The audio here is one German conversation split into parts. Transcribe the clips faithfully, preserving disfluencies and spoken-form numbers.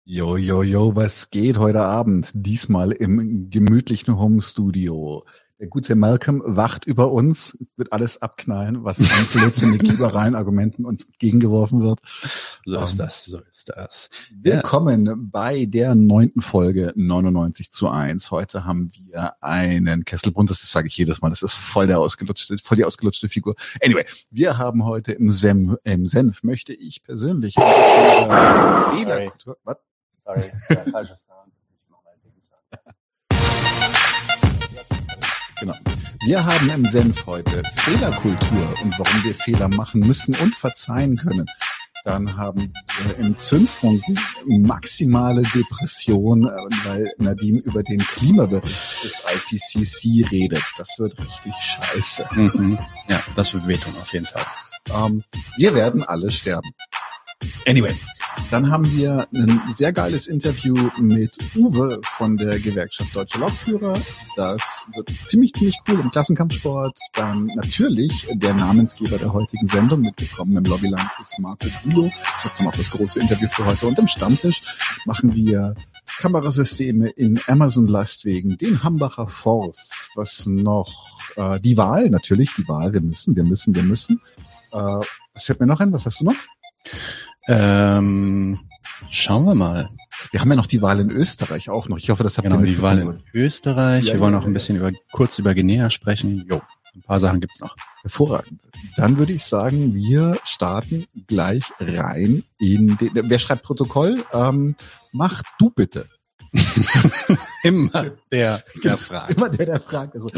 Jo, jo, jo, was geht heute Abend? Diesmal im gemütlichen Home-Studio. Der gute Malcolm wacht über uns, wird alles abknallen, was an Blödsinn mit liberalen Argumenten uns entgegengeworfen wird. So ist das, so ist das. Willkommen ja. bei der neunten Folge neunundneunzig zu eins. Heute haben wir einen Kesselbund, das sage ich jedes Mal, das ist voll der ausgelutschte, voll die ausgelutschte Figur. Anyway, wir haben heute im Senf, im Senf möchte ich persönlich Fehlerkultur, was? Sorry, der falsche Sound. Ich mache mal den Sound. Genau. Wir haben im Senf heute Fehlerkultur und warum wir Fehler machen müssen und verzeihen können. Dann haben wir im Zündfunken maximale Depression, weil Nadim über den Klimabericht des I P C C redet. Das wird richtig scheiße. Mhm. Ja, das wird wehtun auf jeden Fall. Ähm, wir werden alle sterben. Anyway, dann haben wir ein sehr geiles Interview mit Uwe von der Gewerkschaft Deutsche Lokführer. Das wird ziemlich, ziemlich cool im Klassenkampfsport. Dann natürlich der Namensgeber der heutigen Sendung, mitgekommen im Lobbyland ist Marco Bülow. Das ist dann auch das große Interview für heute. Und im Stammtisch machen wir Kamerasysteme in Amazon-Lastwegen, den Hambacher Forst, was noch, äh, die Wahl, natürlich die Wahl, wir müssen, wir müssen, wir müssen. Äh, was fällt mir noch ein? Was hast du noch? Ähm, schauen wir mal. Wir haben ja noch die Wahl in Österreich auch noch. Ich hoffe, das habt genau, ihr die Wahl in Österreich. Ja, wir wollen ja, auch ein ja. bisschen über, kurz über Guinea sprechen. Jo, ein paar Sachen gibt's noch. Hervorragend. Dann würde ich sagen, wir starten gleich rein in den, wer schreibt Protokoll? Ähm, mach du bitte. Immer der, der fragt. Immer der, der fragt. Also.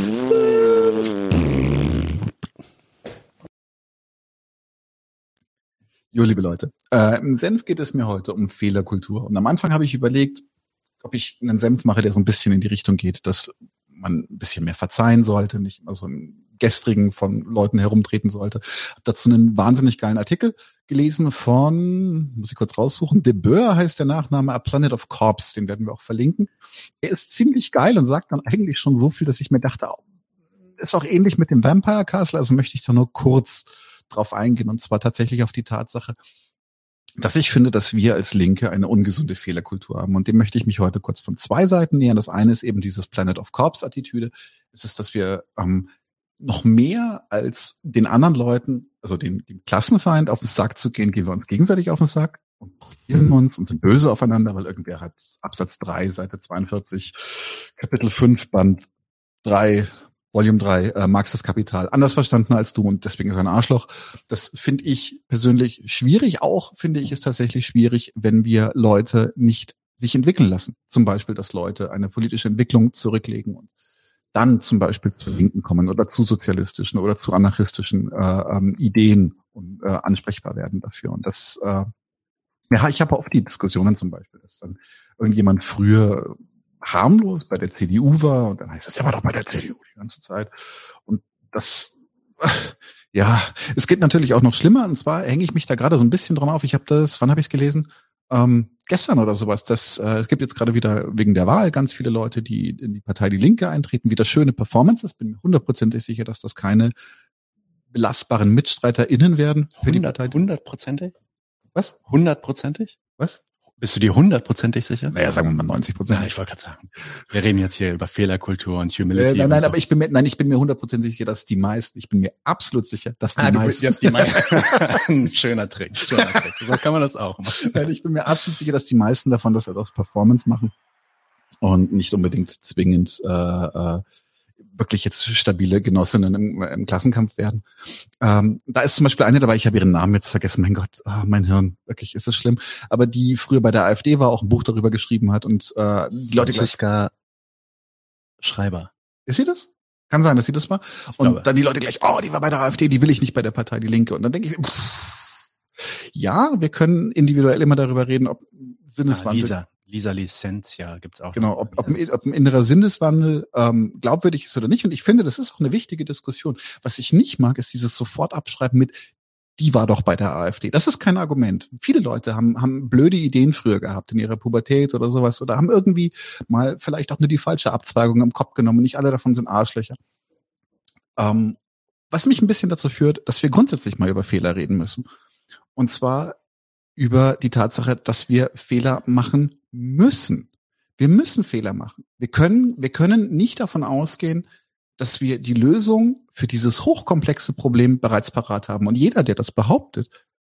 Jo, liebe Leute, äh, im Senf geht es mir heute um Fehlerkultur. Und am Anfang habe ich überlegt, ob ich einen Senf mache, der so ein bisschen in die Richtung geht, dass man ein bisschen mehr verzeihen sollte, nicht immer so im Gestrigen von Leuten herumtreten sollte. Habe dazu einen wahnsinnig geilen Artikel gelesen von, muss ich kurz raussuchen, De Boer heißt der Nachname, A Planet of Corps, den werden wir auch verlinken. Er ist ziemlich geil und sagt dann eigentlich schon so viel, dass ich mir dachte, ist auch ähnlich mit dem Vampire Castle, also möchte ich da nur kurz drauf eingehen, und zwar tatsächlich auf die Tatsache, dass ich finde, dass wir als Linke eine ungesunde Fehlerkultur haben, und dem möchte ich mich heute kurz von zwei Seiten nähern. Das eine ist eben dieses Planet of Corps-Attitüde. Es ist, dass wir ähm, noch mehr als den anderen Leuten, also den, dem Klassenfeind auf den Sack zu gehen, gehen wir uns gegenseitig auf den Sack und probieren uns und sind böse aufeinander, weil irgendwer hat Absatz drei, Seite zweiundvierzig, Kapitel fünf, Band drei, Volume drei, äh, Marx das Kapital, anders verstanden als du und deswegen ist er ein Arschloch. Das finde ich persönlich schwierig. Auch finde ich es tatsächlich schwierig, wenn wir Leute nicht sich entwickeln lassen. Zum Beispiel, dass Leute eine politische Entwicklung zurücklegen und dann zum Beispiel zu Linken kommen oder zu sozialistischen oder zu anarchistischen äh, ähm, Ideen und äh, ansprechbar werden dafür. Und das, äh, ja, ich habe oft die Diskussionen zum Beispiel, dass dann irgendjemand früher harmlos bei der C D U war und dann heißt es, der war doch bei der C D U die ganze Zeit. Und das, ja, es geht natürlich auch noch schlimmer, und zwar hänge ich mich da gerade so ein bisschen dran auf. Ich habe das, wann habe ich es gelesen? Ähm, gestern oder sowas. Das, äh, es gibt jetzt gerade wieder wegen der Wahl ganz viele Leute, die in die Partei Die Linke eintreten, wieder schöne Performances. Bin mir hundertprozentig sicher, dass das keine belastbaren MitstreiterInnen werden für die Partei. Hundertprozentig? Was? Hundertprozentig? Was? Bist du dir hundertprozentig sicher? Naja, sagen wir mal neunzig Prozent. Ja, ich wollte gerade sagen. Wir reden jetzt hier über Fehlerkultur und Humility. Äh, nein, nein, so. aber ich bin mir, nein, ich bin mir hundertprozentig sicher, dass die meisten, ich bin mir absolut sicher, dass die ah, meisten. Du bist die meisten. Ein schöner Trick, schöner Trick. So kann man das auch machen. Nein, ich bin mir absolut sicher, dass die meisten davon das halt aus Performance machen und nicht unbedingt zwingend äh, äh, wirklich jetzt stabile Genossinnen im, im Klassenkampf werden. Ähm, da ist zum Beispiel eine dabei, ich habe ihren Namen jetzt vergessen, mein Gott, oh, mein Hirn, wirklich ist das schlimm, aber die früher bei der AfD war, auch ein Buch darüber geschrieben hat und äh, die Leute Franziska Schreiber. Ist sie das? Kann sein, dass sie das war. Und glaube. dann die Leute gleich, oh, die war bei der AfD, die will ich nicht bei der Partei Die Linke. Und dann denke ich, pff, ja, wir können individuell immer darüber reden, ob Sinneswandel. Ah, Lisa. Lisa Licentia gibt's auch. Genau, ob, ob, ein, ob ein innerer Sinneswandel ähm, glaubwürdig ist oder nicht. Und ich finde, das ist auch eine wichtige Diskussion. Was ich nicht mag, ist dieses Sofortabschreiben mit, die war doch bei der AfD. Das ist kein Argument. Viele Leute haben, haben blöde Ideen früher gehabt in ihrer Pubertät oder sowas oder haben irgendwie mal vielleicht auch nur die falsche Abzweigung im Kopf genommen. Nicht alle davon sind Arschlöcher. Ähm, was mich ein bisschen dazu führt, dass wir grundsätzlich mal über Fehler reden müssen. Und zwar über die Tatsache, dass wir Fehler machen müssen. Wir müssen Fehler machen. Wir können, wir können nicht davon ausgehen, dass wir die Lösung für dieses hochkomplexe Problem bereits parat haben. Und jeder, der das behauptet,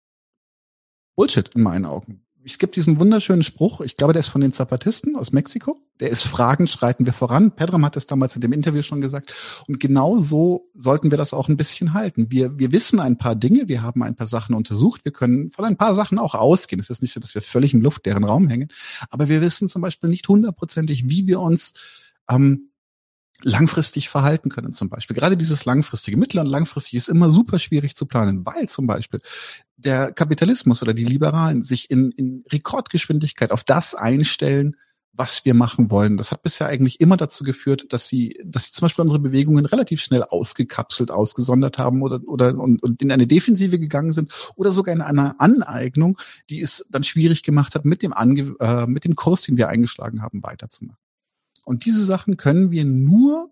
Bullshit in meinen Augen. Es gibt diesen wunderschönen Spruch, ich glaube, der ist von den Zapatisten aus Mexiko. Der ist: Fragend schreiten wir voran. Pedram hat es damals in dem Interview schon gesagt. Und genau so sollten wir das auch ein bisschen halten. Wir, wir wissen ein paar Dinge, wir haben ein paar Sachen untersucht, wir können von ein paar Sachen auch ausgehen. Es ist nicht so, dass wir völlig im luftleeren Raum hängen. Aber wir wissen zum Beispiel nicht hundertprozentig, wie wir uns ähm, langfristig verhalten können zum Beispiel. Gerade dieses langfristige, mittel- und langfristig ist immer super schwierig zu planen, weil zum Beispiel der Kapitalismus oder die Liberalen sich in, in Rekordgeschwindigkeit auf das einstellen, was wir machen wollen. Das hat bisher eigentlich immer dazu geführt, dass sie, dass sie zum Beispiel unsere Bewegungen relativ schnell ausgekapselt, ausgesondert haben oder oder und, und in eine Defensive gegangen sind oder sogar in eine Aneignung, die es dann schwierig gemacht hat, mit dem Ange äh, mit dem Kurs, den wir eingeschlagen haben, weiterzumachen. Und diese Sachen können wir nur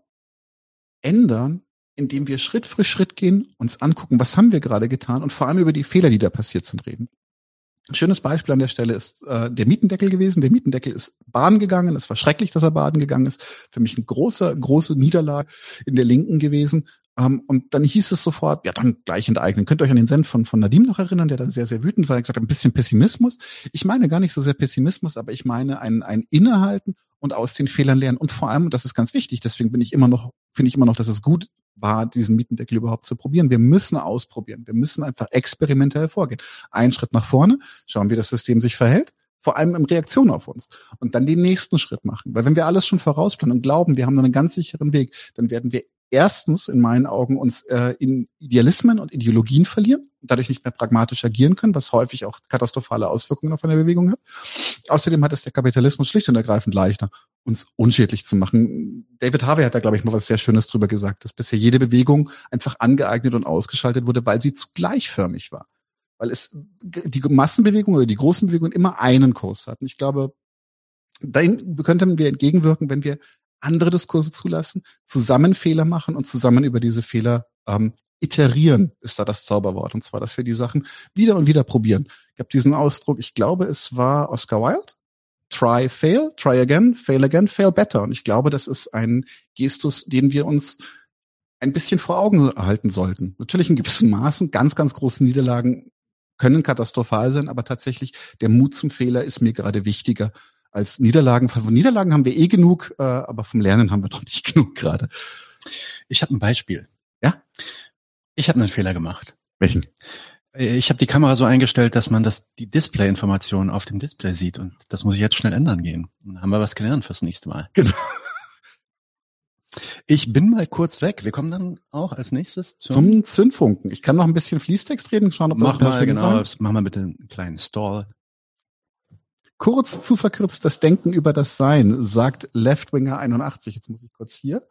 ändern, indem wir Schritt für Schritt gehen, uns angucken, was haben wir gerade getan und vor allem über die Fehler, die da passiert sind, reden. Ein schönes Beispiel an der Stelle ist äh, der Mietendeckel gewesen. Der Mietendeckel ist baden gegangen. Es war schrecklich, dass er baden gegangen ist. Für mich eine große, große Niederlage in der Linken gewesen. Um, und dann hieß es sofort, ja, dann gleich enteignen. Könnt ihr euch an den Senf von, von Nadim noch erinnern, der dann sehr, sehr wütend war. Er hat gesagt, ein bisschen Pessimismus. Ich meine gar nicht so sehr Pessimismus, aber ich meine ein, ein Innehalten und aus den Fehlern lernen. Und vor allem, und das ist ganz wichtig, deswegen bin ich immer noch, finde ich immer noch, dass es gut war, diesen Mietendeckel überhaupt zu probieren. Wir müssen ausprobieren. Wir müssen einfach experimentell vorgehen. Einen Schritt nach vorne, schauen, wie das System sich verhält. Vor allem in Reaktion auf uns. Und dann den nächsten Schritt machen. Weil wenn wir alles schon vorausplanen und glauben, wir haben einen ganz sicheren Weg, dann werden wir erstens in meinen Augen uns äh, in Idealismen und Ideologien verlieren, dadurch nicht mehr pragmatisch agieren können, was häufig auch katastrophale Auswirkungen auf eine Bewegung hat. Außerdem hat es der Kapitalismus schlicht und ergreifend leichter, uns unschädlich zu machen. David Harvey hat da, glaube ich, mal was sehr Schönes drüber gesagt, dass bisher jede Bewegung einfach angeeignet und ausgeschaltet wurde, weil sie zu gleichförmig war. Weil es die Massenbewegung oder die großen Bewegungen immer einen Kurs hatten. Ich glaube, dahin könnten wir entgegenwirken, wenn wir andere Diskurse zulassen, zusammen Fehler machen und zusammen über diese Fehler ähm, iterieren, ist da das Zauberwort. Und zwar, dass wir die Sachen wieder und wieder probieren. Ich habe diesen Ausdruck, ich glaube, es war Oscar Wilde. Try, fail, try again, fail again, fail better. Und ich glaube, das ist ein Gestus, den wir uns ein bisschen vor Augen halten sollten. Natürlich in gewissen Maßen, ganz, ganz große Niederlagen können katastrophal sein, aber tatsächlich der Mut zum Fehler ist mir gerade wichtiger als Niederlagen. Von Niederlagen haben wir eh genug, äh, aber vom Lernen haben wir noch nicht genug gerade. Ich habe ein Beispiel. Ja? Ich habe einen Fehler gemacht. Welchen? Ich habe die Kamera so eingestellt, dass man das die Display-Informationen auf dem Display sieht und das muss ich jetzt schnell ändern gehen. Dann haben wir was gelernt fürs nächste Mal. Genau. Ich bin mal kurz weg. Wir kommen dann auch als nächstes zum, zum Zündfunken. Ich kann noch ein bisschen Fließtext reden, schauen, ob mach wir mal genau, mach mal bitte einen kleinen Stall. Kurz zu verkürzt das Denken über das Sein, sagt Leftwinger einundachtzig. Jetzt muss ich kurz hier.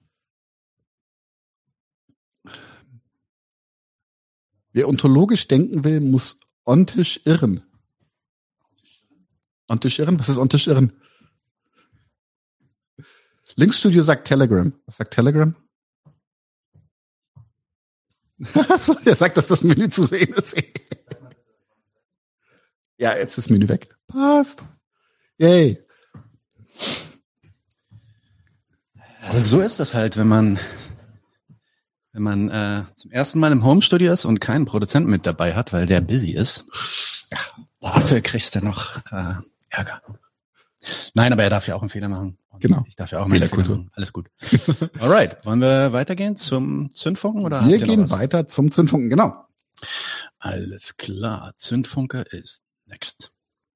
Wer ontologisch denken will, muss ontisch irren. Ontisch irren? Was ist ontisch irren? Linksstudio sagt Telegram. Was sagt Telegram? So, der sagt, dass das Menü zu sehen ist. Ja, jetzt ist das Menü weg. Passt. Yay. Also so ist das halt, wenn man wenn man äh, zum ersten Mal im Homestudio ist und keinen Produzenten mit dabei hat, weil der busy ist. Ja, dafür kriegst du noch äh, Ärger. Nein, aber er darf ja auch einen Fehler machen. Und genau. Ich darf ja auch mal einen Fehler machen. Alles gut. Alright, wollen wir weitergehen zum Zündfunken oder? Wir gehen weiter zum Zündfunken, genau. Alles klar, Zündfunke ist next.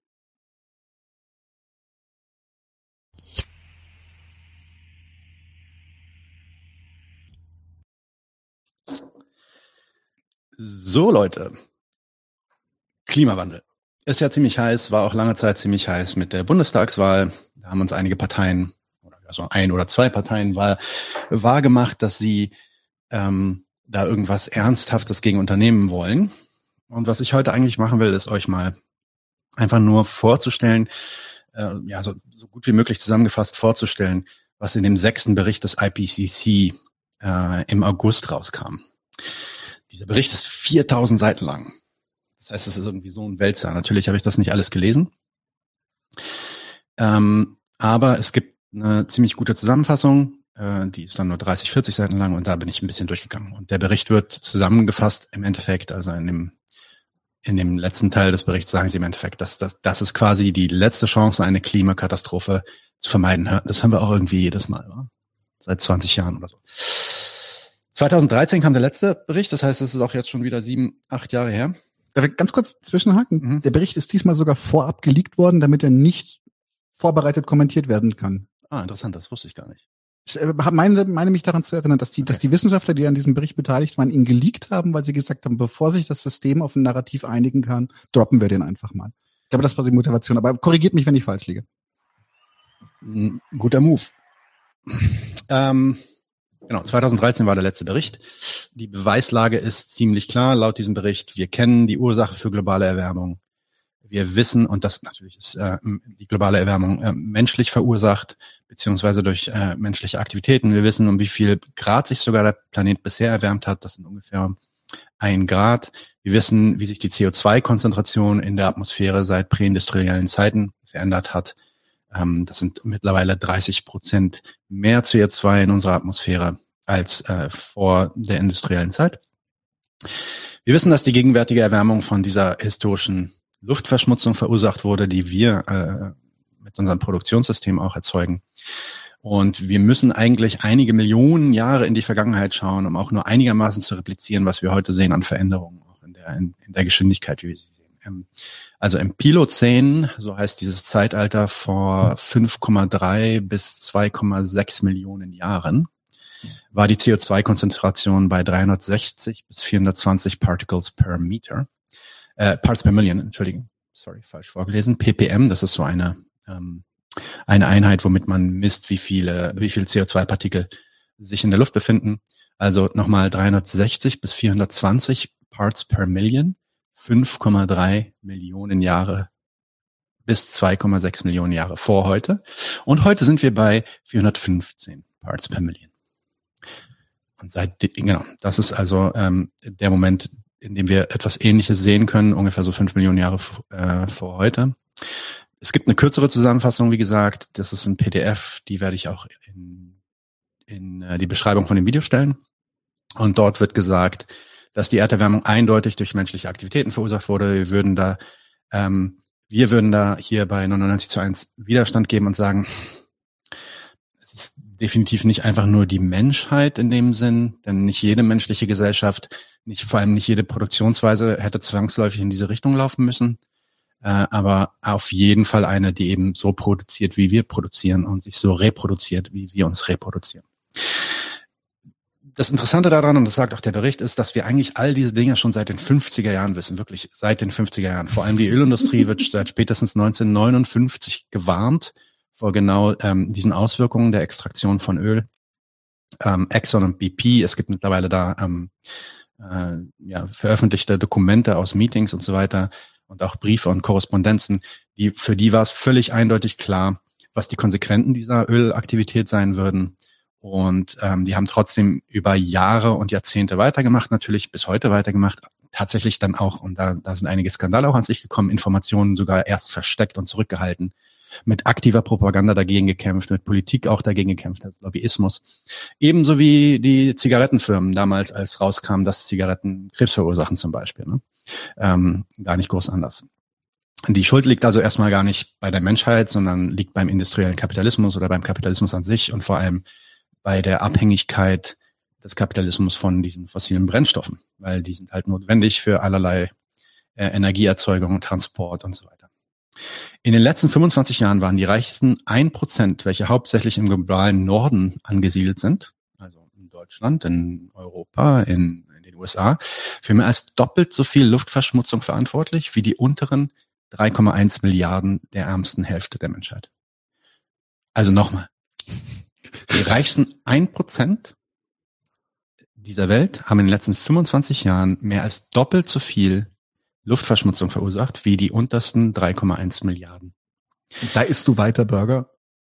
So, Leute. Klimawandel. Ist ja ziemlich heiß, war auch lange Zeit ziemlich heiß mit der Bundestagswahl. Da haben uns einige Parteien, also ein oder zwei Parteien, wahr, wahr gemacht, dass sie ähm, da irgendwas Ernsthaftes gegen unternehmen wollen. Und was ich heute eigentlich machen will, ist euch mal einfach nur vorzustellen, äh, ja, so, so gut wie möglich zusammengefasst vorzustellen, was in dem sechsten Bericht des I P C C äh, im August rauskam. Dieser Bericht ist viertausend Seiten lang. Das heißt, es ist irgendwie so ein Wälzer. Natürlich habe ich das nicht alles gelesen. Ähm, aber es gibt eine ziemlich gute Zusammenfassung, äh, die ist dann nur dreißig, vierzig Seiten lang und da bin ich ein bisschen durchgegangen. Und der Bericht wird zusammengefasst im Endeffekt, also in dem in dem letzten Teil des Berichts sagen sie im Endeffekt, dass das, das ist quasi die letzte Chance, eine Klimakatastrophe zu vermeiden. Das haben wir auch irgendwie jedes Mal, oder? Seit zwanzig Jahren oder so. zwanzig dreizehn kam der letzte Bericht, das heißt, es ist auch jetzt schon wieder sieben, acht Jahre her. Darf ich ganz kurz zwischenhaken? Mhm. Der Bericht ist diesmal sogar vorab geleakt worden, damit er nicht vorbereitet kommentiert werden kann. Ah, interessant, das wusste ich gar nicht. Ich meine, meine mich daran zu erinnern, dass die, okay. dass die Wissenschaftler, die an diesem Bericht beteiligt waren, ihn geleakt haben, weil sie gesagt haben, bevor sich das System auf ein Narrativ einigen kann, droppen wir den einfach mal. Ich glaube, das war die Motivation. Aber korrigiert mich, wenn ich falsch liege. Guter Move. Ähm, genau, zwanzig dreizehn war der letzte Bericht. Die Beweislage ist ziemlich klar laut diesem Bericht. Wir kennen die Ursache für globale Erwärmung. Wir wissen, und das natürlich ist äh, die globale Erwärmung äh, menschlich verursacht, beziehungsweise durch äh, menschliche Aktivitäten. Wir wissen, um wie viel Grad sich sogar der Planet bisher erwärmt hat. Das sind ungefähr ein Grad. Wir wissen, wie sich die C O zwei Konzentration in der Atmosphäre seit präindustriellen Zeiten verändert hat. Ähm, das sind mittlerweile dreißig Prozent mehr C O zwei in unserer Atmosphäre als äh, vor der industriellen Zeit. Wir wissen, dass die gegenwärtige Erwärmung von dieser historischen Luftverschmutzung verursacht wurde, die wir äh, mit unserem Produktionssystem auch erzeugen. Und wir müssen eigentlich einige Millionen Jahre in die Vergangenheit schauen, um auch nur einigermaßen zu replizieren, was wir heute sehen an Veränderungen, auch in der, in, in der Geschwindigkeit, wie wir sie sehen. Ähm, also im Pilozän, so heißt dieses Zeitalter, vor fünf Komma drei bis zwei Komma sechs Millionen Jahren, war die C O zwei Konzentration bei dreihundertsechzig bis vierhundertzwanzig Particles per Meter. Äh, Parts per Million, Entschuldigung, sorry, falsch vorgelesen. P P M, das ist so eine ähm, eine Einheit, womit man misst, wie viele wie viel C O zwei Partikel sich in der Luft befinden. Also nochmal dreihundertsechzig bis vierhundertzwanzig Parts per Million, fünf Komma drei Millionen Jahre bis zwei Komma sechs Millionen Jahre vor heute. Und heute sind wir bei vierhundertfünfzehn Parts per Million. Und seit genau, das ist also ähm, der Moment, in dem wir etwas Ähnliches sehen können, ungefähr so fünf Millionen Jahre äh, vor heute. Es gibt eine kürzere Zusammenfassung, wie gesagt. Das ist ein P D F, die werde ich auch in, in äh, die Beschreibung von dem Video stellen. Und dort wird gesagt, dass die Erderwärmung eindeutig durch menschliche Aktivitäten verursacht wurde. Wir würden da, ähm, wir würden da hier bei neunundneunzig zu eins Widerstand geben und sagen, es ist definitiv nicht einfach nur die Menschheit in dem Sinn, denn nicht jede menschliche Gesellschaft, nicht vor allem nicht jede Produktionsweise hätte zwangsläufig in diese Richtung laufen müssen, äh, aber auf jeden Fall eine, die eben so produziert, wie wir produzieren und sich so reproduziert, wie wir uns reproduzieren. Das Interessante daran, und das sagt auch der Bericht, ist, dass wir eigentlich all diese Dinge schon seit den fünfziger Jahren wissen, wirklich seit den fünfziger Jahren. Vor allem die Ölindustrie wird seit spätestens neunzehnhundertneunundfünfzig gewarnt vor genau ähm, diesen Auswirkungen der Extraktion von Öl. Ähm, Exxon und B P, es gibt mittlerweile da ähm, äh, ja, veröffentlichte Dokumente aus Meetings und so weiter und auch Briefe und Korrespondenzen, die für die war es völlig eindeutig klar, was die Konsequenzen dieser Ölaktivität sein würden. Und ähm, die haben trotzdem über Jahre und Jahrzehnte weitergemacht, natürlich bis heute weitergemacht. Tatsächlich dann auch, und da, da sind einige Skandale auch an sich gekommen, Informationen sogar erst versteckt und zurückgehalten, mit aktiver Propaganda dagegen gekämpft, mit Politik auch dagegen gekämpft, als Lobbyismus. Ebenso wie die Zigarettenfirmen damals, als rauskam, dass Zigaretten Krebs verursachen zum Beispiel. Ne? Ähm, gar nicht groß anders. Die Schuld liegt also erstmal gar nicht bei der Menschheit, sondern liegt beim industriellen Kapitalismus oder beim Kapitalismus an sich und vor allem bei der Abhängigkeit des Kapitalismus von diesen fossilen Brennstoffen, weil die sind halt notwendig für allerlei äh, Energieerzeugung, Transport und so weiter. In den letzten fünfundzwanzig Jahren waren die reichsten ein Prozent, welche hauptsächlich im globalen Norden angesiedelt sind, also in Deutschland, in Europa, in, in den U S A, für mehr als doppelt so viel Luftverschmutzung verantwortlich wie die unteren drei Komma eins Milliarden der ärmsten Hälfte der Menschheit. Also nochmal, die reichsten ein Prozent dieser Welt haben in den letzten fünfundzwanzig Jahren mehr als doppelt so viel Luftverschmutzung verursacht wie die untersten drei Komma eins Milliarden. Da isst du weiter Burger?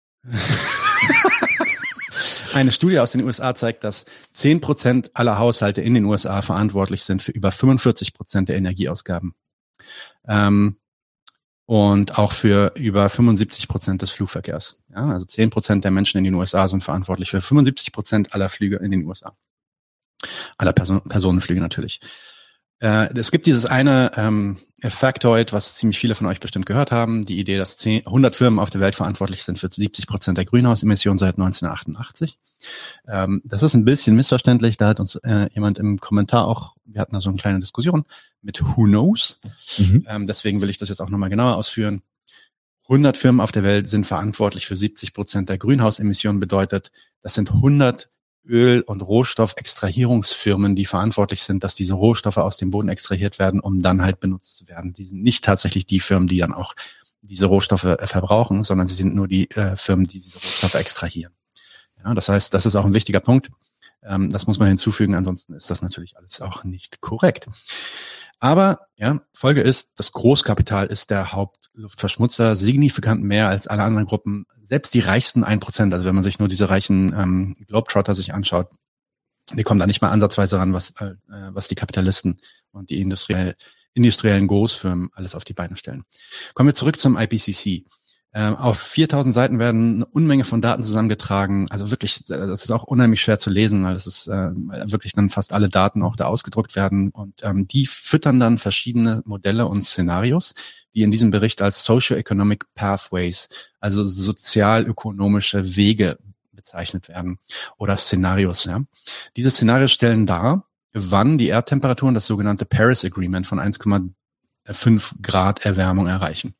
Eine Studie aus den U S A zeigt, dass zehn Prozent aller Haushalte in den U S A verantwortlich sind für über fünfundvierzig Prozent der Energieausgaben Ähm, und auch für über fünfundsiebzig Prozent des Flugverkehrs. Ja, also zehn Prozent der Menschen in den U S A sind verantwortlich für fünfundsiebzig Prozent aller Flüge in den U S A. Aller Person- Personenflüge natürlich. Äh, es gibt dieses eine ähm, Factoid, was ziemlich viele von euch bestimmt gehört haben, die Idee, dass zehn, hundert Firmen auf der Welt verantwortlich sind für siebzig Prozent der Greenhouse-Emissionen seit neunzehnhundertachtundachtzig. Ähm, das ist ein bisschen missverständlich, da hat uns äh, jemand im Kommentar auch, wir hatten da so eine kleine Diskussion mit Who Knows, mhm. ähm, deswegen will ich das jetzt auch nochmal genauer ausführen. hundert Firmen auf der Welt sind verantwortlich für siebzig Prozent der Greenhouse-Emissionen, bedeutet, das sind hundert Öl- und Rohstoffextrahierungsfirmen, die verantwortlich sind, dass diese Rohstoffe aus dem Boden extrahiert werden, um dann halt benutzt zu werden. Die sind nicht tatsächlich die Firmen, die dann auch diese Rohstoffe äh, verbrauchen, sondern sie sind nur die äh, Firmen, die diese Rohstoffe extrahieren. Ja, das heißt, das ist auch ein wichtiger Punkt. Ähm, das muss man hinzufügen, ansonsten ist das natürlich alles auch nicht korrekt. Aber ja, Folge ist, das Großkapital ist der Hauptluftverschmutzer, signifikant mehr als alle anderen Gruppen. Selbst die reichsten ein Prozent, also wenn man sich nur diese reichen ähm, Globetrotter sich anschaut, die kommen da nicht mal ansatzweise ran, was äh, was die Kapitalisten und die industriell, industriellen Großfirmen alles auf die Beine stellen. Kommen wir zurück zum I P C C. Ähm, auf viertausend Seiten werden eine Unmenge von Daten zusammengetragen. Also wirklich, das ist auch unheimlich schwer zu lesen, weil es ist äh, wirklich dann fast alle Daten auch da ausgedruckt werden. Und ähm, die füttern dann verschiedene Modelle und Szenarios, die in diesem Bericht als Socio-Economic Pathways, also sozialökonomische Wege bezeichnet werden oder Szenarios. Ja. Diese Szenarios stellen dar, wann die Erdtemperaturen das sogenannte Paris Agreement von eins Komma fünf Grad Erwärmung erreichen.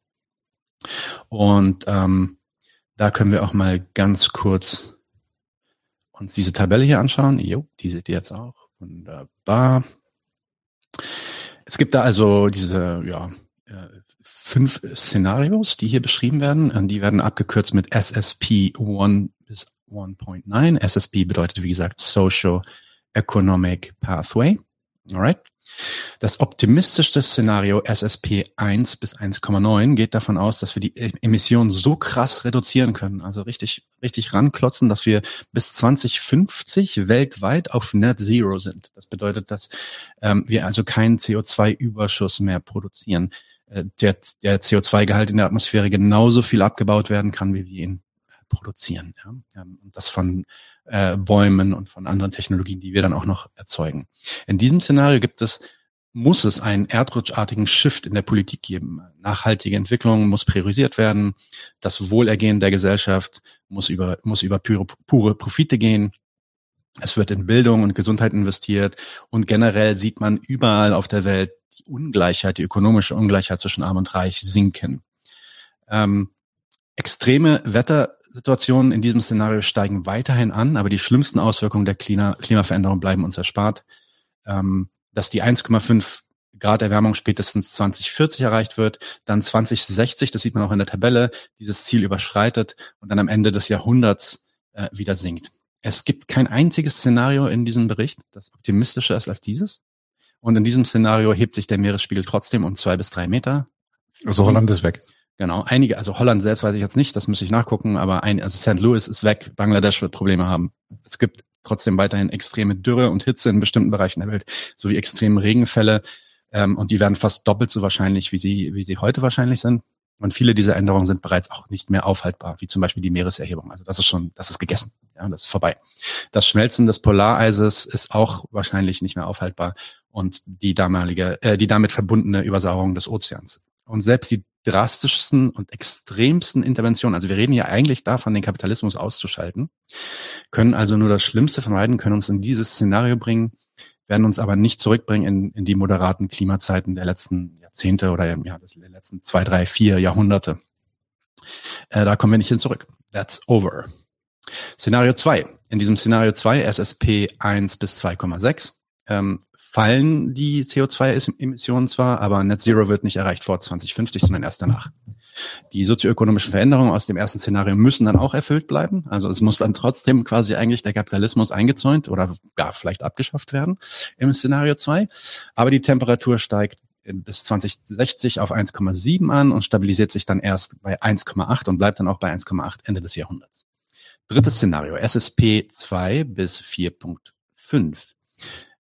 Und ähm, da können wir auch mal ganz kurz uns diese Tabelle hier anschauen. Jo, die seht ihr jetzt auch. Wunderbar. Es gibt da also diese ja fünf Szenarios, die hier beschrieben werden. Die werden abgekürzt mit S S P eins bis eins Punkt neun. S S P bedeutet, wie gesagt, Socio-Economic Pathway. Alright. Das optimistischste Szenario S S P eins bis eins Komma neun geht davon aus, dass wir die Emissionen so krass reduzieren können, also richtig richtig ranklotzen, dass wir bis zwanzig fünfzig weltweit auf Net Zero sind. Das bedeutet, dass ähm, wir also keinen C O zwei Überschuss mehr produzieren. Äh, der der C O zwei Gehalt in der Atmosphäre genauso viel abgebaut werden kann, wie wir ihn produzieren. Ja? Und das von äh, Bäumen und von anderen Technologien, die wir dann auch noch erzeugen. In diesem Szenario gibt es, muss es einen erdrutschartigen Shift in der Politik geben. Nachhaltige Entwicklung muss priorisiert werden. Das Wohlergehen der Gesellschaft muss über, muss über pure, pure Profite gehen. Es wird in Bildung und Gesundheit investiert. Und generell sieht man überall auf der Welt die Ungleichheit, die ökonomische Ungleichheit zwischen Arm und Reich sinken. Ähm, extreme Wetter Situationen in diesem Szenario steigen weiterhin an, aber die schlimmsten Auswirkungen der Klima- Klimaveränderung bleiben uns erspart. Ähm, dass die eins Komma fünf Grad Erwärmung spätestens zwanzig vierzig erreicht wird, dann zwanzig sechzig, das sieht man auch in der Tabelle, dieses Ziel überschreitet und dann am Ende des Jahrhunderts äh, wieder sinkt. Es gibt kein einziges Szenario in diesem Bericht, das optimistischer ist als dieses. Und in diesem Szenario hebt sich der Meeresspiegel trotzdem um zwei bis drei Meter. Also Holland ist weg. Genau, einige, also Holland selbst weiß ich jetzt nicht, das müsste ich nachgucken, aber ein, also Sankt Louis ist weg, Bangladesch wird Probleme haben. Es gibt trotzdem weiterhin extreme Dürre und Hitze in bestimmten Bereichen der Welt, sowie extreme Regenfälle, ähm, und die werden fast doppelt so wahrscheinlich, wie sie, wie sie heute wahrscheinlich sind. Und viele dieser Änderungen sind bereits auch nicht mehr aufhaltbar, wie zum Beispiel die Meereserhebung. Also das ist schon, das ist gegessen, ja, das ist vorbei. Das Schmelzen des Polareises ist auch wahrscheinlich nicht mehr aufhaltbar und die damalige, äh, die damit verbundene Übersauerung des Ozeans. Und selbst die drastischsten und extremsten Interventionen, also wir reden ja eigentlich davon, den Kapitalismus auszuschalten, können also nur das Schlimmste vermeiden, können uns in dieses Szenario bringen, werden uns aber nicht zurückbringen in, in die moderaten Klimazeiten der letzten Jahrzehnte oder ja, der letzten zwei, drei, vier Jahrhunderte. Äh, da kommen wir nicht hin zurück. That's over. Szenario zwei. In diesem Szenario zwei, S S P eins bis zwei Komma sechs, ähm, fallen die C O zwei Emissionen zwar, aber Net Zero wird nicht erreicht vor zwanzig fünfzig, sondern erst danach. Die sozioökonomischen Veränderungen aus dem ersten Szenario müssen dann auch erfüllt bleiben. Also es muss dann trotzdem quasi eigentlich der Kapitalismus eingezäunt oder gar vielleicht abgeschafft werden im Szenario zwei. Aber die Temperatur steigt bis zwanzig sechzig auf eins Komma sieben an und stabilisiert sich dann erst bei eins Komma acht und bleibt dann auch bei eins Komma acht Ende des Jahrhunderts. Drittes Szenario, S S P zwei bis vier Komma fünf.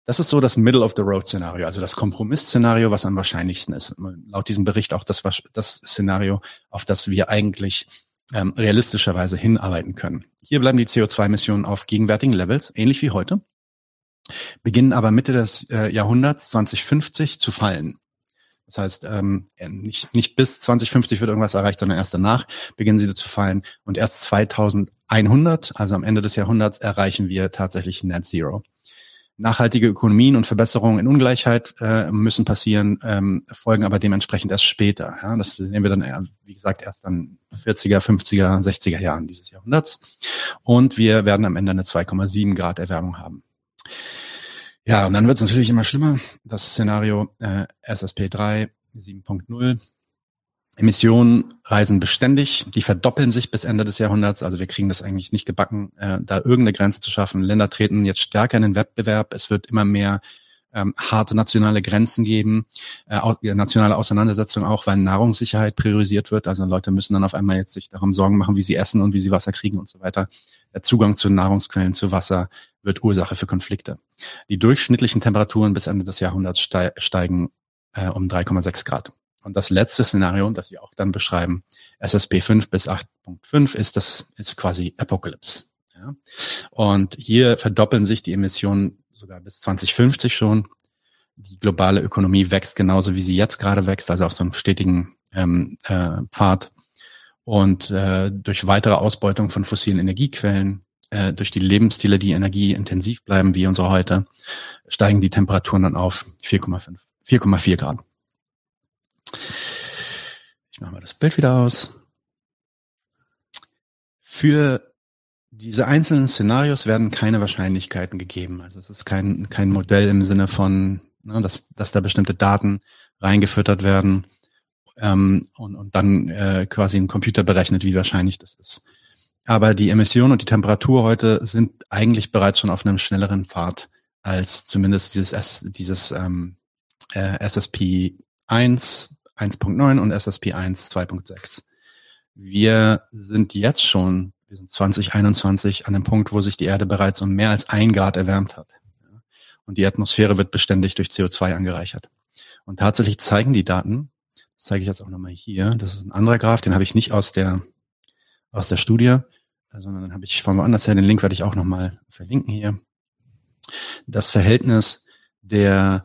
Das ist so das Middle-of-the-Road-Szenario, also das Kompromiss-Szenario, was am wahrscheinlichsten ist. Laut diesem Bericht auch das, das Szenario, auf das wir eigentlich ähm, realistischerweise hinarbeiten können. Hier bleiben die C O zwei Emissionen auf gegenwärtigen Levels, ähnlich wie heute, beginnen aber Mitte des äh, Jahrhunderts zwanzig fünfzig zu fallen. Das heißt, ähm, nicht, nicht bis zwanzig fünfzig wird irgendwas erreicht, sondern erst danach beginnen sie zu fallen. Und erst zweitausendeinhundert, also am Ende des Jahrhunderts, erreichen wir tatsächlich Net Zero. Nachhaltige Ökonomien und Verbesserungen in Ungleichheit äh, müssen passieren, ähm, folgen aber dementsprechend erst später. Ja? Das sehen wir dann, wie gesagt, erst dann vierziger, fünfziger, sechziger Jahren dieses Jahrhunderts. Und wir werden am Ende eine zwei Komma sieben Grad Erwärmung haben. Ja, und dann wird es natürlich immer schlimmer. Das Szenario äh, S S P drei sieben Punkt null. Emissionen reisen beständig. Die verdoppeln sich bis Ende des Jahrhunderts. Also wir kriegen das eigentlich nicht gebacken, äh, da irgendeine Grenze zu schaffen. Länder treten jetzt stärker in den Wettbewerb. Es wird immer mehr ähm, harte nationale Grenzen geben, äh, au- nationale Auseinandersetzungen auch, weil Nahrungssicherheit priorisiert wird. Also Leute müssen dann auf einmal jetzt sich darum Sorgen machen, wie sie essen und wie sie Wasser kriegen und so weiter. Der Zugang zu Nahrungsquellen, zu Wasser wird Ursache für Konflikte. Die durchschnittlichen Temperaturen bis Ende des Jahrhunderts ste- steigen äh, um drei Komma sechs Grad. Und das letzte Szenario, das Sie auch dann beschreiben, S S P fünf bis acht Punkt fünf, ist das ist quasi Apocalypse. Ja? Und hier verdoppeln sich die Emissionen sogar bis zwanzig fünfzig schon. Die globale Ökonomie wächst genauso, wie sie jetzt gerade wächst, also auf so einem stetigen ähm, äh, Pfad. Und äh, durch weitere Ausbeutung von fossilen Energiequellen, äh, durch die Lebensstile, die energieintensiv bleiben, wie unsere heute, steigen die Temperaturen dann auf vier Komma fünf, vier Komma vier Grad. Ich mache mal das Bild wieder aus. Für diese einzelnen Szenarios werden keine Wahrscheinlichkeiten gegeben. Also es ist kein kein Modell im Sinne von, ne, dass dass da bestimmte Daten reingefüttert werden ähm, und und dann äh, quasi ein Computer berechnet, wie wahrscheinlich das ist. Aber die Emissionen und die Temperatur heute sind eigentlich bereits schon auf einem schnelleren Pfad als zumindest dieses S, dieses ähm, äh, S S P eins eins Punkt neun und S S P eins zwei Punkt sechs. Wir sind jetzt schon, wir sind zwanzig einundzwanzig an einem Punkt, wo sich die Erde bereits um mehr als ein Grad erwärmt hat. Und die Atmosphäre wird beständig durch C O zwei angereichert. Und tatsächlich zeigen die Daten, das zeige ich jetzt auch nochmal hier, das ist ein anderer Graph, den habe ich nicht aus der aus der Studie, sondern dann habe ich von woanders her, den Link werde ich auch nochmal verlinken hier. Das Verhältnis der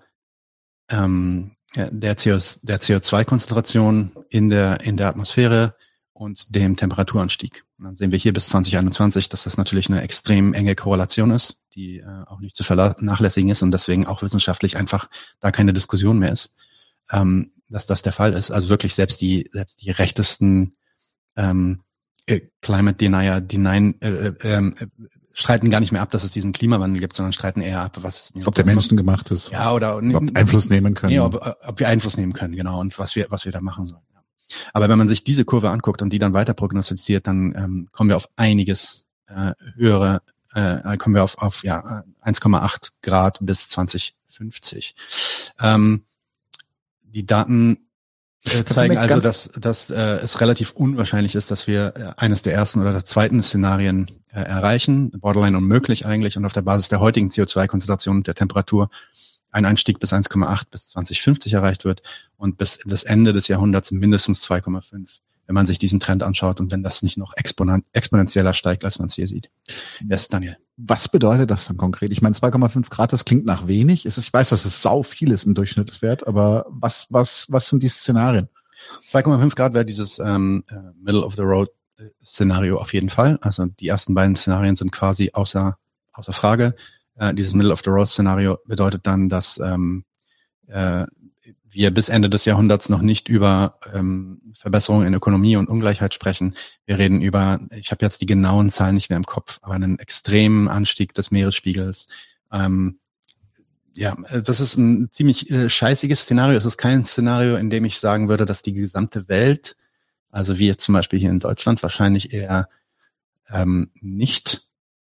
ähm, der C O, der C O zwei Konzentration in der in der Atmosphäre und dem Temperaturanstieg. Und dann sehen wir hier bis zwanzig einundzwanzig, dass das natürlich eine extrem enge Korrelation ist, die äh, auch nicht zu vernachlässigen ist und deswegen auch wissenschaftlich einfach da keine Diskussion mehr ist, ähm, dass das der Fall ist. Also wirklich selbst die selbst die rechtesten ähm, äh, Climate Denier, Deny, äh, äh, äh, streiten gar nicht mehr ab, dass es diesen Klimawandel gibt, sondern streiten eher ab, was ob der Menschen gemacht ist. Ja, oder ob Einfluss nehmen können. Nee, ob, ob wir Einfluss nehmen können, genau, und was wir was wir da machen sollen. Ja. Aber wenn man sich diese Kurve anguckt und die dann weiter prognostiziert, dann ähm, kommen wir auf einiges äh, höhere, äh, kommen wir auf auf ja eins Komma acht Grad bis zwanzig fünfzig. Ähm, die Daten Äh, zeigen also, dass, dass äh, es relativ unwahrscheinlich ist, dass wir äh, eines der ersten oder der zweiten Szenarien äh, erreichen. Borderline unmöglich eigentlich. Und auf der Basis der heutigen C O zwei Konzentration und der Temperatur ein Einstieg bis eins Komma acht bis zwanzig fünfzig erreicht wird und bis das Ende des Jahrhunderts mindestens zwei Komma fünf, wenn man sich diesen Trend anschaut und wenn das nicht noch exponen- exponentieller steigt, als man es hier sieht. Yes, Daniel. Was bedeutet das dann konkret? Ich meine, zwei Komma fünf Grad, das klingt nach wenig. Es ist, ich weiß, dass es sau viel ist im Durchschnittswert, aber was, was, was sind die Szenarien? zwei Komma fünf Grad wäre dieses ähm, Middle-of-the-Road-Szenario auf jeden Fall. Also die ersten beiden Szenarien sind quasi außer, außer Frage. Äh, dieses Middle-of-the-Road-Szenario bedeutet dann, dass ähm, äh, wir bis Ende des Jahrhunderts noch nicht über ähm, Verbesserungen in Ökonomie und Ungleichheit sprechen. Wir reden über, ich habe jetzt die genauen Zahlen nicht mehr im Kopf, aber einen extremen Anstieg des Meeresspiegels. Ähm, ja, das ist ein ziemlich äh, scheißiges Szenario. Es ist kein Szenario, in dem ich sagen würde, dass die gesamte Welt, also wie jetzt zum Beispiel hier in Deutschland, wahrscheinlich eher ähm, nicht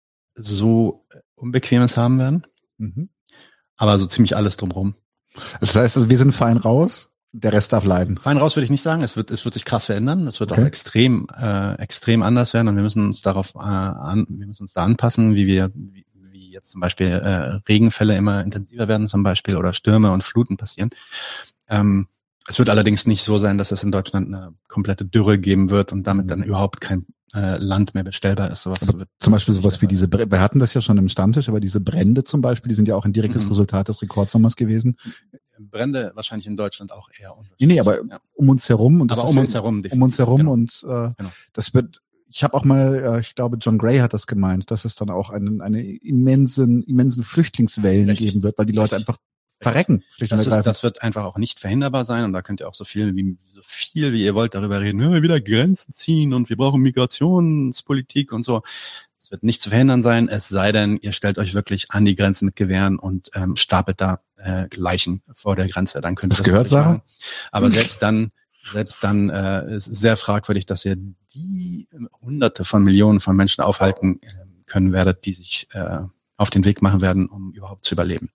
so Unbequemes haben werden. Mhm. Aber so ziemlich alles drumherum. Das heißt, also wir sind fein raus, der Rest darf leiden. Fein raus würde ich nicht sagen. Es wird, es wird sich krass verändern. Es wird okay. auch extrem, äh, extrem anders werden und wir müssen uns darauf, äh, an, wir müssen uns da anpassen, wie wir, wie, wie jetzt zum Beispiel äh, Regenfälle immer intensiver werden zum Beispiel oder Stürme und Fluten passieren. Ähm, es wird allerdings nicht so sein, dass es in Deutschland eine komplette Dürre geben wird und damit dann überhaupt kein äh, Land mehr bestellbar ist. Sowas wird zum Beispiel sowas wie diese, Br- wir hatten das ja schon im Stammtisch, aber diese Brände zum Beispiel, die sind ja auch ein direktes Mhm. Resultat des Rekordsommers gewesen. Brände wahrscheinlich in Deutschland auch eher Nee, unwahrscheinlich. nee, aber ja. um uns herum. Und das Aber ist um ja- uns herum. Um definitiv, uns herum genau. und äh, Genau. das wird, ich habe auch mal, äh, ich glaube, John Gray hat das gemeint, dass es dann auch einen, eine immensen, immensen Flüchtlingswellen Richtig. geben wird, weil die Leute Richtig. einfach verrecken. schlicht und Das, ist, ergreifend. das wird einfach auch nicht verhinderbar sein und da könnt ihr auch so viel wie so viel wie ihr wollt darüber reden, ja, wieder Grenzen ziehen und wir brauchen Migrationspolitik und so. Es wird nicht zu verhindern sein, es sei denn, ihr stellt euch wirklich an die Grenzen mit Gewehren und ähm, stapelt da äh, Leichen vor der Grenze. Dann könnt ihr Das das gehört, wirklich Sarah? machen. Aber selbst dann, selbst dann äh, ist es sehr fragwürdig, dass ihr die Hunderte von Millionen von Menschen aufhalten äh, können werdet, die sich äh, auf den Weg machen werden, um überhaupt zu überleben.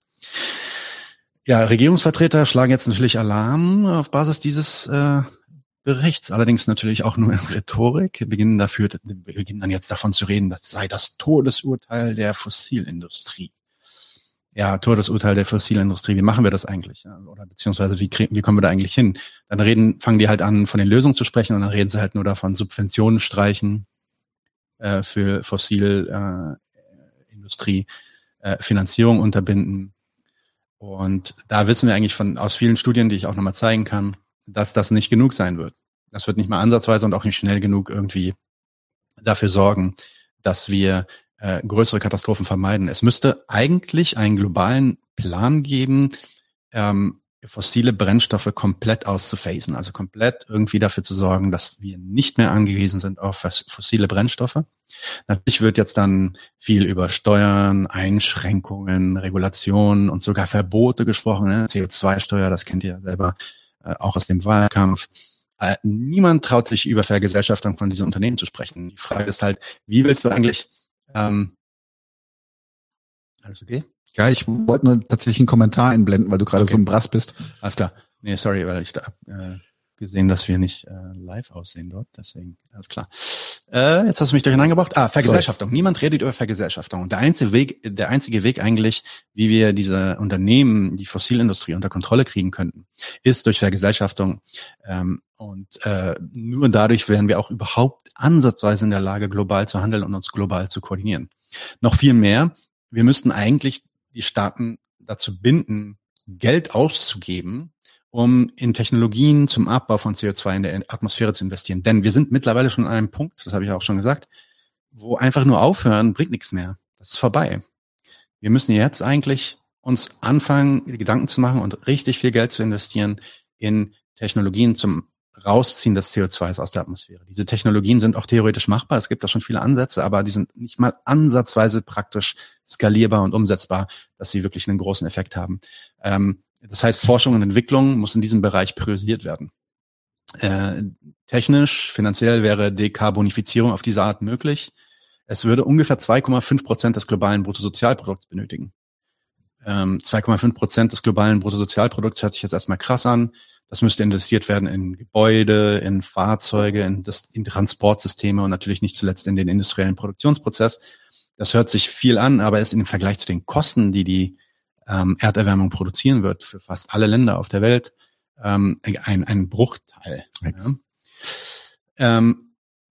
Ja, Regierungsvertreter schlagen jetzt natürlich Alarm auf Basis dieses äh, Berichts, allerdings natürlich auch nur in Rhetorik. Wir beginnen dafür, wir beginnen dann jetzt davon zu reden, das sei das Todesurteil der Fossilindustrie. Ja, Todesurteil der Fossilindustrie. Wie machen wir das eigentlich? Ja, oder beziehungsweise wie kriegen, wie kommen wir da eigentlich hin? Dann reden, fangen die halt an, von den Lösungen zu sprechen und dann reden sie halt nur davon, Subventionen streichen äh, für Fossilindustrie, äh, Industrie, äh, Finanzierung unterbinden. Und da wissen wir eigentlich von aus vielen Studien, die ich auch nochmal zeigen kann, dass das nicht genug sein wird. Das wird nicht mal ansatzweise und auch nicht schnell genug irgendwie dafür sorgen, dass wir äh, größere Katastrophen vermeiden. Es müsste eigentlich einen globalen Plan geben, ähm, fossile Brennstoffe komplett auszuphasen, also komplett irgendwie dafür zu sorgen, dass wir nicht mehr angewiesen sind auf fossile Brennstoffe. Natürlich wird jetzt dann viel über Steuern, Einschränkungen, Regulationen und sogar Verbote gesprochen. Ne? C O zwei Steuer, das kennt ihr ja selber äh, auch aus dem Wahlkampf. Äh, niemand traut sich über Vergesellschaftung von diesen Unternehmen zu sprechen. Die Frage ist halt, wie willst du eigentlich ähm, alles okay? Ja, ich wollte nur tatsächlich einen Kommentar einblenden, weil du gerade Okay. so im Brass bist. Alles klar. Nee, sorry, weil ich da äh, gesehen, dass wir nicht äh, live aussehen dort. Deswegen, alles klar. Äh, jetzt hast du mich durcheinander gebracht. Ah, Vergesellschaftung. Sorry. Niemand redet über Vergesellschaftung. Der einzige Weg, der einzige Weg eigentlich, wie wir diese Unternehmen, die Fossilindustrie unter Kontrolle kriegen könnten, ist durch Vergesellschaftung. Ähm, und äh, nur dadurch werden wir auch überhaupt ansatzweise in der Lage, global zu handeln und uns global zu koordinieren. Noch viel mehr. Wir müssten eigentlich die Staaten dazu binden, Geld auszugeben, um in Technologien zum Abbau von C O zwei in der Atmosphäre zu investieren. Denn wir sind mittlerweile schon an einem Punkt, das habe ich auch schon gesagt, wo einfach nur aufhören bringt nichts mehr. Das ist vorbei. Wir müssen jetzt eigentlich uns anfangen, Gedanken zu machen und richtig viel Geld zu investieren in Technologien zum Rausziehen des C O zwei aus der Atmosphäre. Diese Technologien sind auch theoretisch machbar. Es gibt da schon viele Ansätze, aber die sind nicht mal ansatzweise praktisch skalierbar und umsetzbar, dass sie wirklich einen großen Effekt haben. Ähm, das heißt, Forschung und Entwicklung muss in diesem Bereich priorisiert werden. Äh, technisch, finanziell wäre Dekarbonifizierung auf diese Art möglich. Es würde ungefähr zwei Komma fünf Prozent des globalen Bruttosozialprodukts benötigen. Ähm, zwei Komma fünf Prozent des globalen Bruttosozialprodukts hört sich jetzt erstmal krass an. Das müsste investiert werden in Gebäude, in Fahrzeuge, in, das, in Transportsysteme und natürlich nicht zuletzt in den industriellen Produktionsprozess. Das hört sich viel an, aber ist im Vergleich zu den Kosten, die die ähm, Erderwärmung produzieren wird, für fast alle Länder auf der Welt, ähm, ein, ein Bruchteil. Ja. Ähm,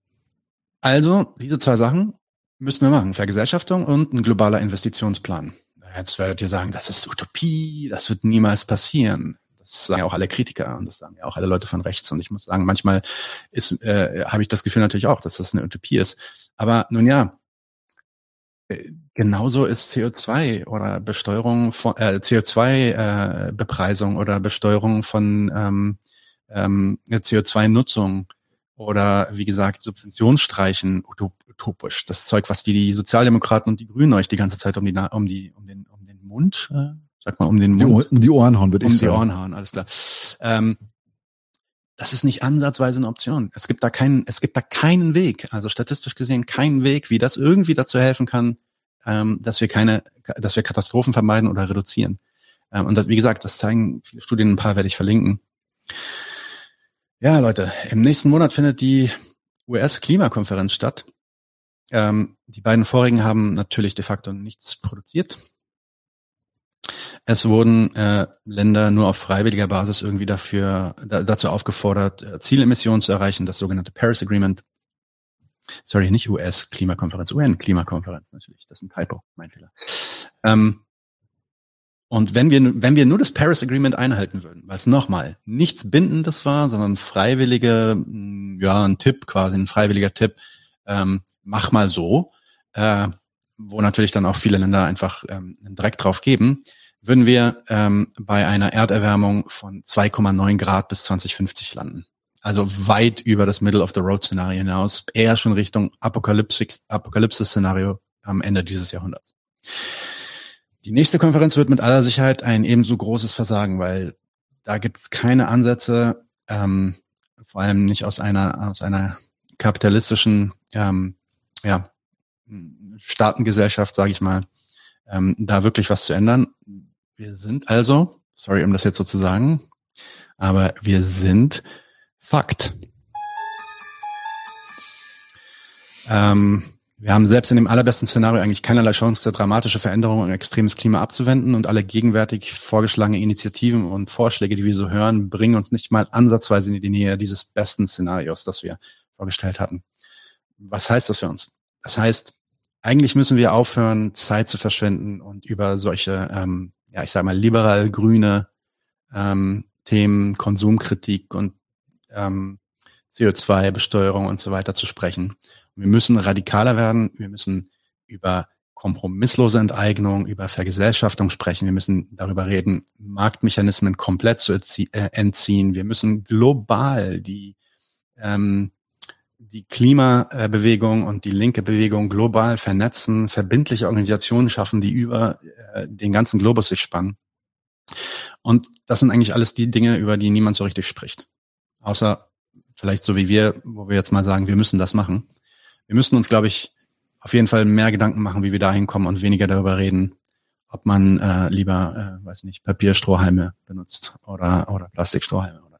also, diese zwei Sachen müssen wir machen. Vergesellschaftung und ein globaler Investitionsplan. Jetzt werdet ihr sagen, das ist Utopie, das wird niemals passieren. Das sagen ja auch alle Kritiker und das sagen ja auch alle Leute von rechts. Und ich muss sagen, manchmal ist, äh, habe ich das Gefühl natürlich auch, dass das eine Utopie ist. Aber nun ja, äh, genauso ist C O zwei oder Besteuerung von äh, C O zwei äh, Bepreisung oder Besteuerung von ähm, ähm, C O zwei Nutzung oder wie gesagt Subventionsstreichen utopisch. Das Zeug, was die, die Sozialdemokraten und die Grünen euch die ganze Zeit um die um die um den um den Mund äh, Sag mal, um den Mund. Um die Ohren hauen, würde ich um sagen. Um die Ohren hauen, alles klar. Ähm, das ist nicht ansatzweise eine Option. Es gibt da keinen, es gibt da keinen Weg, also statistisch gesehen keinen Weg, wie das irgendwie dazu helfen kann, ähm, dass wir keine, dass wir Katastrophen vermeiden oder reduzieren. Ähm, und das, wie gesagt, das zeigen viele Studien, ein paar werde ich verlinken. Ja, Leute, im nächsten Monat findet die U S-Klimakonferenz statt. Ähm, die beiden vorigen haben natürlich de facto nichts produziert. Es wurden äh, Länder nur auf freiwilliger Basis irgendwie dafür da, dazu aufgefordert, äh, Zielemissionen zu erreichen, das sogenannte Paris Agreement. Sorry, nicht U S-Klimakonferenz, U N-Klimakonferenz natürlich, das ist ein Typo, mein Fehler. Ähm, und wenn wir wenn wir nur das Paris Agreement einhalten würden, weil es nochmal nichts Bindendes war, sondern freiwillige, ja, ein Tipp quasi, ein freiwilliger Tipp, ähm, mach mal so, äh, wo natürlich dann auch viele Länder einfach ähm, einen Dreck drauf geben, würden wir ähm, bei einer Erderwärmung von zwei Komma neun Grad bis zwanzig fünfzig landen. Also weit über das Middle-of-the-Road-Szenario hinaus, eher schon Richtung Apokalypse-Szenario am Ende dieses Jahrhunderts. Die nächste Konferenz wird mit aller Sicherheit ein ebenso großes Versagen, weil da gibt es keine Ansätze, ähm, vor allem nicht aus einer aus einer kapitalistischen ähm, ja, Staatengesellschaft, sage ich mal, ähm, da wirklich was zu ändern. Wir sind also, sorry, um das jetzt so zu sagen, aber wir sind Fakt. Ähm, wir haben selbst in dem allerbesten Szenario eigentlich keinerlei Chance, dramatische Veränderungen und extremes Klima abzuwenden, und alle gegenwärtig vorgeschlagene Initiativen und Vorschläge, die wir so hören, bringen uns nicht mal ansatzweise in die Nähe dieses besten Szenarios, das wir vorgestellt hatten. Was heißt das für uns? Das heißt, eigentlich müssen wir aufhören, Zeit zu verschwenden und über solche, ähm, ja, ich sag mal, liberal-grüne ähm, Themen, Konsumkritik und ähm, C O zwei Besteuerung und so weiter zu sprechen. Wir müssen radikaler werden, wir müssen über kompromisslose Enteignung, über Vergesellschaftung sprechen, wir müssen darüber reden, Marktmechanismen komplett zu entziehen, wir müssen global die ähm, die Klimabewegung und die linke Bewegung global vernetzen, verbindliche Organisationen schaffen, die über äh, den ganzen Globus sich spannen. Und das sind eigentlich alles die Dinge, über die niemand so richtig spricht. Außer vielleicht so wie wir, wo wir jetzt mal sagen, wir müssen das machen. Wir müssen uns, glaube ich, auf jeden Fall mehr Gedanken machen, wie wir da hinkommen, und weniger darüber reden, ob man äh, lieber, äh, weiß nicht, Papierstrohhalme benutzt oder oder Plastikstrohhalme. Oder.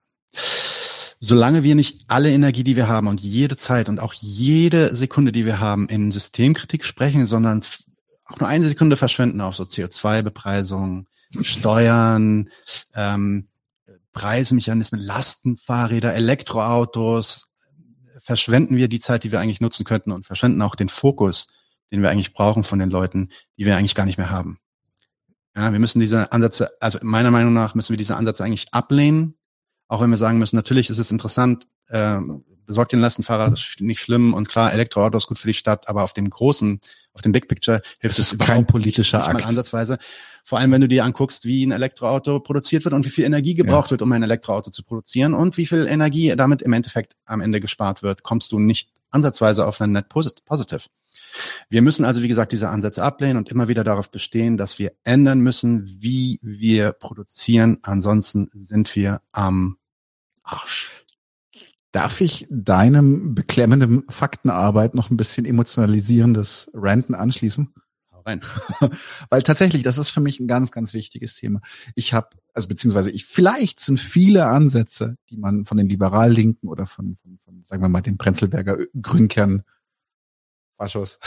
Solange wir nicht alle Energie, die wir haben, und jede Zeit und auch jede Sekunde, die wir haben, in Systemkritik sprechen, sondern auch nur eine Sekunde verschwenden auf so C O zwei Bepreisung, Steuern, ähm, Preismechanismen, Lastenfahrräder, Elektroautos, verschwenden wir die Zeit, die wir eigentlich nutzen könnten, und verschwenden auch den Fokus, den wir eigentlich brauchen von den Leuten, die wir eigentlich gar nicht mehr haben. Ja, wir müssen diese Ansätze, also meiner Meinung nach müssen wir diese Ansätze eigentlich ablehnen, auch wenn wir sagen müssen, natürlich ist es interessant, äh, besorgt den Lastenfahrrad, das ist nicht schlimm, und klar, Elektroauto ist gut für die Stadt, aber auf dem großen, auf dem Big Picture hilft es überhaupt kein politischer nicht, nicht Akt. mal ansatzweise. Vor allem, wenn du dir anguckst, wie ein Elektroauto produziert wird und wie viel Energie gebraucht ja. wird, um ein Elektroauto zu produzieren, und wie viel Energie damit im Endeffekt am Ende gespart wird, kommst du nicht ansatzweise auf ein Net Positive. Wir müssen also, wie gesagt, diese Ansätze ablehnen und immer wieder darauf bestehen, dass wir ändern müssen, wie wir produzieren. Ansonsten sind wir am Arsch. Darf ich deinem beklemmenden Faktenarbeit noch ein bisschen emotionalisierendes Ranten anschließen? Hau rein. Weil tatsächlich, das ist für mich ein ganz, ganz wichtiges Thema. Ich habe, also beziehungsweise ich, vielleicht sind viele Ansätze, die man von den Liberal-Linken oder von, von, von, sagen wir mal, den Prenzlberger Grünkern Faschos.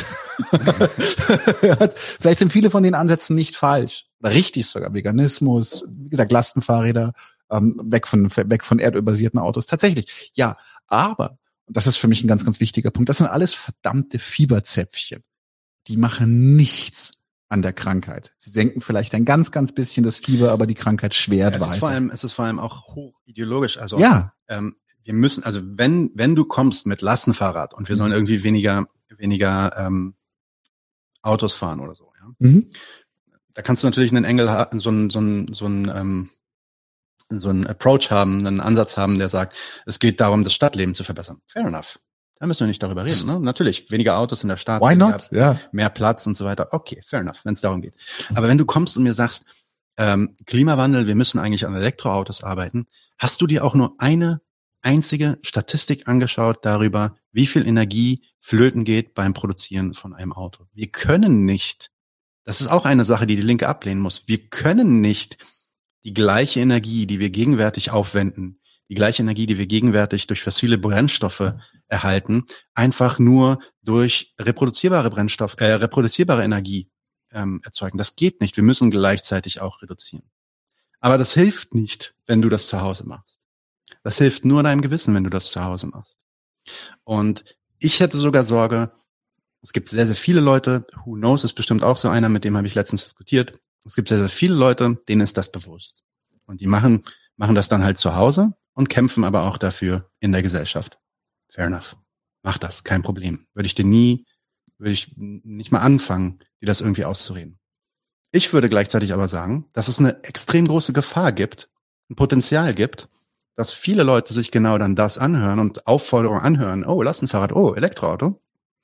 Vielleicht sind viele von den Ansätzen nicht falsch. Oder richtig sogar. Veganismus, wie gesagt, Lastenfahrräder, ähm, weg von, weg von erdölbasierten Autos. Tatsächlich. Ja. Aber, und das ist für mich ein ganz, ganz wichtiger Punkt, das sind alles verdammte Fieberzäpfchen. Die machen nichts an der Krankheit. Sie senken vielleicht ein ganz, ganz bisschen das Fieber, aber die Krankheit schwert ja, es weiter. Ist vor allem, es ist vor allem auch hoch ideologisch. Also, ja. ähm, wir müssen, also wenn, wenn du kommst mit Lastenfahrrad und wir sollen irgendwie weniger, weniger ähm, Autos fahren oder so, ja. Mhm. Da kannst du natürlich einen Engel haben, so ein, so ein, so ein, ähm, so ein Approach haben, einen Ansatz haben, der sagt, es geht darum, das Stadtleben zu verbessern. Fair enough. Da müssen wir nicht darüber reden, ne? Natürlich, weniger Autos in der Stadt, Why not? Ja. Mehr Platz und so weiter. Okay, fair enough, wenn es darum geht. Aber wenn du kommst und mir sagst, ähm, Klimawandel, wir müssen eigentlich an Elektroautos arbeiten, hast du dir auch nur eine einzige Statistik angeschaut darüber, wie viel Energie flöten geht beim Produzieren von einem Auto? Wir können nicht, das ist auch eine Sache, die die Linke ablehnen muss, wir können nicht die gleiche Energie, die wir gegenwärtig aufwenden, die gleiche Energie, die wir gegenwärtig durch fossile Brennstoffe erhalten, einfach nur durch reproduzierbare Brennstoff, äh, reproduzierbare Energie ähm, erzeugen. Das geht nicht. Wir müssen gleichzeitig auch reduzieren. Aber das hilft nicht, wenn du das zu Hause machst. Das hilft nur deinem Gewissen, wenn du das zu Hause machst. Und ich hätte sogar Sorge, es gibt sehr, sehr viele Leute, Who Knows ist bestimmt auch so einer, mit dem habe ich letztens diskutiert. Es gibt sehr, sehr viele Leute, denen ist das bewusst. Und die machen, machen das dann halt zu Hause und kämpfen aber auch dafür in der Gesellschaft. Fair enough. Mach das, kein Problem. Würde ich dir nie, würde ich nicht mal anfangen, dir das irgendwie auszureden. Ich würde gleichzeitig aber sagen, dass es eine extrem große Gefahr gibt, ein Potenzial gibt, dass viele Leute sich genau dann das anhören und Aufforderungen anhören. Oh, Lastenfahrrad, oh, Elektroauto.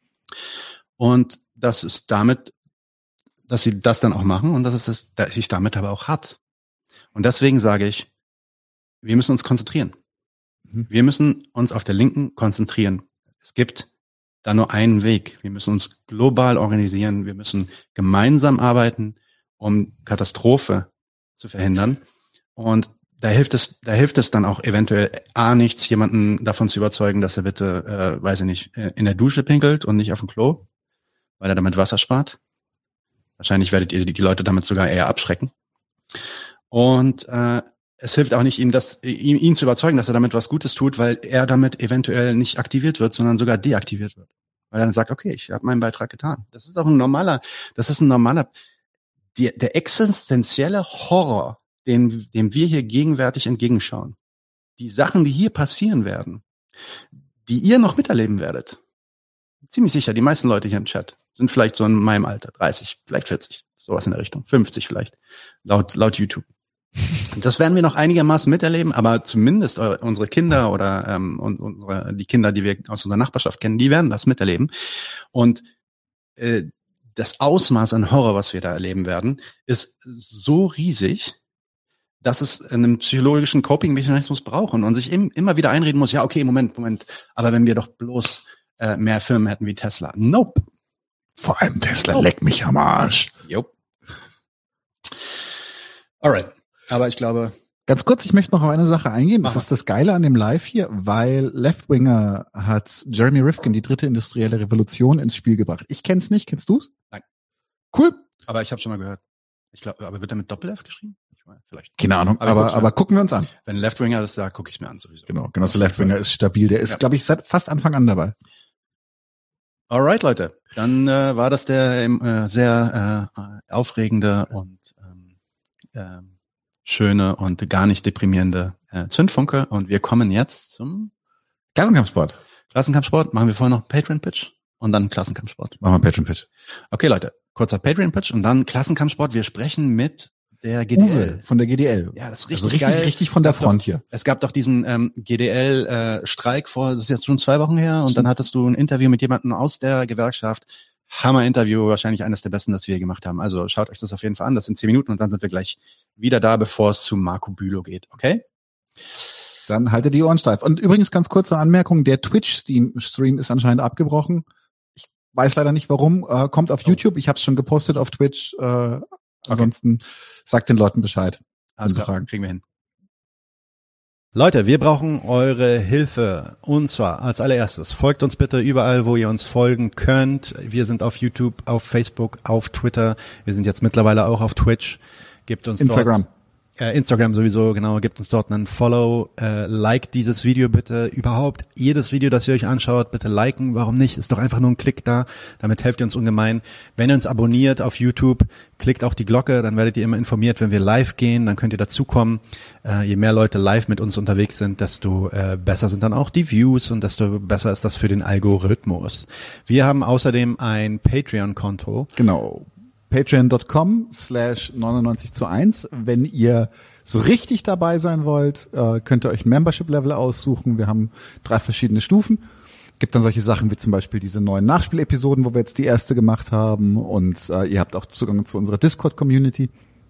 Und das ist damit, dass sie das dann auch machen und dass es das, dass sich damit aber auch hat. Und deswegen sage ich, wir müssen uns konzentrieren. Wir müssen uns auf der Linken konzentrieren. Es gibt da nur einen Weg. Wir müssen uns global organisieren. Wir müssen gemeinsam arbeiten, um Katastrophe zu verhindern. Und da hilft es, da hilft es dann auch eventuell A nichts, jemanden davon zu überzeugen, dass er bitte, äh, weiß ich nicht, in der Dusche pinkelt und nicht auf dem Klo, weil er damit Wasser spart. Wahrscheinlich werdet ihr die Leute damit sogar eher abschrecken. Und äh, es hilft auch nicht, ihn, das, ihn, ihn zu überzeugen, dass er damit was Gutes tut, weil er damit eventuell nicht aktiviert wird, sondern sogar deaktiviert wird. Weil er dann sagt, okay, ich habe meinen Beitrag getan. Das ist auch ein normaler, das ist ein normaler, die, der existenzielle Horror, dem, dem wir hier gegenwärtig entgegenschauen. Die Sachen, die hier passieren werden, die ihr noch miterleben werdet. Ziemlich sicher, die meisten Leute hier im Chat sind vielleicht so in meinem Alter, dreißig, vielleicht vierzig, sowas in der Richtung, fünfzig vielleicht, laut, laut YouTube. Das werden wir noch einigermaßen miterleben, aber zumindest eure, unsere Kinder oder ähm, und, unsere, die Kinder, die wir aus unserer Nachbarschaft kennen, die werden das miterleben. Und äh, das Ausmaß an Horror, was wir da erleben werden, ist so riesig, dass es einen psychologischen Coping-Mechanismus braucht und sich im, immer wieder einreden muss, ja, okay, Moment, Moment, aber wenn wir doch bloß äh, mehr Firmen hätten wie Tesla. Nope. Vor allem Tesla nope. Leckt mich am Arsch. Jupp. Alright. Aber ich glaube... Ganz kurz, ich möchte noch auf eine Sache eingehen. Das Aha. ist das Geile an dem Live hier, weil Leftwinger hat Jeremy Rifkin die dritte industrielle Revolution ins Spiel gebracht. Ich kenn's nicht. Kennst du's? Nein. Cool. Aber ich habe schon mal gehört. Ich glaube, aber wird er mit Doppel-F geschrieben? Ich meine, vielleicht. Keine Ahnung, aber, aber, aber gucken wir uns an. Wenn Leftwinger das sagt, gucke ich mir an sowieso. Genau, genau. So Leftwinger ist stabil. Der ist, ja. glaube ich, seit fast Anfang an dabei. Alright, Leute. Dann äh, war das der äh, sehr äh, aufregende und ähm, äh, schöne und gar nicht deprimierende äh, Zündfunke. Und wir kommen jetzt zum Klassenkampfsport. Klassenkampfsport. Machen wir vorher noch Patreon-Pitch und dann Klassenkampfsport. Machen wir Patreon-Pitch. Okay, Leute. Kurzer Patreon-Pitch und dann Klassenkampfsport. Wir sprechen mit der G D L. Uwe von der G D L. Ja, das ist richtig also richtig, geil. richtig von der Front hier. Es gab doch diesen ähm, G D L-Streik äh, vor, das ist jetzt schon zwei Wochen her, und Stimmt. Dann hattest du ein Interview mit jemandem aus der Gewerkschaft. Hammer-Interview, wahrscheinlich eines der besten, das wir gemacht haben. Also schaut euch das auf jeden Fall an. Das sind zehn Minuten und dann sind wir gleich wieder da, bevor es zu Marco Bülow geht. Okay? Dann haltet die Ohren steif. Und übrigens ganz kurze Anmerkung, der Twitch-Stream ist anscheinend abgebrochen. Ich weiß leider nicht warum. Äh, kommt auf YouTube. Ich habe es schon gepostet auf Twitch. Äh, ansonsten sagt den Leuten Bescheid. Also Fragen kriegen wir hin. Leute, wir brauchen eure Hilfe. Und zwar als allererstes, folgt uns bitte überall, wo ihr uns folgen könnt. Wir sind auf YouTube, auf Facebook, auf Twitter. Wir sind jetzt mittlerweile auch auf Twitch. Gebt uns Instagram. Dort, äh, Instagram sowieso, genau. Gebt uns dort einen Follow. Äh, like dieses Video bitte. Überhaupt jedes Video, das ihr euch anschaut, bitte liken. Warum nicht? Ist doch einfach nur ein Klick da. Damit helft ihr uns ungemein. Wenn ihr uns abonniert auf YouTube, klickt auch die Glocke, dann werdet ihr immer informiert, wenn wir live gehen, dann könnt ihr dazukommen. Äh, je mehr Leute live mit uns unterwegs sind, desto äh, besser sind dann auch die Views und desto besser ist das für den Algorithmus. Wir haben außerdem ein Patreon-Konto. Genau. Patreon.com slash neunundneunzig zu eins. Wenn ihr so richtig dabei sein wollt, äh, könnt ihr euch ein Membership-Level aussuchen. Wir haben drei verschiedene Stufen. Gibt dann solche Sachen wie zum Beispiel diese neuen Nachspielepisoden, wo wir jetzt die erste gemacht haben, und äh, ihr habt auch Zugang zu unserer Discord-Community.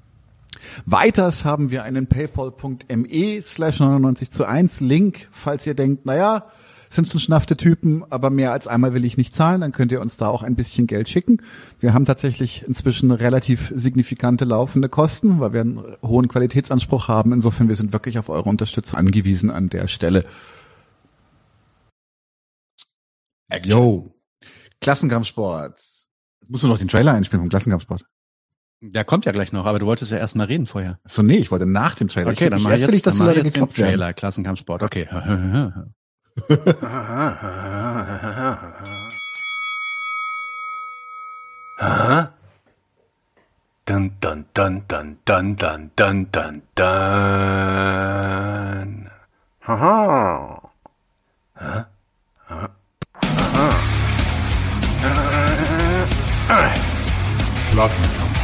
Weiters haben wir einen paypal.me slash neunundneunzig zu eins Link, falls ihr denkt, naja, sind schon schnaffte Typen, aber mehr als einmal will ich nicht zahlen, dann könnt ihr uns da auch ein bisschen Geld schicken. Wir haben tatsächlich inzwischen relativ signifikante laufende Kosten, weil wir einen hohen Qualitätsanspruch haben. Insofern, wir sind wirklich auf eure Unterstützung angewiesen an der Stelle. Action. Yo. Klassenkampfsport. Jetzt musst du noch den Trailer einspielen vom Klassenkampfsport. Der kommt ja gleich noch, aber du wolltest ja erst mal reden vorher. Achso, nee, ich wollte nach dem Trailer. Okay, ich, dann ich, mach ich erst will jetzt, ich, dass dann die mach ich Leute jetzt den gekloppt werden. Trailer, Klassenkampfsport. Okay. Huh? Dun dun dun dun dun dun dun dun dun. Haha. Huh? Huh? Aha. Klassenkampf.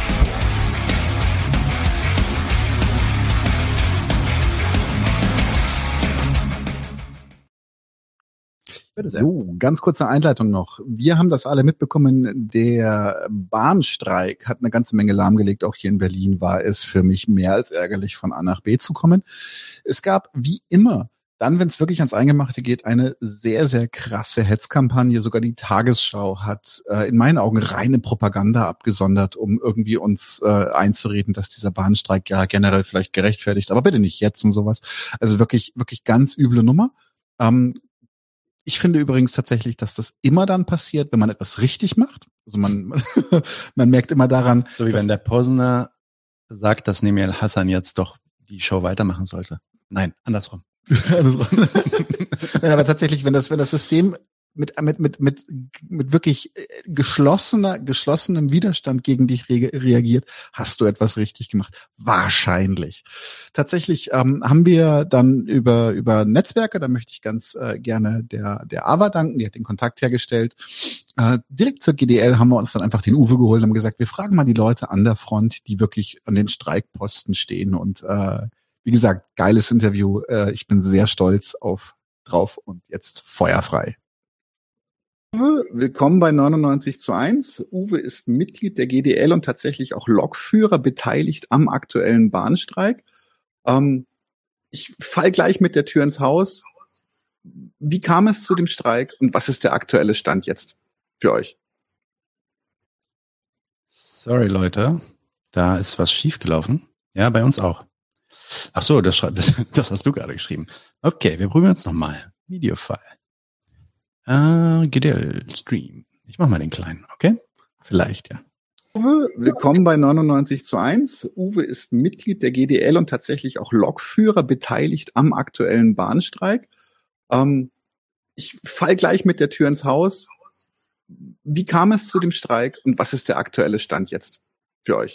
So, ganz kurze Einleitung noch. Wir haben das alle mitbekommen, der Bahnstreik hat eine ganze Menge lahmgelegt. Auch hier in Berlin war es für mich mehr als ärgerlich, von A nach B zu kommen. Es gab, wie immer, dann, wenn es wirklich ans Eingemachte geht, eine sehr, sehr krasse Hetzkampagne. Sogar die Tagesschau hat äh, in meinen Augen reine Propaganda abgesondert, um irgendwie uns äh, einzureden, dass dieser Bahnstreik ja generell vielleicht gerechtfertigt, aber bitte nicht jetzt und sowas. Also wirklich, wirklich ganz üble Nummer. Ähm, Ich finde übrigens tatsächlich, dass das immer dann passiert, wenn man etwas richtig macht. Also man, man merkt immer daran. So wie wenn der Posner sagt, dass Nemir Hassan jetzt doch die Show weitermachen sollte. Nein, andersrum. Nein, aber tatsächlich, wenn das, wenn das System mit, mit, mit, mit, mit wirklich geschlossener, geschlossenem Widerstand gegen dich re- reagiert, hast du etwas richtig gemacht. Wahrscheinlich. Tatsächlich ähm, haben wir dann über, über Netzwerke, da möchte ich ganz äh, gerne der, der Ava danken, die hat den Kontakt hergestellt. Äh, direkt zur G D L haben wir uns dann einfach den Uwe geholt und haben gesagt, wir fragen mal die Leute an der Front, die wirklich an den Streikposten stehen. Und äh, wie gesagt, geiles Interview. Äh, ich bin sehr stolz auf drauf und jetzt feuerfrei. Uwe, willkommen bei neunundneunzig zu eins. Uwe ist Mitglied der G D L und tatsächlich auch Lokführer, beteiligt am aktuellen Bahnstreik. Ähm, ich fall gleich mit der Tür ins Haus. Wie kam es zu dem Streik und was ist der aktuelle Stand jetzt für euch? Sorry, Leute, da ist was schiefgelaufen. Ja, bei uns auch. Ach so, das, das, das hast du gerade geschrieben. Okay, wir probieren es nochmal. Videofile. Uh, G D L-Stream. Ich mach mal den kleinen, okay? Vielleicht, ja. Uwe, willkommen bei neunundneunzig zu eins. Uwe ist Mitglied der G D L und tatsächlich auch Lokführer, beteiligt am aktuellen Bahnstreik. Ähm, ich fall gleich mit der Tür ins Haus. Wie kam es zu dem Streik und was ist der aktuelle Stand jetzt für euch?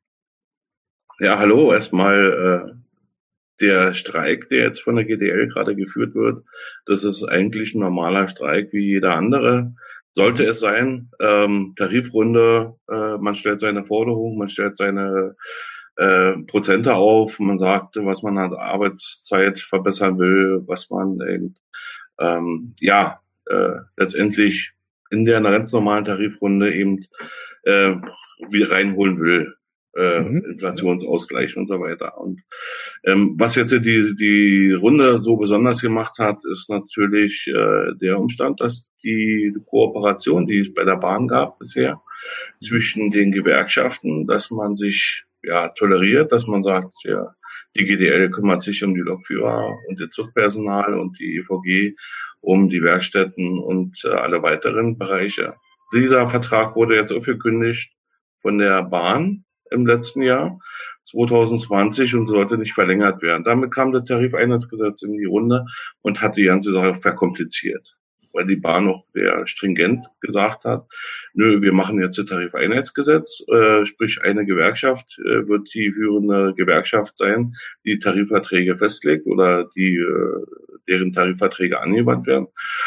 Ja, hallo, erstmal äh, der Streik, der jetzt von der G D L gerade geführt wird, das ist eigentlich ein normaler Streik wie jeder andere. Sollte es sein, ähm, Tarifrunde, äh, man stellt seine Forderungen, man stellt seine äh, Prozente auf, man sagt, was man an Arbeitszeit verbessern will, was man eben, ähm, ja, äh, letztendlich in der ganz normalen Tarifrunde eben äh, wieder reinholen will. Äh, mhm. Inflationsausgleich und so weiter. Und ähm, was jetzt die die Runde so besonders gemacht hat, ist natürlich äh, der Umstand, dass die Kooperation, die es bei der Bahn gab bisher, zwischen den Gewerkschaften, dass man sich ja toleriert, dass man sagt, ja, die G D L kümmert sich um die Lokführer und das Zugpersonal und die E V G um die Werkstätten und äh, alle weiteren Bereiche. Dieser Vertrag wurde jetzt aufgekündigt von der Bahn im letzten Jahr, zwanzig zwanzig, und sollte nicht verlängert werden. Damit kam das Tarifeinheitsgesetz in die Runde und hat die ganze Sache verkompliziert, weil die Bahn noch sehr stringent gesagt hat, nö, wir machen jetzt das Tarifeinheitsgesetz, äh, sprich eine Gewerkschaft äh, wird die führende Gewerkschaft sein, die Tarifverträge festlegt oder die äh, deren Tarifverträge angewandt werden.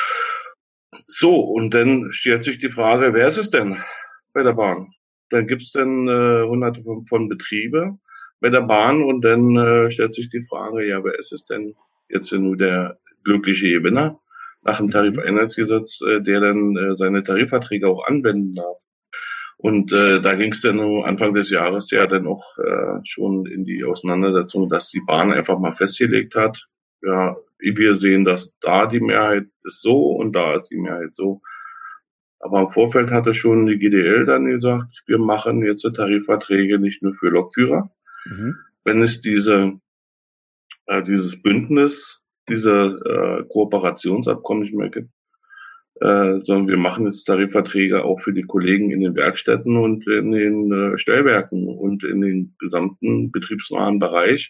So, und dann stellt sich die Frage, wer ist es denn bei der Bahn? Dann gibt's dann äh, hunderte von, von Betriebe bei der Bahn und dann äh, stellt sich die Frage, ja, wer ist es denn jetzt nur der glückliche Gewinner nach dem Tarifeinheitsgesetz, äh, der dann äh, seine Tarifverträge auch anwenden darf? Und äh, da ging es dann Anfang des Jahres ja dann auch äh, schon in die Auseinandersetzung, dass die Bahn einfach mal festgelegt hat, ja, wir sehen, dass da die Mehrheit ist so und da ist die Mehrheit so. Aber im Vorfeld hatte schon die G D L dann gesagt, wir machen jetzt Tarifverträge nicht nur für Lokführer. Mhm. Wenn es diese äh, dieses Bündnis, diese äh, Kooperationsabkommen nicht mehr gibt, äh, sondern wir machen jetzt Tarifverträge auch für die Kollegen in den Werkstätten und in den äh, Stellwerken und in den gesamten betriebsnahen Bereich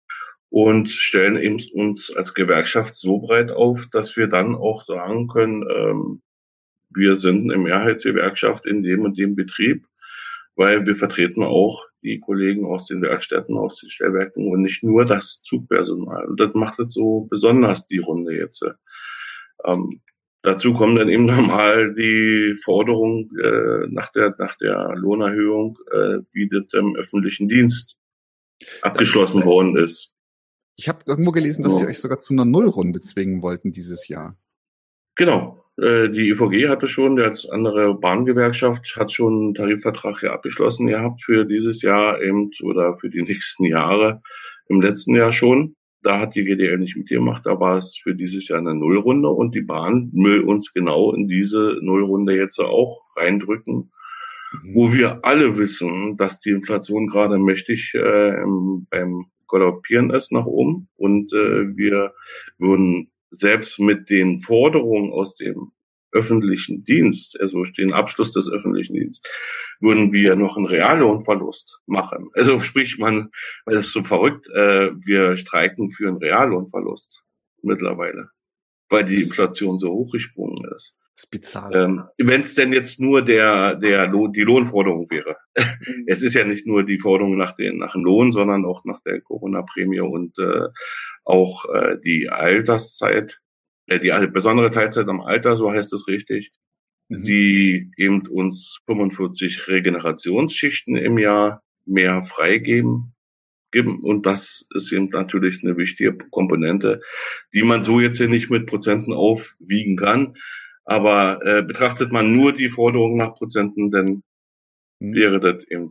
und stellen eben uns als Gewerkschaft so breit auf, dass wir dann auch sagen können, ähm, wir sind eine Mehrheitsgewerkschaft in dem und dem Betrieb, weil wir vertreten auch die Kollegen aus den Werkstätten, aus den Stellwerken und nicht nur das Zugpersonal. Und das macht es so besonders, die Runde jetzt. Ähm, dazu kommen dann eben nochmal die Forderung äh, nach der nach der Lohnerhöhung, äh, wie das im öffentlichen Dienst abgeschlossen worden ist. Ich habe irgendwo gelesen, dass Ja. sie euch sogar zu einer Nullrunde zwingen wollten dieses Jahr. Genau. Äh, die I V G hatte schon, der als andere Bahngewerkschaft, hat schon einen Tarifvertrag hier abgeschlossen gehabt für dieses Jahr eben oder für die nächsten Jahre. Im letzten Jahr schon. Da hat die G D L nicht mitgemacht. Da war es für dieses Jahr eine Nullrunde und die Bahn will uns genau in diese Nullrunde jetzt auch reindrücken, Mhm. wo wir alle wissen, dass die Inflation gerade mächtig äh, im, beim Galoppieren ist nach oben und äh, wir würden selbst mit den Forderungen aus dem öffentlichen Dienst, also den Abschluss des öffentlichen Dienstes, würden wir noch einen Reallohnverlust machen. Also sprich, man, weil es so verrückt, äh, wir streiken für einen Reallohnverlust mittlerweile, weil die Inflation so hochgesprungen ist. Das ist bizarr. Ähm, wenn es denn jetzt nur der der Lohn, die Lohnforderung wäre. Es ist ja nicht nur die Forderung nach den nach dem Lohn, sondern auch nach der Corona-Prämie und äh, auch äh, die Alterszeit, äh, die also besondere Teilzeit am Alter, so heißt es richtig, Mhm. die eben uns fünfundvierzig Regenerationsschichten im Jahr mehr freigeben. Geben. Und das ist eben natürlich eine wichtige Komponente, die man so jetzt hier nicht mit Prozenten aufwiegen kann. Aber äh, betrachtet man nur die Forderung nach Prozenten, dann Mhm. wäre das eben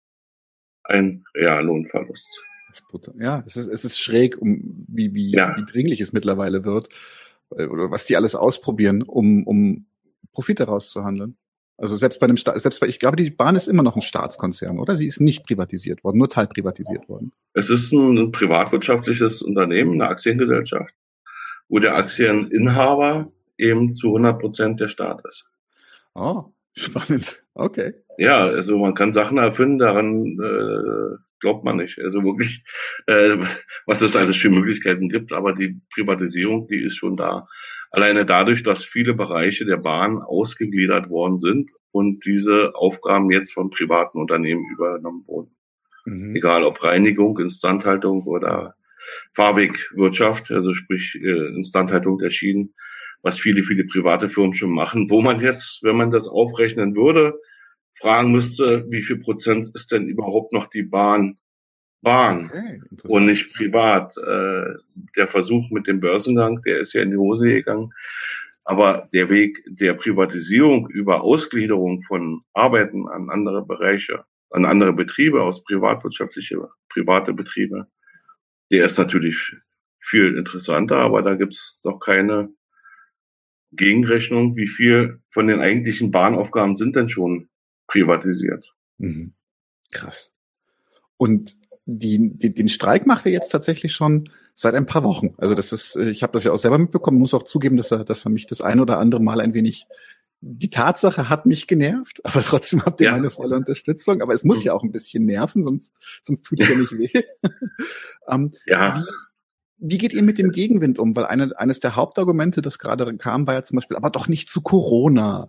ein Reallohnverlust. Das ist brutal. Ja, es ist, es ist schräg, um wie, wie, Ja. wie dringlich es mittlerweile wird. äh, Oder was die alles ausprobieren, um, um Profite rauszuhandeln. Also selbst bei dem Staat, selbst bei, ich glaube, die Bahn ist immer noch ein Staatskonzern, oder? Sie ist nicht privatisiert worden, nur teilprivatisiert worden. Es ist ein privatwirtschaftliches Unternehmen, eine Aktiengesellschaft, wo der Aktieninhaber eben zu hundert Prozent der Staat ist. Oh, spannend. Okay. Ja, also man kann Sachen erfinden, daran äh, glaubt man nicht. Also wirklich, äh, was es alles für Möglichkeiten gibt, aber die Privatisierung, die ist schon da. Alleine dadurch, dass viele Bereiche der Bahn ausgegliedert worden sind und diese Aufgaben jetzt von privaten Unternehmen übernommen wurden. Mhm. Egal ob Reinigung, Instandhaltung oder Fahrwegwirtschaft, also sprich äh, Instandhaltung der Schienen, was viele, viele private Firmen schon machen, wo man jetzt, wenn man das aufrechnen würde, fragen müsste, wie viel Prozent ist denn überhaupt noch die Bahn Bahn Okay, interessant. und nicht privat. Äh, der Versuch mit dem Börsengang, der ist ja in die Hose gegangen. Aber der Weg der Privatisierung über Ausgliederung von Arbeiten an andere Bereiche, an andere Betriebe aus privatwirtschaftliche, private Betriebe, der ist natürlich viel interessanter, aber da gibt's noch keine Gegenrechnung, wie viel von den eigentlichen Bahnaufgaben sind denn schon privatisiert. Mhm. Krass. Und die, die, den Streik macht er jetzt tatsächlich schon seit ein paar Wochen. Also das ist, äh, ich habe das ja auch selber mitbekommen, muss auch zugeben, dass er, dass er mich das ein oder andere Mal ein wenig, die Tatsache hat mich genervt, aber trotzdem habt ihr Ja. meine volle Unterstützung. Aber es muss Mhm. ja auch ein bisschen nerven, sonst, sonst tut's ja nicht weh. ähm, Ja. wie, wie geht ihr mit dem Gegenwind um? Weil eine, eines der Hauptargumente, das gerade kam, war ja zum Beispiel, aber doch nicht zu Corona.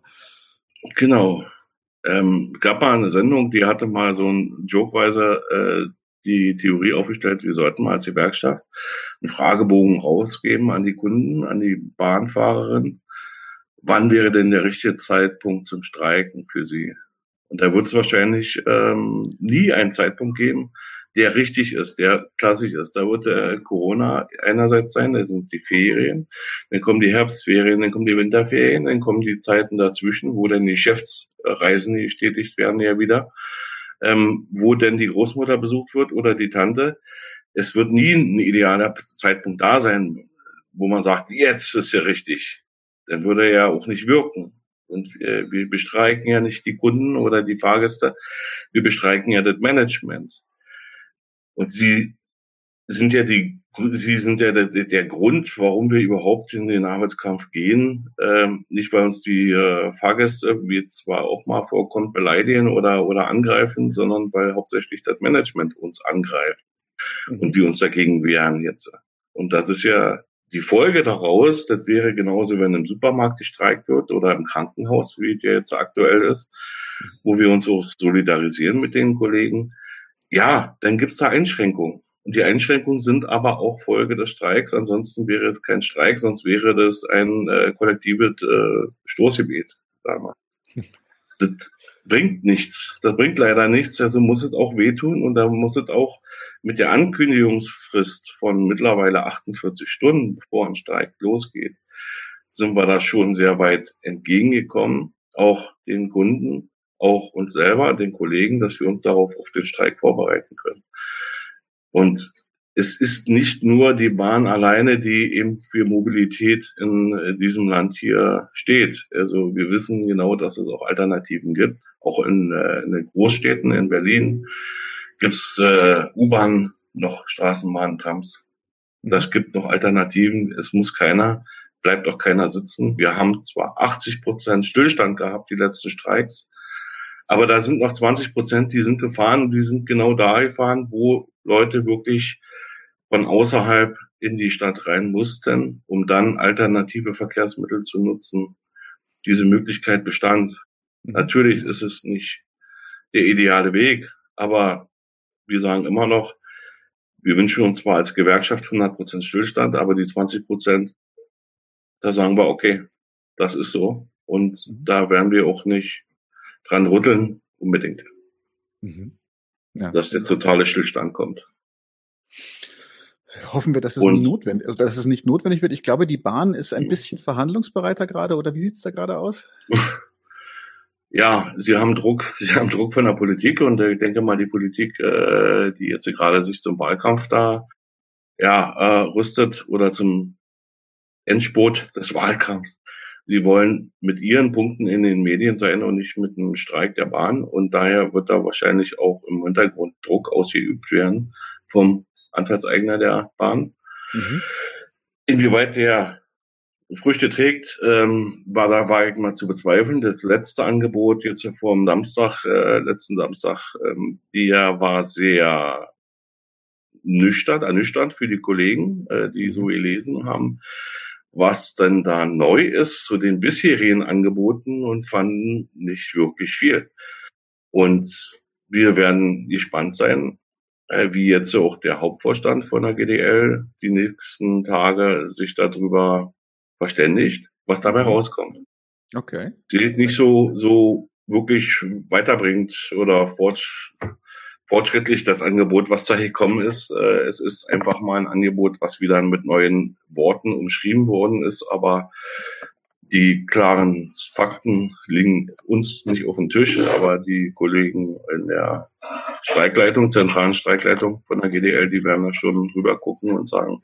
Genau. Ähm, gab mal eine Sendung, die hatte mal so ein jokeweise äh, die Theorie aufgestellt, wir sollten mal als Gewerkschaft einen Fragebogen rausgeben an die Kunden, an die Bahnfahrerin. Wann wäre denn der richtige Zeitpunkt zum Streiken für sie? Und da wird es wahrscheinlich ähm, nie einen Zeitpunkt geben, der richtig ist, der klassisch ist. Da wird äh, Corona einerseits sein, da sind die Ferien, dann kommen die Herbstferien, dann kommen die Winterferien, dann kommen die Zeiten dazwischen, wo dann die Geschäftsreisen getätigt werden ja wieder, ähm, wo denn die Großmutter besucht wird oder die Tante. Es wird nie ein idealer Zeitpunkt da sein, wo man sagt, jetzt ist ja richtig. Dann würde er ja auch nicht wirken. Und äh, wir bestreiken ja nicht die Kunden oder die Fahrgäste, wir bestreiken ja das Management. Und sie sind ja die, sie sind ja der, der Grund, warum wir überhaupt in den Arbeitskampf gehen. Ähm, nicht, weil uns die äh, Fahrgäste, wie zwar auch mal vorkommt, beleidigen oder, oder angreifen, sondern weil hauptsächlich das Management uns angreift Mhm. und wir uns dagegen wehren jetzt. Und das ist ja die Folge daraus, das wäre genauso, wenn im Supermarkt gestreikt wird oder im Krankenhaus, wie der jetzt aktuell ist, wo wir uns auch solidarisieren mit den Kollegen. Ja, dann gibt's da Einschränkungen. Und die Einschränkungen sind aber auch Folge des Streiks. Ansonsten wäre es kein Streik, sonst wäre das ein äh, kollektives äh, Stoßgebet damals. Das bringt nichts. Das bringt leider nichts. Also muss es auch wehtun und da muss es auch mit der Ankündigungsfrist von mittlerweile achtundvierzig Stunden, bevor ein Streik losgeht, sind wir da schon sehr weit entgegengekommen. Auch den Kunden, auch uns selber, den Kollegen, dass wir uns darauf auf den Streik vorbereiten können. Und es ist nicht nur die Bahn alleine, die eben für Mobilität in diesem Land hier steht. Also wir wissen genau, dass es auch Alternativen gibt. Auch in, in den Großstädten, in Berlin gibt's äh, U-Bahn, noch Straßenbahn, Trams. Das gibt noch Alternativen. Es muss keiner, bleibt auch keiner sitzen. Wir haben zwar achtzig Prozent Stillstand gehabt, die letzten Streiks, aber da sind noch zwanzig Prozent, die sind gefahren und die sind genau da gefahren, wo Leute wirklich von außerhalb in die Stadt rein mussten, um dann alternative Verkehrsmittel zu nutzen. Diese Möglichkeit bestand. Mhm. Natürlich ist es nicht der ideale Weg, aber wir sagen immer noch, wir wünschen uns zwar als Gewerkschaft hundert Prozent Stillstand, aber die zwanzig Prozent, da sagen wir, okay, das ist so. Und da werden wir auch nicht dran rütteln, unbedingt. Mhm. Ja. Dass der totale Stillstand kommt. Hoffen wir, dass es, nie notwendig, also dass es nicht notwendig wird. Ich glaube, die Bahn ist ein bisschen verhandlungsbereiter gerade, oder wie sieht's da gerade aus? Ja, sie haben Druck, sie haben Druck von der Politik und ich denke mal, die Politik, äh, die jetzt gerade sich zum Wahlkampf da ja äh, rüstet oder zum Endspurt des Wahlkampfs. Sie wollen mit ihren Punkten in den Medien sein und nicht mit einem Streik der Bahn. Und daher wird da wahrscheinlich auch im Hintergrund Druck ausgeübt werden vom Anteilseigner der Bahn. Mhm. Inwieweit der Früchte trägt, ähm, war da war ich mal zu bezweifeln. Das letzte Angebot jetzt vor dem Samstag, äh, letzten Samstag, ähm, der war sehr nüchtern, ernüchternd für die Kollegen, äh, die so gelesen haben, was denn da neu ist zu den bisherigen Angeboten und fanden nicht wirklich viel. Und wir werden gespannt sein, äh, wie jetzt auch der Hauptvorstand von der G D L die nächsten Tage sich darüber verständigt, was dabei rauskommt. Okay. Sie nicht so, so wirklich weiterbringt oder fortsch fortschrittlich das Angebot, was da gekommen ist. Äh, es ist einfach mal ein Angebot, was wieder mit neuen Worten umschrieben worden ist, aber die klaren Fakten liegen uns nicht auf dem Tisch, aber die Kollegen in der Streikleitung, zentralen Streikleitung von der G D L, die werden da schon drüber gucken und sagen,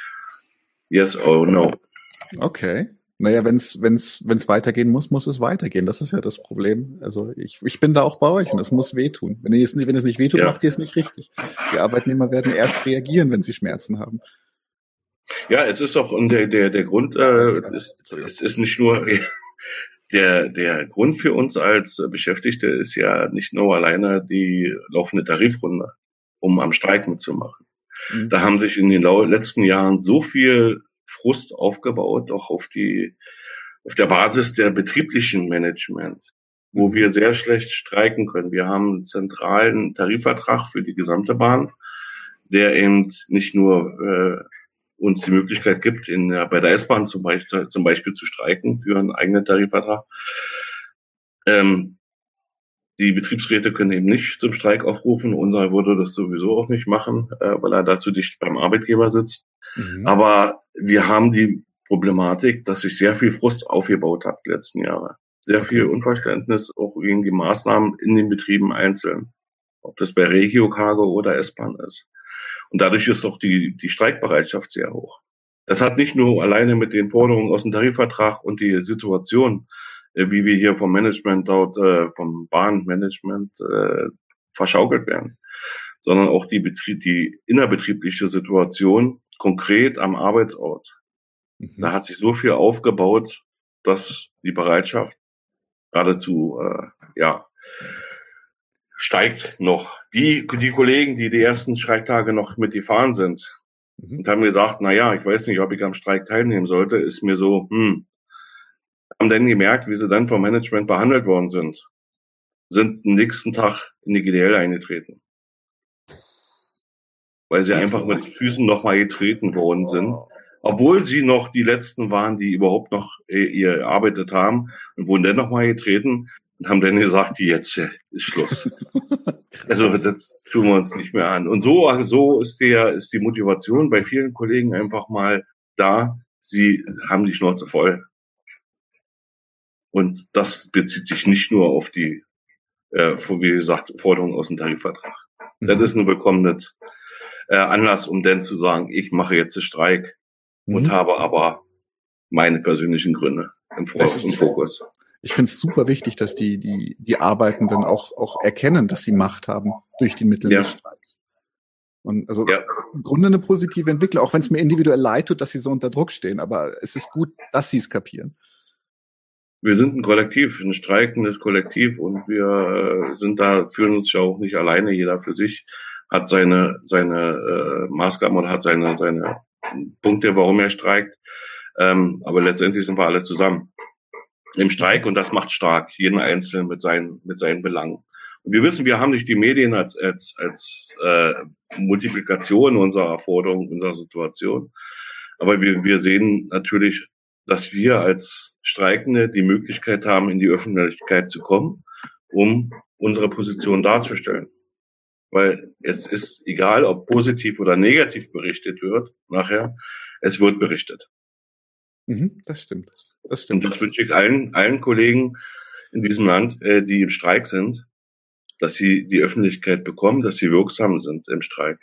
yes or no. Okay. Naja, wenn es wenn's, wenn's weitergehen muss, muss es weitergehen. Das ist ja das Problem. Also ich, ich bin da auch bei euch und es muss wehtun. Wenn es nicht, wenn es nicht wehtut, ja. Macht ihr es nicht richtig. Die Arbeitnehmer werden erst reagieren, wenn sie Schmerzen haben. Ja, es ist auch, und der, der, der Grund, äh, ist, es ist nicht nur, der, der Grund für uns als Beschäftigte ist ja nicht nur alleine die laufende Tarifrunde, um am Streik mitzumachen. Mhm. Da haben sich in den letzten Jahren so viel Frust aufgebaut, auch auf die, auf der Basis der betrieblichen Management, wo wir sehr schlecht streiken können. Wir haben einen zentralen Tarifvertrag für die gesamte Bahn, der eben nicht nur äh, uns die Möglichkeit gibt, in, ja, bei der S-Bahn zum Beispiel, zum Beispiel zu streiken für einen eigenen Tarifvertrag. Ähm, die Betriebsräte können eben nicht zum Streik aufrufen. Unser würde das sowieso auch nicht machen, äh, weil er dazu dicht beim Arbeitgeber sitzt. Mhm. Aber wir haben die Problematik, dass sich sehr viel Frust aufgebaut hat die letzten Jahre. Sehr viel Unverständnis auch gegen die Maßnahmen in den Betrieben einzeln. Ob das bei Regio, Cargo oder S-Bahn ist. Und dadurch ist auch die, die Streikbereitschaft sehr hoch. Das hat nicht nur alleine mit den Forderungen aus dem Tarifvertrag und die Situation, äh, wie wir hier vom Management dort, äh, vom Bahnmanagement äh, verschaukelt werden, sondern auch die Betrieb, die innerbetriebliche Situation konkret am Arbeitsort. Mhm. Da hat sich so viel aufgebaut, dass die Bereitschaft geradezu, äh, ja, steigt noch. Die, die Kollegen, die die ersten Streiktage noch mitgefahren sind, Mhm. und haben gesagt, na ja, ich weiß nicht, ob ich am Streik teilnehmen sollte, ist mir so, hm, haben dann gemerkt, wie sie dann vom Management behandelt worden sind, sind am nächsten Tag in die G D L eingetreten. Weil sie einfach mit Füßen nochmal getreten worden sind. Oh. Obwohl sie noch die Letzten waren, die überhaupt noch äh, ihr gearbeitet haben und wurden dann nochmal getreten und haben dann gesagt, jetzt äh, ist Schluss. Also das tun wir uns nicht mehr an. Und so, so ist der, ist die Motivation bei vielen Kollegen einfach mal da. Sie haben die Schnauze voll. Und das bezieht sich nicht nur auf die, äh, wie gesagt, Forderungen aus dem Tarifvertrag. Mhm. Das ist ein willkommenes äh, Anlass, um dann zu sagen, ich mache jetzt einen Streik Mhm. und habe aber meine persönlichen Gründe im, Vor Das ist- im Fokus. Ich finde es super wichtig, dass die, die, die Arbeitenden auch, auch erkennen, dass sie Macht haben durch die Mittel Ja. des Streiks. Und also Ja. im Grunde eine positive Entwicklung, auch wenn es mir individuell leid tut, dass sie so unter Druck stehen. Aber es ist gut, dass sie es kapieren. Wir sind ein Kollektiv, ein streikendes Kollektiv und wir äh, sind da, fühlen uns ja auch nicht alleine, jeder für sich hat seine, seine äh, Maßgaben oder hat seine, seine Punkte, warum er streikt. Ähm, aber letztendlich sind wir alle zusammen im Streik und das macht stark, jeden Einzelnen mit seinen, mit seinen Belangen. Und wir wissen, wir haben nicht die Medien als, als, als äh, Multiplikation unserer Forderungen, unserer Situation. Aber wir, wir sehen natürlich, dass wir als Streikende die Möglichkeit haben, in die Öffentlichkeit zu kommen, um unsere Position darzustellen. Weil es ist egal, ob positiv oder negativ berichtet wird, nachher, es wird berichtet. Mhm, das stimmt. Das Und stimmt. das wünsche ich allen, allen Kollegen in diesem Land, äh, die im Streik sind, dass sie die Öffentlichkeit bekommen, dass sie wirksam sind im Streik.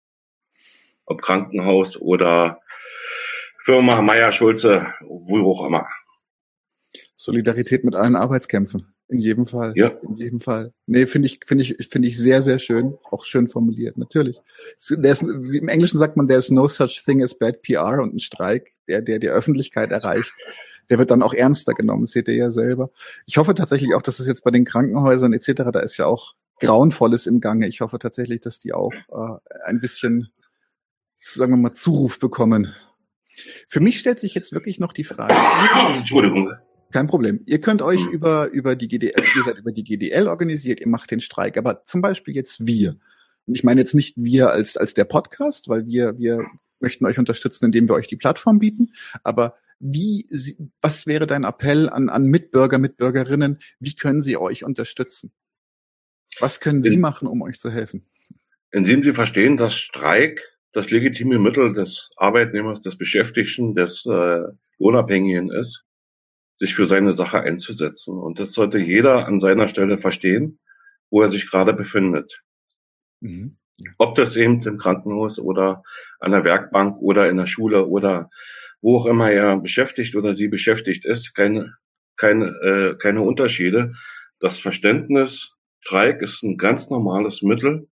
Ob Krankenhaus oder Firma Meier Schulze, wo auch immer. Solidarität mit allen Arbeitskämpfen. In jedem Fall. Ja. In jedem Fall. Nee, finde ich, finde ich, finde ich sehr, sehr schön. Auch schön formuliert. Natürlich. Es- there's- Im Englischen sagt man, there's no such thing as bad P R, und ein Streik, der, der die Öffentlichkeit erreicht, der wird dann auch ernster genommen. Das seht ihr ja selber. Ich hoffe tatsächlich auch, dass es jetzt bei den Krankenhäusern et cetera, da ist ja auch Grauenvolles im Gange. Ich hoffe tatsächlich, dass die auch äh, ein bisschen, sagen wir mal, Zuruf bekommen. Für mich stellt sich jetzt wirklich noch die Frage. Entschuldigung. Kein Problem. Ihr könnt euch Mhm. über, über die G D L, ihr seid über die G D L organisiert, ihr macht den Streik, aber zum Beispiel jetzt wir. Und ich meine jetzt nicht wir als, als der Podcast, weil wir, wir möchten euch unterstützen, indem wir euch die Plattform bieten. Aber wie, sie- was wäre dein Appell an, an Mitbürger, Mitbürgerinnen? Wie können sie euch unterstützen? Was können sie In- machen, um euch zu helfen? Indem sie verstehen, dass Streik das legitime Mittel des Arbeitnehmers, des Beschäftigten, des äh, Unabhängigen ist, sich für seine Sache einzusetzen. Und das sollte jeder an seiner Stelle verstehen, wo er sich gerade befindet. Mhm. Ob das eben im Krankenhaus oder an der Werkbank oder in der Schule oder wo auch immer er beschäftigt oder sie beschäftigt ist, keine, keine, äh, keine Unterschiede. Das Verständnis, Streik ist ein ganz normales Mittel,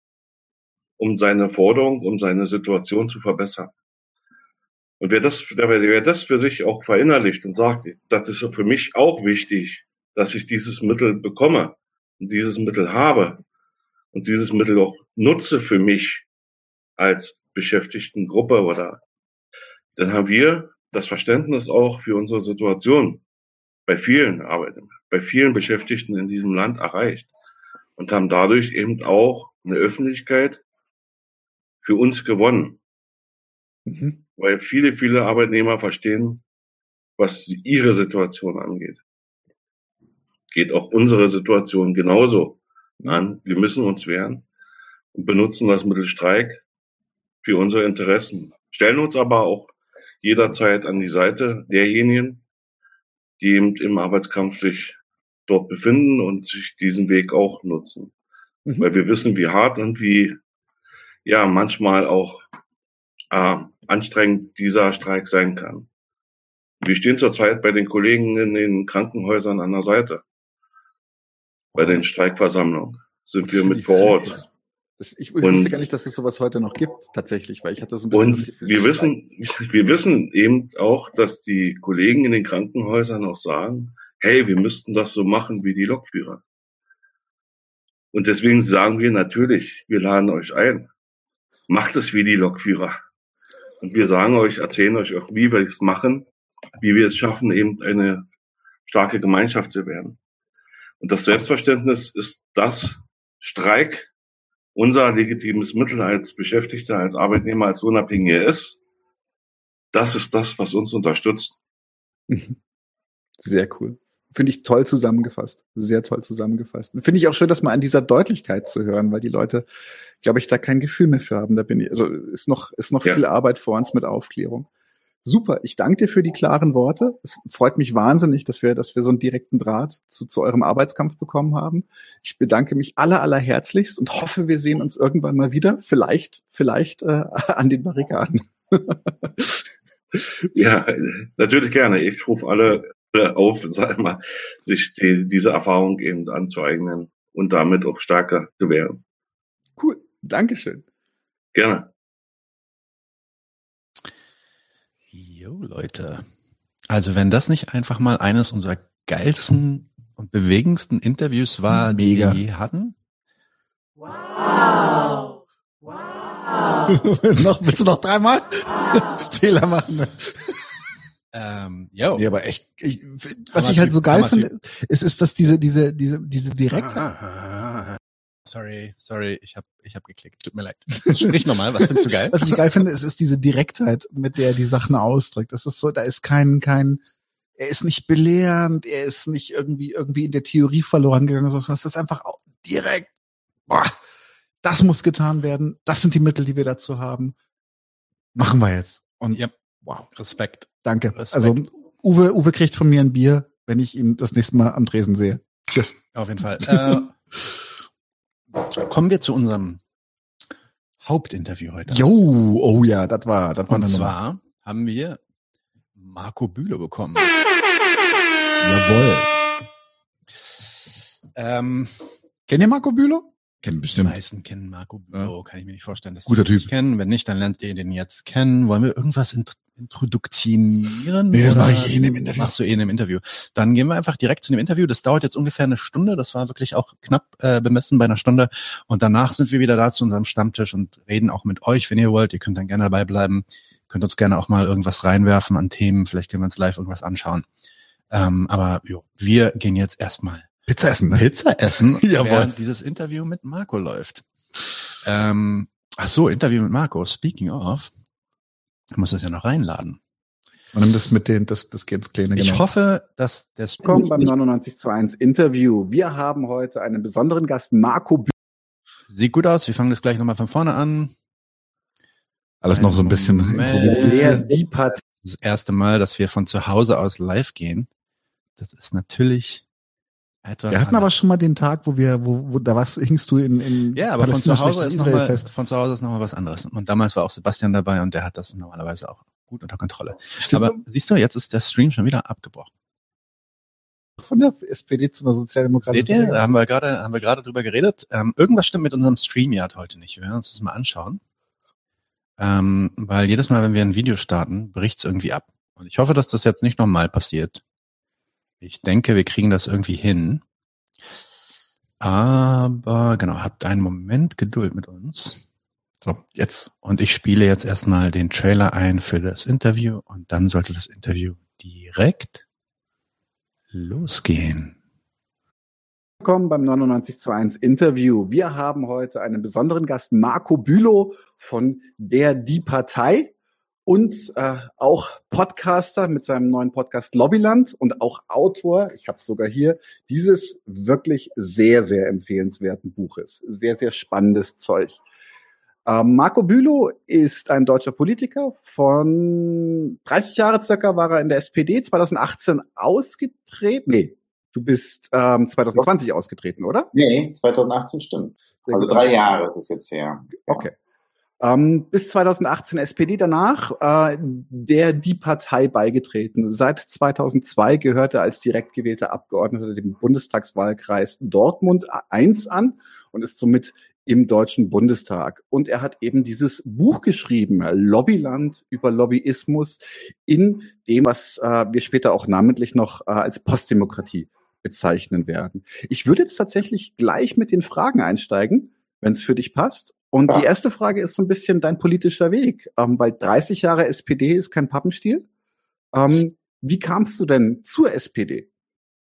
um seine Forderung, um seine Situation zu verbessern. Und wer das, wer, wer das für sich auch verinnerlicht und sagt, das ist für mich auch wichtig, dass ich dieses Mittel bekomme und dieses Mittel habe und dieses Mittel auch nutze für mich als Beschäftigtengruppe oder, dann haben wir das Verständnis auch für unsere Situation bei vielen Arbeitern, bei vielen Beschäftigten in diesem Land erreicht und haben dadurch eben auch eine Öffentlichkeit für uns gewonnen. Mhm. Weil viele, viele Arbeitnehmer verstehen, was ihre Situation angeht. Geht auch unsere Situation genauso an. Wir müssen uns wehren und benutzen das Mittel Streik für unsere Interessen. Stellen uns aber auch jederzeit an die Seite derjenigen, die eben im Arbeitskampf sich dort befinden und sich diesen Weg auch nutzen. Mhm. Weil wir wissen, wie hart und wie, ja, manchmal auch äh, anstrengend dieser Streik sein kann. Wir stehen zurzeit bei den Kollegen in den Krankenhäusern an der Seite. Bei den Streikversammlungen sind Das wir finde mit ich vor super. Ort. Das, ich, ich wusste Und- gar nicht, dass es sowas heute noch gibt, tatsächlich, weil ich hatte so ein bisschen das Und Gefühl. wir wissen, wir wissen eben auch, dass die Kollegen in den Krankenhäusern auch sagen, hey, wir müssten das so machen wie die Lokführer. Und deswegen sagen wir natürlich, wir laden euch ein. Macht es wie die Lokführer. Und wir sagen euch, erzählen euch auch, wie wir es machen, wie wir es schaffen, eben eine starke Gemeinschaft zu werden. Und das Selbstverständnis ist, dass Streik unser legitimes Mittel als Beschäftigter, als Arbeitnehmer, als Unabhängiger ist. Das ist das, was uns unterstützt. Sehr cool. Finde ich toll zusammengefasst. Sehr toll zusammengefasst. Finde ich auch schön, das mal an dieser Deutlichkeit zu hören, weil die Leute, glaube ich, da kein Gefühl mehr für haben. Da bin ich, also ist noch, ist noch Ja. viel Arbeit vor uns mit Aufklärung. Super. Ich danke dir für die klaren Worte. Es freut mich wahnsinnig, dass wir, dass wir so einen direkten Draht zu, zu eurem Arbeitskampf bekommen haben. Ich bedanke mich aller, aller herzlichst und hoffe, wir sehen uns irgendwann mal wieder. Vielleicht, vielleicht äh, an den Barrikaden. Ja, natürlich gerne. Ich rufe alle alle auf, sag mal, sich die, diese Erfahrung eben anzueignen und damit auch stärker zu werden. Cool. Dankeschön. Gerne. Jo, Leute. Also wenn das nicht einfach mal eines unserer geilsten und bewegendsten Interviews war, die Mega. wir je hatten. Wow. Wow. noch, willst du noch dreimal Fehler machen? Ne? Ähm, jo. Nee, aber echt, ich, was Hammer ich halt Typ, so geil Hammer finde, ist, ist, dass diese, diese, diese, diese Direktheit. Ah, Sorry, sorry, ich hab, ich hab geklickt. Tut mir leid. Sprich nochmal, was findest du geil? Was ich geil finde, es ist diese Direktheit, mit der er die Sachen ausdrückt. Das ist so, da ist kein, kein, er ist nicht belehrend, er ist nicht irgendwie, irgendwie in der Theorie verloren gegangen, sondern das ist einfach auch direkt, boah, das muss getan werden, das sind die Mittel, die wir dazu haben. Machen wir jetzt. Und Ja. wow, Respekt. danke. Respekt. Also, Uwe, Uwe kriegt von mir ein Bier, wenn ich ihn das nächste Mal am Tresen sehe. Tschüss. Auf jeden Fall. Äh, kommen wir zu unserem Hauptinterview heute. Jo, oh ja, das war, das war Und eine Nummer. zwar haben wir Marco Bülow bekommen. Jawohl. Ähm, Kennt ihr Marco Bülow? Kennen die bestimmt. meisten kennen Marco Bülow, kann ich mir nicht vorstellen, dass Guter die ihn nicht Typ. kennen. Wenn nicht, dann lernt ihr den jetzt kennen. Wollen wir irgendwas int- introduktionieren? Nee, das oder mache ich eh in dem Interview. Machst du eh in dem Interview. Dann gehen wir einfach direkt zu dem Interview. Das dauert jetzt ungefähr eine Stunde. Das war wirklich auch knapp äh, bemessen bei einer Stunde. Und danach sind wir wieder da zu unserem Stammtisch und reden auch mit euch, wenn ihr wollt. Ihr könnt dann gerne dabei bleiben. Könnt uns gerne auch mal irgendwas reinwerfen an Themen. Vielleicht können wir uns live irgendwas anschauen. Ähm, aber jo, wir gehen jetzt erstmal Pizza essen, ne? Pizza essen, Jawohl. während dieses Interview mit Marco läuft. Ähm, ach so, Interview mit Marco. Speaking of, ich muss das ja noch reinladen. Man nimmt das mit den, das, das ganz kleine, Ich genau. hoffe, dass der Willkommen beim neunundneunzig Komma eins Interview. Wir haben heute einen besonderen Gast, Marco Bülow. sieht gut aus. Wir fangen das gleich nochmal von vorne an. Alles noch so ein bisschen Moment. improvisiert. Der Die Part. Das erste Mal, dass wir von zu Hause aus live gehen. Das ist natürlich etwas. Wir hatten aber anders. schon mal den Tag, wo wir, wo, wo da was hingst du in, in Ja, aber von zu Hause ist Israel nochmal, fest. von zu Hause ist nochmal was anderes. Und damals war auch Sebastian dabei und der hat das normalerweise auch gut unter Kontrolle. Stimmt, Aber siehst du, jetzt ist der Stream schon wieder abgebrochen. von der S P D zu einer Sozialdemokratischen. Seht ihr, da haben wir gerade, haben wir gerade drüber geredet. Ähm, irgendwas stimmt mit unserem StreamYard heute nicht. Wir werden uns das mal anschauen. Ähm, weil jedes Mal, wenn wir ein Video starten, bricht's irgendwie ab. Und ich hoffe, dass das jetzt nicht nochmal passiert. Ich denke, wir kriegen das irgendwie hin. Aber genau, habt einen Moment Geduld mit uns. So, jetzt. Und ich spiele jetzt erstmal den Trailer ein für das Interview und dann sollte das Interview direkt losgehen. Willkommen beim neunundneunzig Komma eins Interview. Wir haben heute einen besonderen Gast, Marco Bülow von der Die Partei und äh, auch Podcaster mit seinem neuen Podcast Lobbyland und auch Autor, ich habe es sogar hier, dieses wirklich sehr, sehr empfehlenswerten Buches. Sehr, sehr spannendes Zeug. Ähm, Marco Bülow ist ein deutscher Politiker. Von dreißig Jahre circa war er in der S P D, zwanzig achtzehn ausgetreten. Nee, du bist ähm, zwanzig zwanzig ausgetreten, oder? Nee, zwanzig achtzehn stimmt. Also drei Jahre ist es jetzt her. Okay. Ähm, bis zwanzig achtzehn S P D, danach äh, der Die Partei beigetreten. Seit zweitausendzwei gehört er als direkt gewählter Abgeordneter dem Bundestagswahlkreis Dortmund eins an und ist somit im Deutschen Bundestag. Und er hat eben dieses Buch geschrieben, Lobbyland über Lobbyismus, in dem, was äh, wir später auch namentlich noch äh, als Postdemokratie bezeichnen werden. Ich würde jetzt tatsächlich gleich mit den Fragen einsteigen, wenn es für dich passt. Und ja. Die erste Frage ist so ein bisschen dein politischer Weg, ähm, weil dreißig Jahre S P D ist kein Pappenstiel. Ähm, wie kamst du denn zur S P D?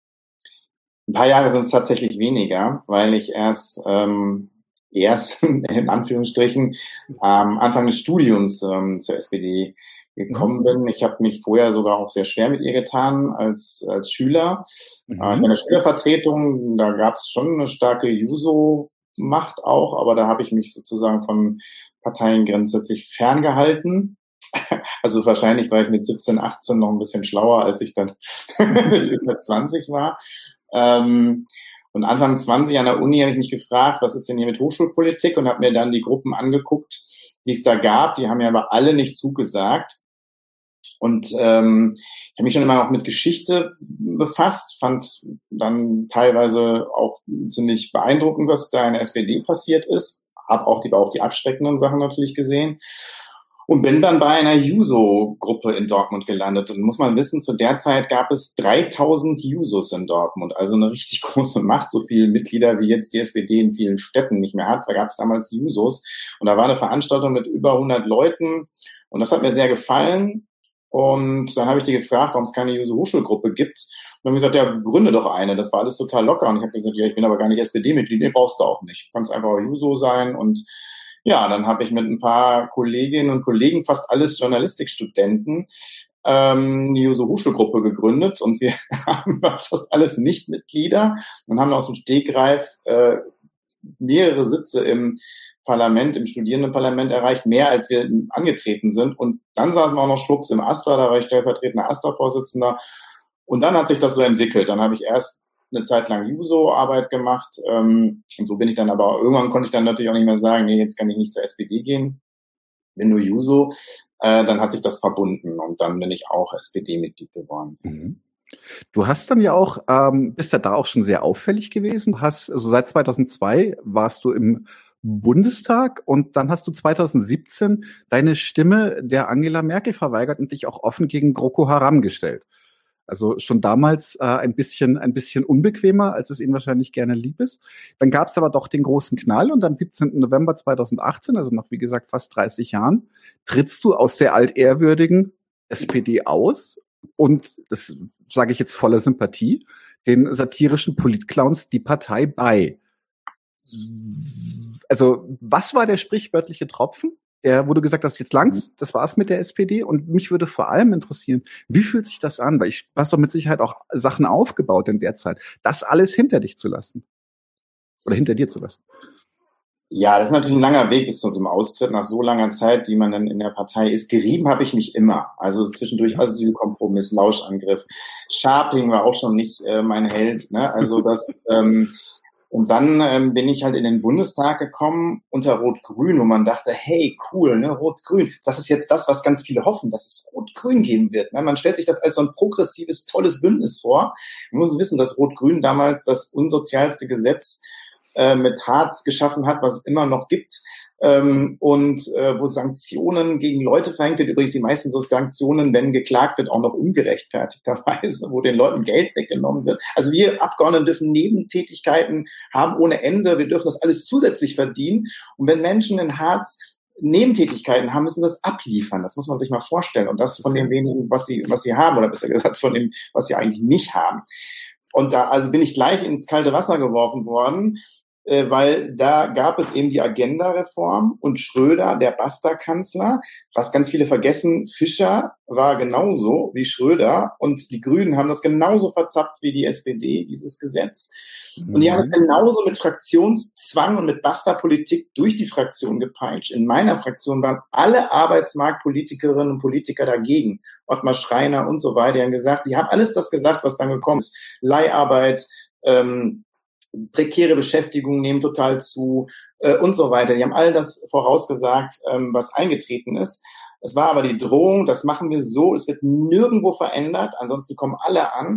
Ein paar Jahre sind es tatsächlich weniger, weil ich erst ähm, erst in Anführungsstrichen am Anfang des Studiums ähm, zur S P D gekommen bin. Ich habe mich vorher sogar auch sehr schwer mit ihr getan als als Schüler. Mhm. Äh, in der Schülervertretung, da gab es schon eine starke Juso-Macht auch, aber da habe ich mich sozusagen von Parteien grundsätzlich ferngehalten. Also wahrscheinlich war ich mit siebzehn, achtzehn noch ein bisschen schlauer, als ich dann mit über zwanzig war. Ähm, und Anfang zwanzig an der Uni habe ich mich gefragt, was ist denn hier mit Hochschulpolitik, und habe mir dann die Gruppen angeguckt, die es da gab. Die haben mir aber alle nicht zugesagt. Und ähm, ich habe mich schon immer noch mit Geschichte befasst, fand dann teilweise auch ziemlich beeindruckend, was da in der S P D passiert ist. Habe auch die, auch die abschreckenden Sachen natürlich gesehen. Und bin dann bei einer Juso-Gruppe in Dortmund gelandet. Und muss man wissen, zu der Zeit gab es dreitausend Jusos in Dortmund. Also eine richtig große Macht, so viele Mitglieder wie jetzt die S P D in vielen Städten nicht mehr hat. Da gab es damals Jusos. Und da war eine Veranstaltung mit über hundert Leuten. Und das hat mir sehr gefallen. Und dann habe ich die gefragt, warum es keine Juso-Hochschulgruppe gibt. Und dann haben wir gesagt, ja, gründe doch eine. Das war alles total locker. Und ich habe gesagt, ja, ich bin aber gar nicht S P D-Mitglied. Nee, brauchst du auch nicht. Du kannst einfach auch Juso sein. Und ja, dann habe ich mit ein paar Kolleginnen und Kollegen, fast alles Journalistikstudenten, ähm, die Juso-Hochschulgruppe gegründet, und wir haben fast alles Nichtmitglieder und haben aus dem Stegreif äh, mehrere Sitze im Parlament, im Studierendenparlament erreicht, mehr als wir angetreten sind. Und dann saßen wir auch noch schwupps im Astra, da war ich stellvertretender Astra-Vorsitzender. Und dann hat sich das so entwickelt. Dann habe ich erst eine Zeit lang Juso-Arbeit gemacht, ähm, und so bin ich dann, aber irgendwann konnte ich dann natürlich auch nicht mehr sagen, nee, jetzt kann ich nicht zur S P D gehen, bin nur Juso, äh, dann hat sich das verbunden, und dann bin ich auch S P D-Mitglied geworden. Mhm. Du hast dann ja auch, ähm, bist ja da auch schon sehr auffällig gewesen, hast, also seit zweitausendzwei warst du im Bundestag, und dann hast du zweitausendsiebzehn deine Stimme der Angela Merkel verweigert und dich auch offen gegen Boko Haram gestellt. Also schon damals äh, ein bisschen ein bisschen unbequemer, als es Ihnen wahrscheinlich gerne lieb ist. Dann gab es aber doch den großen Knall, und am siebzehnten November zweitausendachtzehn, also nach wie gesagt fast dreißig Jahren, trittst du aus der altehrwürdigen S P D aus und, das sage ich jetzt voller Sympathie, den satirischen Politclowns Die Partei bei. Also was war der sprichwörtliche Tropfen? Der, wo du gesagt hast, jetzt lang's, das war's mit der S P D. Und mich würde vor allem interessieren, wie fühlt sich das an? Weil ich, du hast doch mit Sicherheit auch Sachen aufgebaut in der Zeit, das alles hinter dich zu lassen. Oder hinter dir zu lassen. Ja, das ist natürlich ein langer Weg bis zu so einem Austritt nach so langer Zeit, die man dann in der Partei ist. Gerieben habe ich mich immer. Also zwischendurch Asylkompromiss, Lauschangriff. Sharping war auch schon nicht äh, mein Held. Ne? Also das... ähm, Und dann ähm, bin ich halt in den Bundestag gekommen unter Rot-Grün, wo man dachte, hey, cool, ne, Rot-Grün, das ist jetzt das, was ganz viele hoffen, dass es Rot-Grün geben wird. Ne? Man stellt sich das als so ein progressives, tolles Bündnis vor. Man muss wissen, dass Rot-Grün damals das unsozialste Gesetz äh, mit Hartz geschaffen hat, was es immer noch gibt. Ähm, und äh, wo Sanktionen gegen Leute verhängt wird, übrigens die meisten so Sanktionen, wenn geklagt wird, auch noch ungerechtfertigterweise, wo den Leuten Geld weggenommen wird. Also wir Abgeordneten dürfen Nebentätigkeiten haben ohne Ende, wir dürfen das alles zusätzlich verdienen. Und wenn Menschen in Hartz Nebentätigkeiten haben, müssen das abliefern. Das muss man sich mal vorstellen. Und das von dem wenigen, was sie, was sie haben, oder besser gesagt von dem, was sie eigentlich nicht haben. Und da, also bin ich gleich ins kalte Wasser geworfen worden, weil da gab es eben die Agenda-Reform und Schröder, der Basta-Kanzler, was ganz viele vergessen, Fischer war genauso wie Schröder, und die Grünen haben das genauso verzapft wie die S P D, dieses Gesetz. Und die haben es genauso mit Fraktionszwang und mit Basta-Politik durch die Fraktion gepeitscht. In meiner Fraktion waren alle Arbeitsmarktpolitikerinnen und Politiker dagegen. Ottmar Schreiner und so weiter, die haben gesagt, die haben alles das gesagt, was dann gekommen ist. Leiharbeit, ähm, prekäre Beschäftigung nehmen total zu äh, und so weiter. Die haben all das vorausgesagt, ähm, was eingetreten ist. Es war aber die Drohung, das machen wir so, es wird nirgendwo verändert, ansonsten kommen alle an.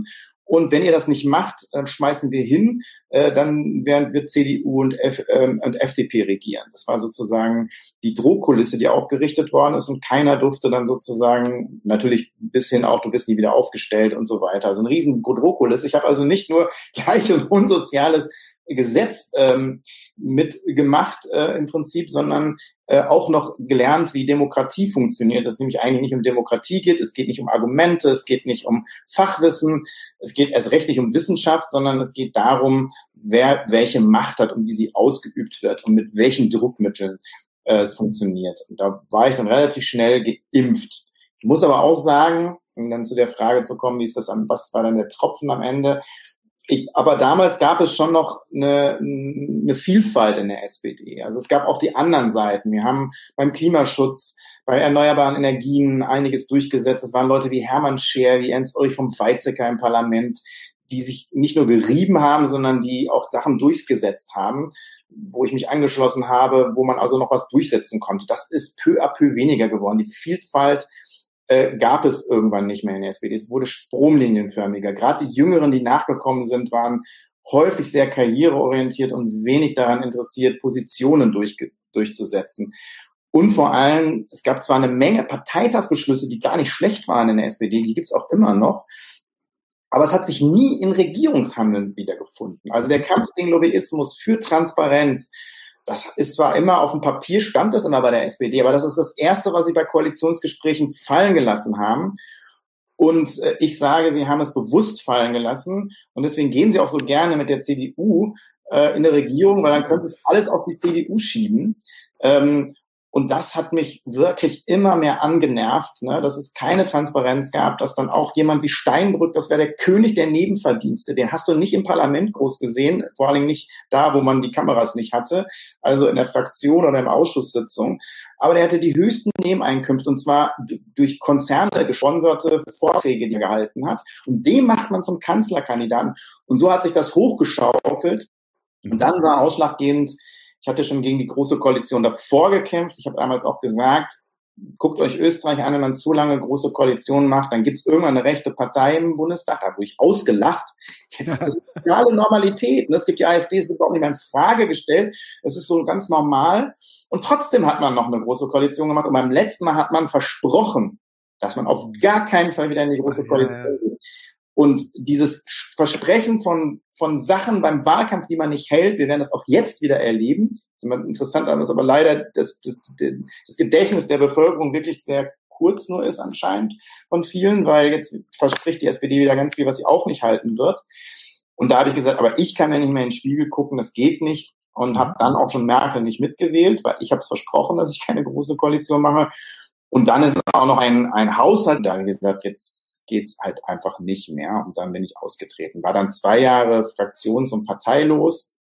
Und wenn ihr das nicht macht, dann schmeißen wir hin, äh, dann werden, wird C D U und, F, äh, und F D P regieren. Das war sozusagen die Drohkulisse, die aufgerichtet worden ist und keiner durfte dann sozusagen, natürlich bis hin auch, du bist nie wieder aufgestellt und so weiter. Also ein riesen Drohkulisse. Ich habe also nicht nur gleich und unsoziales Gesetz ähm, mitgemacht äh, im Prinzip, sondern äh, auch noch gelernt, wie Demokratie funktioniert. Dass es nämlich eigentlich nicht um Demokratie geht, es geht nicht um Argumente, es geht nicht um Fachwissen, es geht erst recht nicht um Wissenschaft, sondern es geht darum, wer welche Macht hat und wie sie ausgeübt wird und mit welchen Druckmitteln äh, es funktioniert. Und da war ich dann relativ schnell geimpft. Ich muss aber auch sagen, um dann zu der Frage zu kommen, wie ist das am, was war dann der Tropfen am Ende? Ich, aber damals gab es schon noch eine, eine Vielfalt in der S P D. Also es gab auch die anderen Seiten. Wir haben beim Klimaschutz, bei erneuerbaren Energien einiges durchgesetzt. Es waren Leute wie Hermann Scheer, wie Ernst-Ulrich vom Weizsäcker im Parlament, die sich nicht nur gerieben haben, sondern die auch Sachen durchgesetzt haben, wo ich mich angeschlossen habe, wo man also noch was durchsetzen konnte. Das ist peu à peu weniger geworden. Die Vielfalt Äh, gab es irgendwann nicht mehr in der S P D. Es wurde stromlinienförmiger. Gerade die Jüngeren, die nachgekommen sind, waren häufig sehr karriereorientiert und wenig daran interessiert, Positionen durch, durchzusetzen. Und vor allem, es gab zwar eine Menge Parteitagsbeschlüsse, die gar nicht schlecht waren in der S P D, die gibt's auch immer noch, aber es hat sich nie in Regierungshandeln wiedergefunden. Also der Kampf gegen Lobbyismus für Transparenz, das ist zwar immer auf dem Papier, stand das immer bei der S P D, aber das ist das Erste, was sie bei Koalitionsgesprächen fallen gelassen haben. Und äh, ich sage, sie haben es bewusst fallen gelassen. Und deswegen gehen sie auch so gerne mit der C D U äh, in der Regierung, weil dann könnte es alles auf die C D U schieben. Ähm, Und das hat mich wirklich immer mehr angenervt, ne, dass es keine Transparenz gab, dass dann auch jemand wie Steinbrück, das wäre der König der Nebenverdienste, den hast du nicht im Parlament groß gesehen, vor allen Dingen nicht da, wo man die Kameras nicht hatte, also in der Fraktion oder im Ausschusssitzung. Aber der hatte die höchsten Nebeneinkünfte, und zwar durch Konzerne gesponserte Vorträge, die er gehalten hat. Und den macht man zum Kanzlerkandidaten. Und so hat sich das hochgeschaukelt. Und dann war ausschlaggebend, ich hatte schon gegen die Große Koalition davor gekämpft. Ich habe damals auch gesagt, guckt euch Österreich an, wenn man zu lange Große Koalitionen macht, dann gibt es irgendwann eine rechte Partei im Bundestag. Da wurde ich ausgelacht. Jetzt ist das totale Normalität. Es gibt die AfD, es wird überhaupt nicht mehr in Frage gestellt. Es ist so ganz normal. Und trotzdem hat man noch eine Große Koalition gemacht. Und beim letzten Mal hat man versprochen, dass man auf gar keinen Fall wieder in die Große Koalition geht. Und dieses Versprechen von von Sachen beim Wahlkampf, die man nicht hält, wir werden das auch jetzt wieder erleben. Das ist immer interessant, dass aber leider das, das, das Gedächtnis der Bevölkerung wirklich sehr kurz nur ist anscheinend von vielen, weil jetzt verspricht die S P D wieder ganz viel, was sie auch nicht halten wird. Und da habe ich gesagt, aber ich kann ja nicht mehr in den Spiegel gucken, das geht nicht. Und habe dann auch schon Merkel nicht mitgewählt, weil ich habe es versprochen, dass ich keine große Koalition mache. Und dann ist auch noch ein, ein Haushalt, da habe ich gesagt, jetzt geht's halt einfach nicht mehr. Und dann bin ich ausgetreten. War dann zwei Jahre fraktions- und parteilos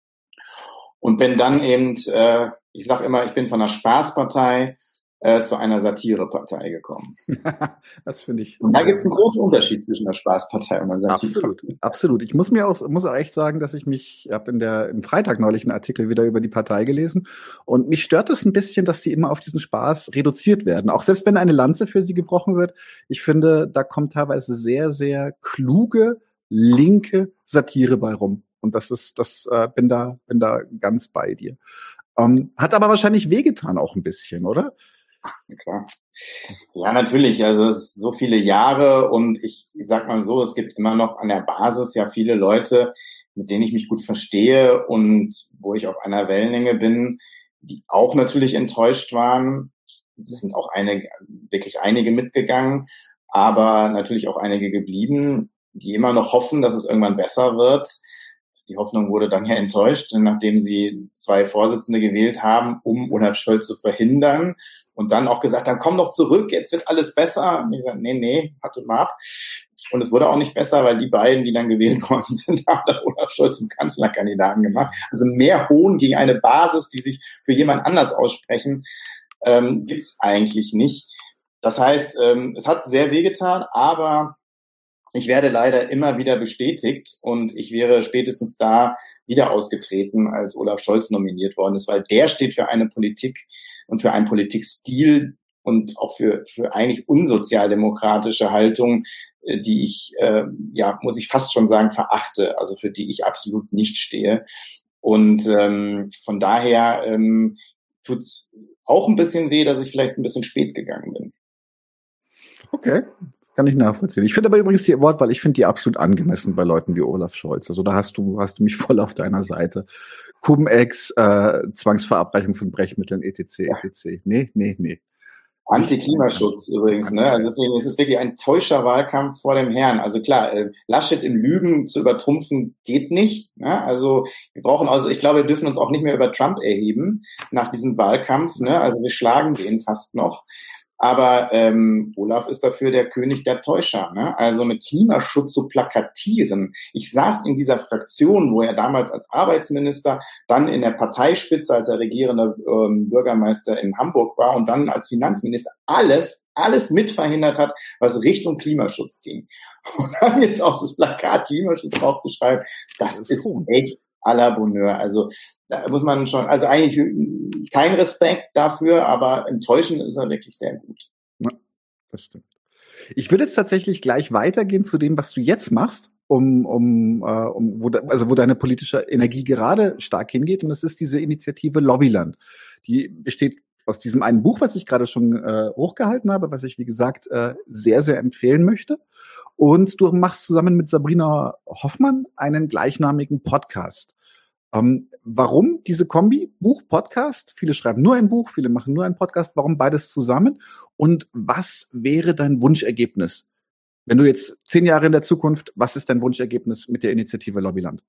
und bin dann eben, äh, ich sage immer, ich bin von einer Spaßpartei äh, zu einer Satirepartei gekommen. Das finde ich. Und da gibt es einen großen Unterschied zwischen der Spaßpartei und der Satirepartei. Absolut, absolut. Ich muss mir auch, muss auch echt sagen, dass ich mich, ich habe in der im Freitag neulich einen Artikel wieder über die Partei gelesen und mich stört es ein bisschen, dass sie immer auf diesen Spaß reduziert werden. Auch selbst wenn eine Lanze für sie gebrochen wird, ich finde, da kommt teilweise sehr, sehr kluge linke Satire bei rum. Und das ist, das äh, bin da, bin da ganz bei dir. Ähm, hat aber wahrscheinlich wehgetan auch ein bisschen, oder? Klar. Ja, natürlich. Also es ist so viele Jahre und ich, ich sag mal so, es gibt immer noch an der Basis ja viele Leute, mit denen ich mich gut verstehe und wo ich auf einer Wellenlänge bin, die auch natürlich enttäuscht waren. Es sind auch einige, wirklich einige mitgegangen, aber natürlich auch einige geblieben, die immer noch hoffen, dass es irgendwann besser wird. Die Hoffnung wurde dann ja enttäuscht, nachdem sie zwei Vorsitzende gewählt haben, um Olaf Scholz zu verhindern und dann auch gesagt haben, komm doch zurück, jetzt wird alles besser. Und ich gesagt, nee, nee, warte mal ab. Und es wurde auch nicht besser, weil die beiden, die dann gewählt worden sind, haben dann Olaf Scholz zum Kanzlerkandidaten gemacht. Also mehr Hohn gegen eine Basis, die sich für jemand anders aussprechen, ähm, gibt's eigentlich nicht. Das heißt, ähm, es hat sehr wehgetan, aber ich werde leider immer wieder bestätigt und ich wäre spätestens da wieder ausgetreten, als Olaf Scholz nominiert worden ist, weil der steht für eine Politik und für einen Politikstil und auch für, für eigentlich unsozialdemokratische Haltungen, äh, die ich, äh, ja, muss ich fast schon sagen, verachte, also für die ich absolut nicht stehe. Und ähm, von daher ähm, tut's auch ein bisschen weh, dass ich vielleicht ein bisschen spät gegangen bin. Okay, kann ich nachvollziehen. Ich finde aber übrigens die Wortwahl, ich finde die absolut angemessen bei Leuten wie Olaf Scholz. Also da hast du hast du mich voll auf deiner Seite. Cum-Ex, äh, Zwangsverabreichung von Brechmitteln, et cetera, et cetera. Nee, nee, nee. Anti-Klimaschutz übrigens, ne? Also deswegen ist es wirklich ein täuscher Wahlkampf vor dem Herrn. Also klar, äh, Laschet im Lügen zu übertrumpfen geht nicht, ne? Also wir brauchen also, ich glaube, wir dürfen uns auch nicht mehr über Trump erheben nach diesem Wahlkampf, ne? Also wir schlagen den fast noch. Aber ähm, Olaf ist dafür der König der Täuscher, ne? Also mit Klimaschutz zu plakatieren. Ich saß in dieser Fraktion, wo er damals als Arbeitsminister, dann in der Parteispitze, als er regierender ähm, Bürgermeister in Hamburg war und dann als Finanzminister alles, alles mitverhindert hat, was Richtung Klimaschutz ging. Und dann jetzt auf das Plakat Klimaschutz draufzuschreiben, das, das ist echt à la Bonheur. Also da muss man schon, also eigentlich kein Respekt dafür, aber enttäuschend ist er wirklich sehr gut. Ja, das stimmt. Ich würde jetzt tatsächlich gleich weitergehen zu dem, was du jetzt machst, um, um, äh, um wo, de, also wo deine politische Energie gerade stark hingeht. Und das ist diese Initiative Lobbyland. Die besteht aus diesem einen Buch, was ich gerade schon äh, hochgehalten habe, was ich, wie gesagt, äh, sehr, sehr empfehlen möchte. Und du machst zusammen mit Sabrina Hoffmann einen gleichnamigen Podcast. Ähm, warum diese Kombi? Buch, Podcast? Viele schreiben nur ein Buch, viele machen nur einen Podcast. Warum beides zusammen? Und was wäre dein Wunschergebnis? Wenn du jetzt zehn Jahre in der Zukunft, was ist dein Wunschergebnis mit der Initiative Lobbyland?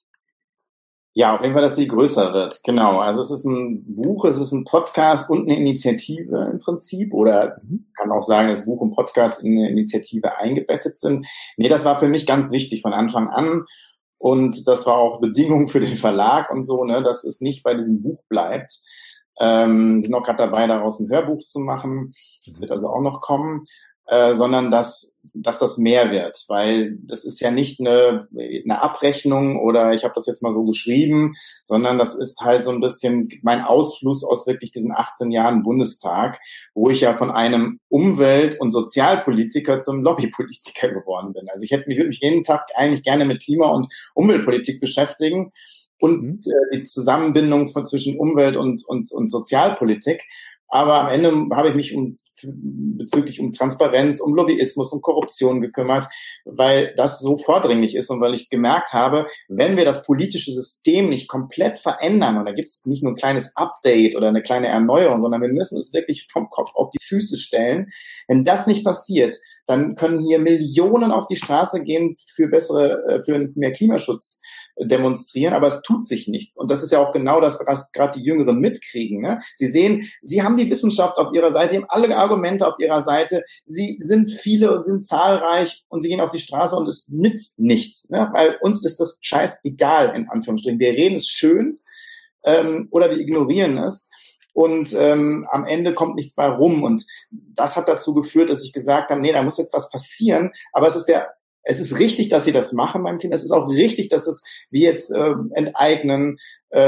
Ja, auf jeden Fall, dass sie größer wird. Genau. Also es ist ein Buch, es ist ein Podcast und eine Initiative im Prinzip. Oder kann auch sagen, dass Buch und Podcast in eine Initiative eingebettet sind. Nee, das war für mich ganz wichtig von Anfang an. Und das war auch Bedingung für den Verlag und so, ne, dass es nicht bei diesem Buch bleibt. Ähm, wir sind auch gerade dabei, daraus ein Hörbuch zu machen. Das wird also auch noch kommen. Äh, sondern dass, dass das mehr wird, weil das ist ja nicht eine, eine Abrechnung oder ich habe das jetzt mal so geschrieben, sondern das ist halt so ein bisschen mein Ausfluss aus wirklich diesen achtzehn Jahren Bundestag, wo ich ja von einem Umwelt- und Sozialpolitiker zum Lobbypolitiker geworden bin. Also ich hätte mich, würde mich jeden Tag eigentlich gerne mit Klima- und Umweltpolitik beschäftigen und äh, die Zusammenbindung von zwischen Umwelt- und, und, und Sozialpolitik. Aber am Ende habe ich mich um bezüglich um Transparenz, um Lobbyismus, um Korruption gekümmert, weil das so vordringlich ist und weil ich gemerkt habe, wenn wir das politische System nicht komplett verändern, und da gibt es nicht nur ein kleines Update oder eine kleine Erneuerung, sondern wir müssen es wirklich vom Kopf auf die Füße stellen. Wenn das nicht passiert, dann können hier Millionen auf die Straße gehen für bessere, für mehr Klimaschutz demonstrieren, aber es tut sich nichts. Und das ist ja auch genau das, was gerade die Jüngeren mitkriegen. Ne? Sie sehen, sie haben die Wissenschaft auf ihrer Seite, sie haben alle Argumente auf ihrer Seite, sie sind viele und sind zahlreich und sie gehen auf die Straße und es nützt nichts. Ne? Weil uns ist das scheißegal, in Anführungsstrichen. Wir reden es schön ähm, oder wir ignorieren es. Und ähm, am Ende kommt nichts bei rum. Und das hat dazu geführt, dass ich gesagt habe, nee, da muss jetzt was passieren. Aber es ist der Es ist richtig, dass sie das machen beim Kind. Es ist auch richtig, dass es wir jetzt äh, enteignen,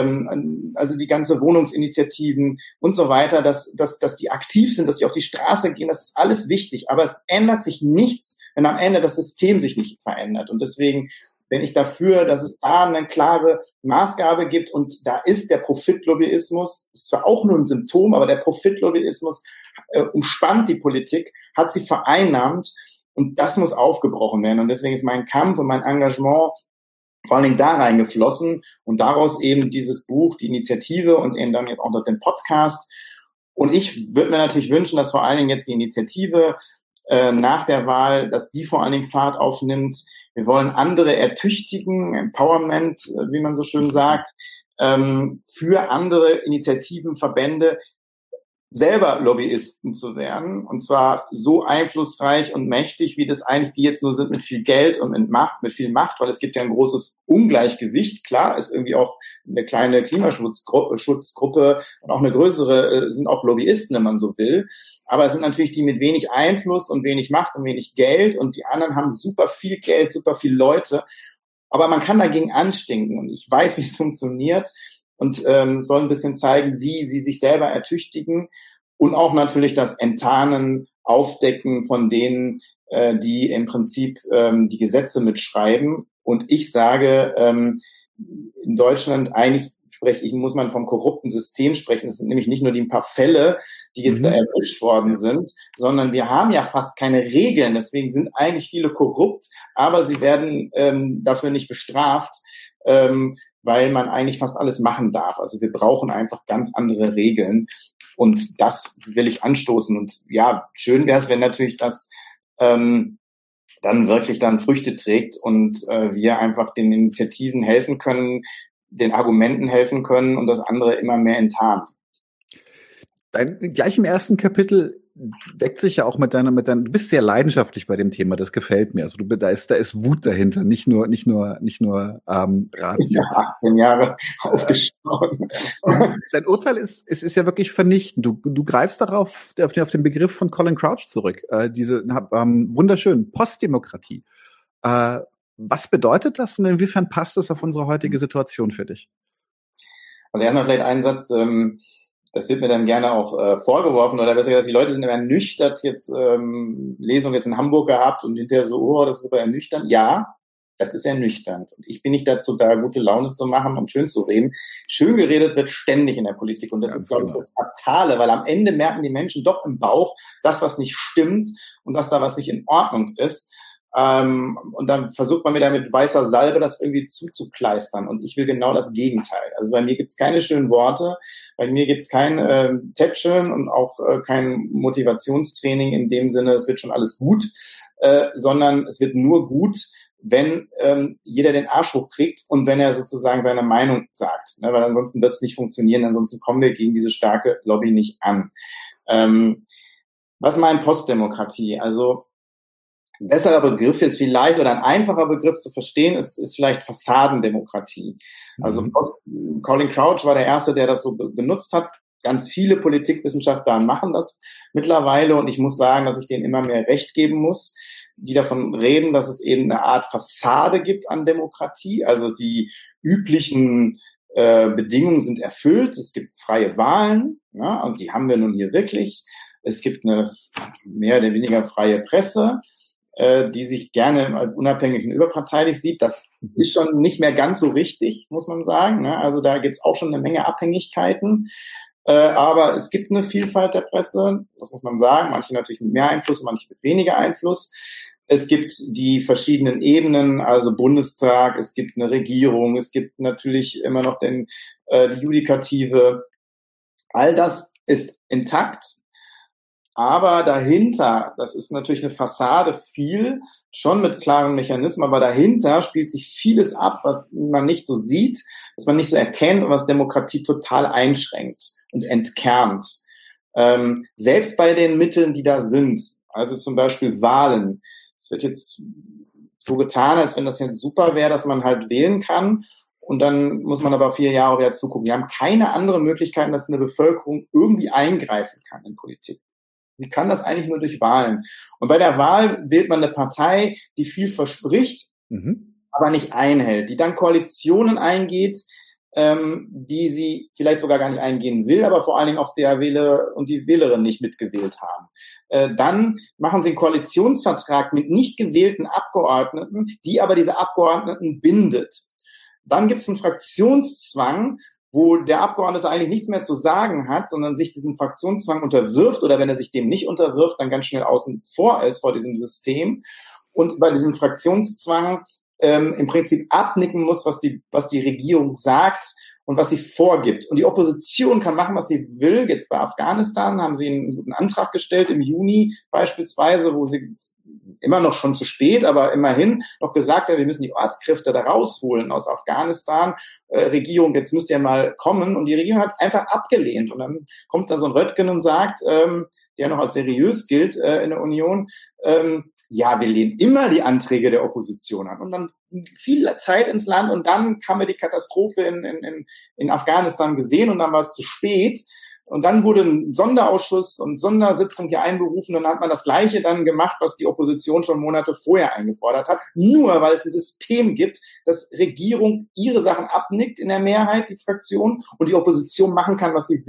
ähm, also die ganze Wohnungsinitiativen und so weiter, dass, dass, dass die aktiv sind, dass sie auf die Straße gehen. Das ist alles wichtig. Aber es ändert sich nichts, wenn am Ende das System sich nicht verändert. Und deswegen bin ich dafür, dass es da eine klare Maßgabe gibt. Und da ist der Profitlobbyismus, ist zwar auch nur ein Symptom, aber der Profitlobbyismus äh, umspannt die Politik, hat sie vereinnahmt. Und das muss aufgebrochen werden. Und deswegen ist mein Kampf und mein Engagement vor allen Dingen da reingeflossen und daraus eben dieses Buch, die Initiative und eben dann jetzt auch noch den Podcast. Und ich würde mir natürlich wünschen, dass vor allen Dingen jetzt die Initiative äh, nach der Wahl, dass die vor allen Dingen Fahrt aufnimmt. Wir wollen andere ertüchtigen, Empowerment, äh, wie man so schön sagt, ähm, für andere Initiativen, Verbände, selber Lobbyisten zu werden, und zwar so einflussreich und mächtig, wie das eigentlich die jetzt nur sind, mit viel Geld und mit Macht, mit viel Macht, weil es gibt ja ein großes Ungleichgewicht. Klar, ist irgendwie auch eine kleine Klimaschutzgruppe und auch eine größere, sind auch Lobbyisten, wenn man so will. Aber es sind natürlich die mit wenig Einfluss und wenig Macht und wenig Geld, und die anderen haben super viel Geld, super viele Leute. Aber man kann dagegen anstinken, und ich weiß, wie es funktioniert. Und ähm, soll ein bisschen zeigen, wie sie sich selber ertüchtigen. und auch natürlich das Enttarnen, Aufdecken von denen, äh, die im Prinzip ähm, die Gesetze mitschreiben. Und ich sage, ähm, in Deutschland eigentlich spreche ich, muss man vom korrupten System sprechen. Es sind nämlich nicht nur die ein paar Fälle, die jetzt mhm. da erwischt worden sind, sondern wir haben ja fast keine Regeln. Deswegen sind eigentlich viele korrupt, aber sie werden ähm, dafür nicht bestraft, ähm, weil man eigentlich fast alles machen darf. Also wir brauchen einfach ganz andere Regeln. Und das will ich anstoßen. Und ja, schön wäre es, wenn natürlich das ähm, dann wirklich dann Früchte trägt und äh, wir einfach den Initiativen helfen können, den Argumenten helfen können und das andere immer mehr enttarnen. Dein, gleich im ersten Kapitel deckt sich ja auch mit deiner, mit deiner, du bist sehr leidenschaftlich bei dem Thema, das gefällt mir. Also du, da ist, da ist Wut dahinter, nicht nur, nicht nur, nicht nur ähm, Ratio. Ja, achtzehn Jahre aufgeschaut. Dein Urteil ist, es ist ja wirklich vernichtend. Du, du greifst darauf, auf den, auf den Begriff von Colin Crouch zurück. Äh, diese ähm, wunderschön Postdemokratie. Äh, was bedeutet das und inwiefern passt das auf unsere heutige Situation für dich? Also erstmal vielleicht einen Satz. Ähm, Das wird mir dann gerne auch äh, vorgeworfen, oder besser gesagt, die Leute sind immer ernüchtert, jetzt ähm, Lesung jetzt in Hamburg gehabt und hinterher so, oh, das ist aber ernüchternd. Ja, das ist ernüchternd. Und ich bin nicht dazu da, gute Laune zu machen und schön zu reden. Schön geredet wird ständig in der Politik und das Ganz ist, glaube ich, das Fatale, weil am Ende merken die Menschen doch im Bauch, das, was nicht stimmt und dass da was nicht in Ordnung ist. Ähm, und dann versucht man mir da mit weißer Salbe das irgendwie zuzukleistern. Und ich will genau das Gegenteil. Also bei mir gibt's keine schönen Worte, bei mir gibt's kein äh, Tätscheln und auch äh, kein Motivationstraining in dem Sinne, es wird schon alles gut, äh, sondern es wird nur gut, wenn ähm, jeder den Arsch hochkriegt und wenn er sozusagen seine Meinung sagt. Ne? Weil ansonsten wird's nicht funktionieren, ansonsten kommen wir gegen diese starke Lobby nicht an. Ähm, was meint Postdemokratie? Also ein besserer Begriff ist vielleicht, oder ein einfacher Begriff zu verstehen, ist, ist vielleicht Fassadendemokratie. Mhm. Also Colin Crouch war der Erste, der das so benutzt hat. Ganz viele Politikwissenschaftler machen das mittlerweile und ich muss sagen, dass ich denen immer mehr Recht geben muss, die davon reden, dass es eben eine Art Fassade gibt an Demokratie. Also die üblichen äh, Bedingungen sind erfüllt. Es gibt freie Wahlen, ja, und die haben wir nun hier wirklich. Es gibt eine mehr oder weniger freie Presse, die sich gerne als unabhängig und überparteilich sieht. Das ist schon nicht mehr ganz so richtig, muss man sagen. Also da gibt's auch schon eine Menge Abhängigkeiten. Aber es gibt eine Vielfalt der Presse, das muss man sagen. Manche natürlich mit mehr Einfluss, manche mit weniger Einfluss. Es gibt die verschiedenen Ebenen, also Bundestag, es gibt eine Regierung, es gibt natürlich immer noch den, die Judikative. All das ist intakt. Aber dahinter, das ist natürlich eine Fassade, viel, schon mit klaren Mechanismen, aber dahinter spielt sich vieles ab, was man nicht so sieht, was man nicht so erkennt und was Demokratie total einschränkt und entkernt. Ähm, selbst bei den Mitteln, die da sind, also zum Beispiel Wahlen. Es wird jetzt so getan, als wenn das jetzt super wäre, dass man halt wählen kann. Und dann muss man aber vier Jahre wieder zugucken. Wir haben keine anderen Möglichkeiten, dass eine Bevölkerung irgendwie eingreifen kann in Politik. Sie kann das eigentlich nur durch Wahlen. Und bei der Wahl wählt man eine Partei, die viel verspricht, mhm. aber nicht einhält, die dann Koalitionen eingeht, ähm, die sie vielleicht sogar gar nicht eingehen will, aber vor allen Dingen auch der Wähler und die Wählerin nicht mitgewählt haben. Äh, dann machen sie einen Koalitionsvertrag mit nicht gewählten Abgeordneten, die aber diese Abgeordneten bindet. Dann gibt es einen Fraktionszwang, wo der Abgeordnete eigentlich nichts mehr zu sagen hat, sondern sich diesem Fraktionszwang unterwirft oder wenn er sich dem nicht unterwirft, dann ganz schnell außen vor ist vor diesem System und bei diesem Fraktionszwang ähm, im Prinzip abnicken muss, was die, was die Regierung sagt und was sie vorgibt. Und die Opposition kann machen, was sie will. Jetzt bei Afghanistan haben sie einen guten Antrag gestellt im Juni beispielsweise, wo sie immer noch schon zu spät, aber immerhin noch gesagt hat, wir müssen die Ortskräfte da rausholen aus Afghanistan. Äh, Regierung, jetzt müsst ihr mal kommen. Und die Regierung hat es einfach abgelehnt. Und dann kommt dann so ein Röttgen und sagt, ähm, der noch als seriös gilt äh, in der Union, ähm, ja, wir lehnen immer die Anträge der Opposition an. Und dann viel Zeit ins Land und dann haben wir die Katastrophe in, in, in Afghanistan gesehen und dann war es zu spät. Und dann wurde ein Sonderausschuss und Sondersitzung hier einberufen und dann hat man das Gleiche dann gemacht, was die Opposition schon Monate vorher eingefordert hat. Nur weil es ein System gibt, dass Regierung ihre Sachen abnickt in der Mehrheit, die Fraktion, und die Opposition machen kann, was sie will.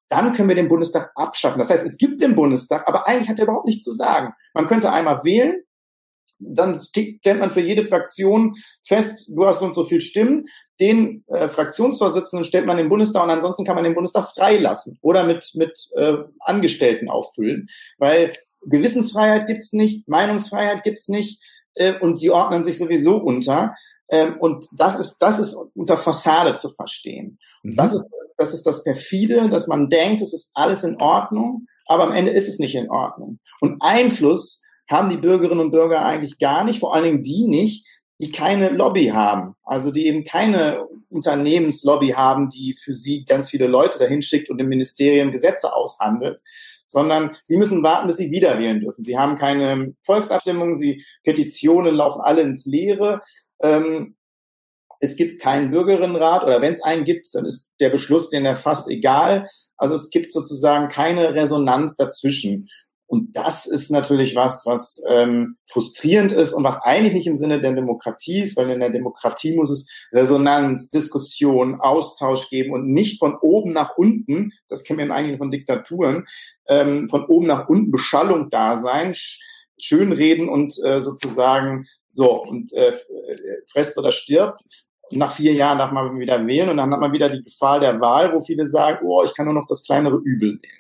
dann können wir den Bundestag abschaffen. Das heißt, es gibt den Bundestag, aber eigentlich hat er überhaupt nichts zu sagen. Man könnte einmal wählen, dann stellt man für jede Fraktion fest, du hast so und so viel Stimmen, den äh, Fraktionsvorsitzenden stellt man im Bundestag und ansonsten kann man den Bundestag freilassen oder mit mit äh, Angestellten auffüllen, weil Gewissensfreiheit gibt's nicht, Meinungsfreiheit gibt's nicht äh, und die ordnen sich sowieso unter. Ähm, und das ist das ist unter Fassade zu verstehen. Mhm. Das ist das ist das perfide, dass man denkt, es ist alles in Ordnung, aber am Ende ist es nicht in Ordnung. Und Einfluss haben die Bürgerinnen und Bürger eigentlich gar nicht, vor allen Dingen die nicht, die keine Lobby haben, also die eben keine Unternehmenslobby haben, die für sie ganz viele Leute dahin schickt und im Ministerium Gesetze aushandelt, sondern sie müssen warten, bis sie wieder wählen dürfen. Sie haben keine Volksabstimmung, sie Petitionen laufen alle ins Leere. Ähm, es gibt keinen Bürgerinnenrat oder wenn es einen gibt, dann ist der Beschluss denen ja fast egal. Also es gibt sozusagen keine Resonanz dazwischen. Und das ist natürlich was, was ähm, frustrierend ist und was eigentlich nicht im Sinne der Demokratie ist, weil in der Demokratie muss es Resonanz, Diskussion, Austausch geben und nicht von oben nach unten, das kennen wir in einigen von Diktaturen, ähm, von oben nach unten Beschallung da sein, sch- schönreden und äh, sozusagen so und äh, fresst oder stirbt. Und nach vier Jahren darf man wieder wählen und dann hat man wieder die Gefahr der Wahl, wo viele sagen, oh, ich kann nur noch das kleinere Übel wählen.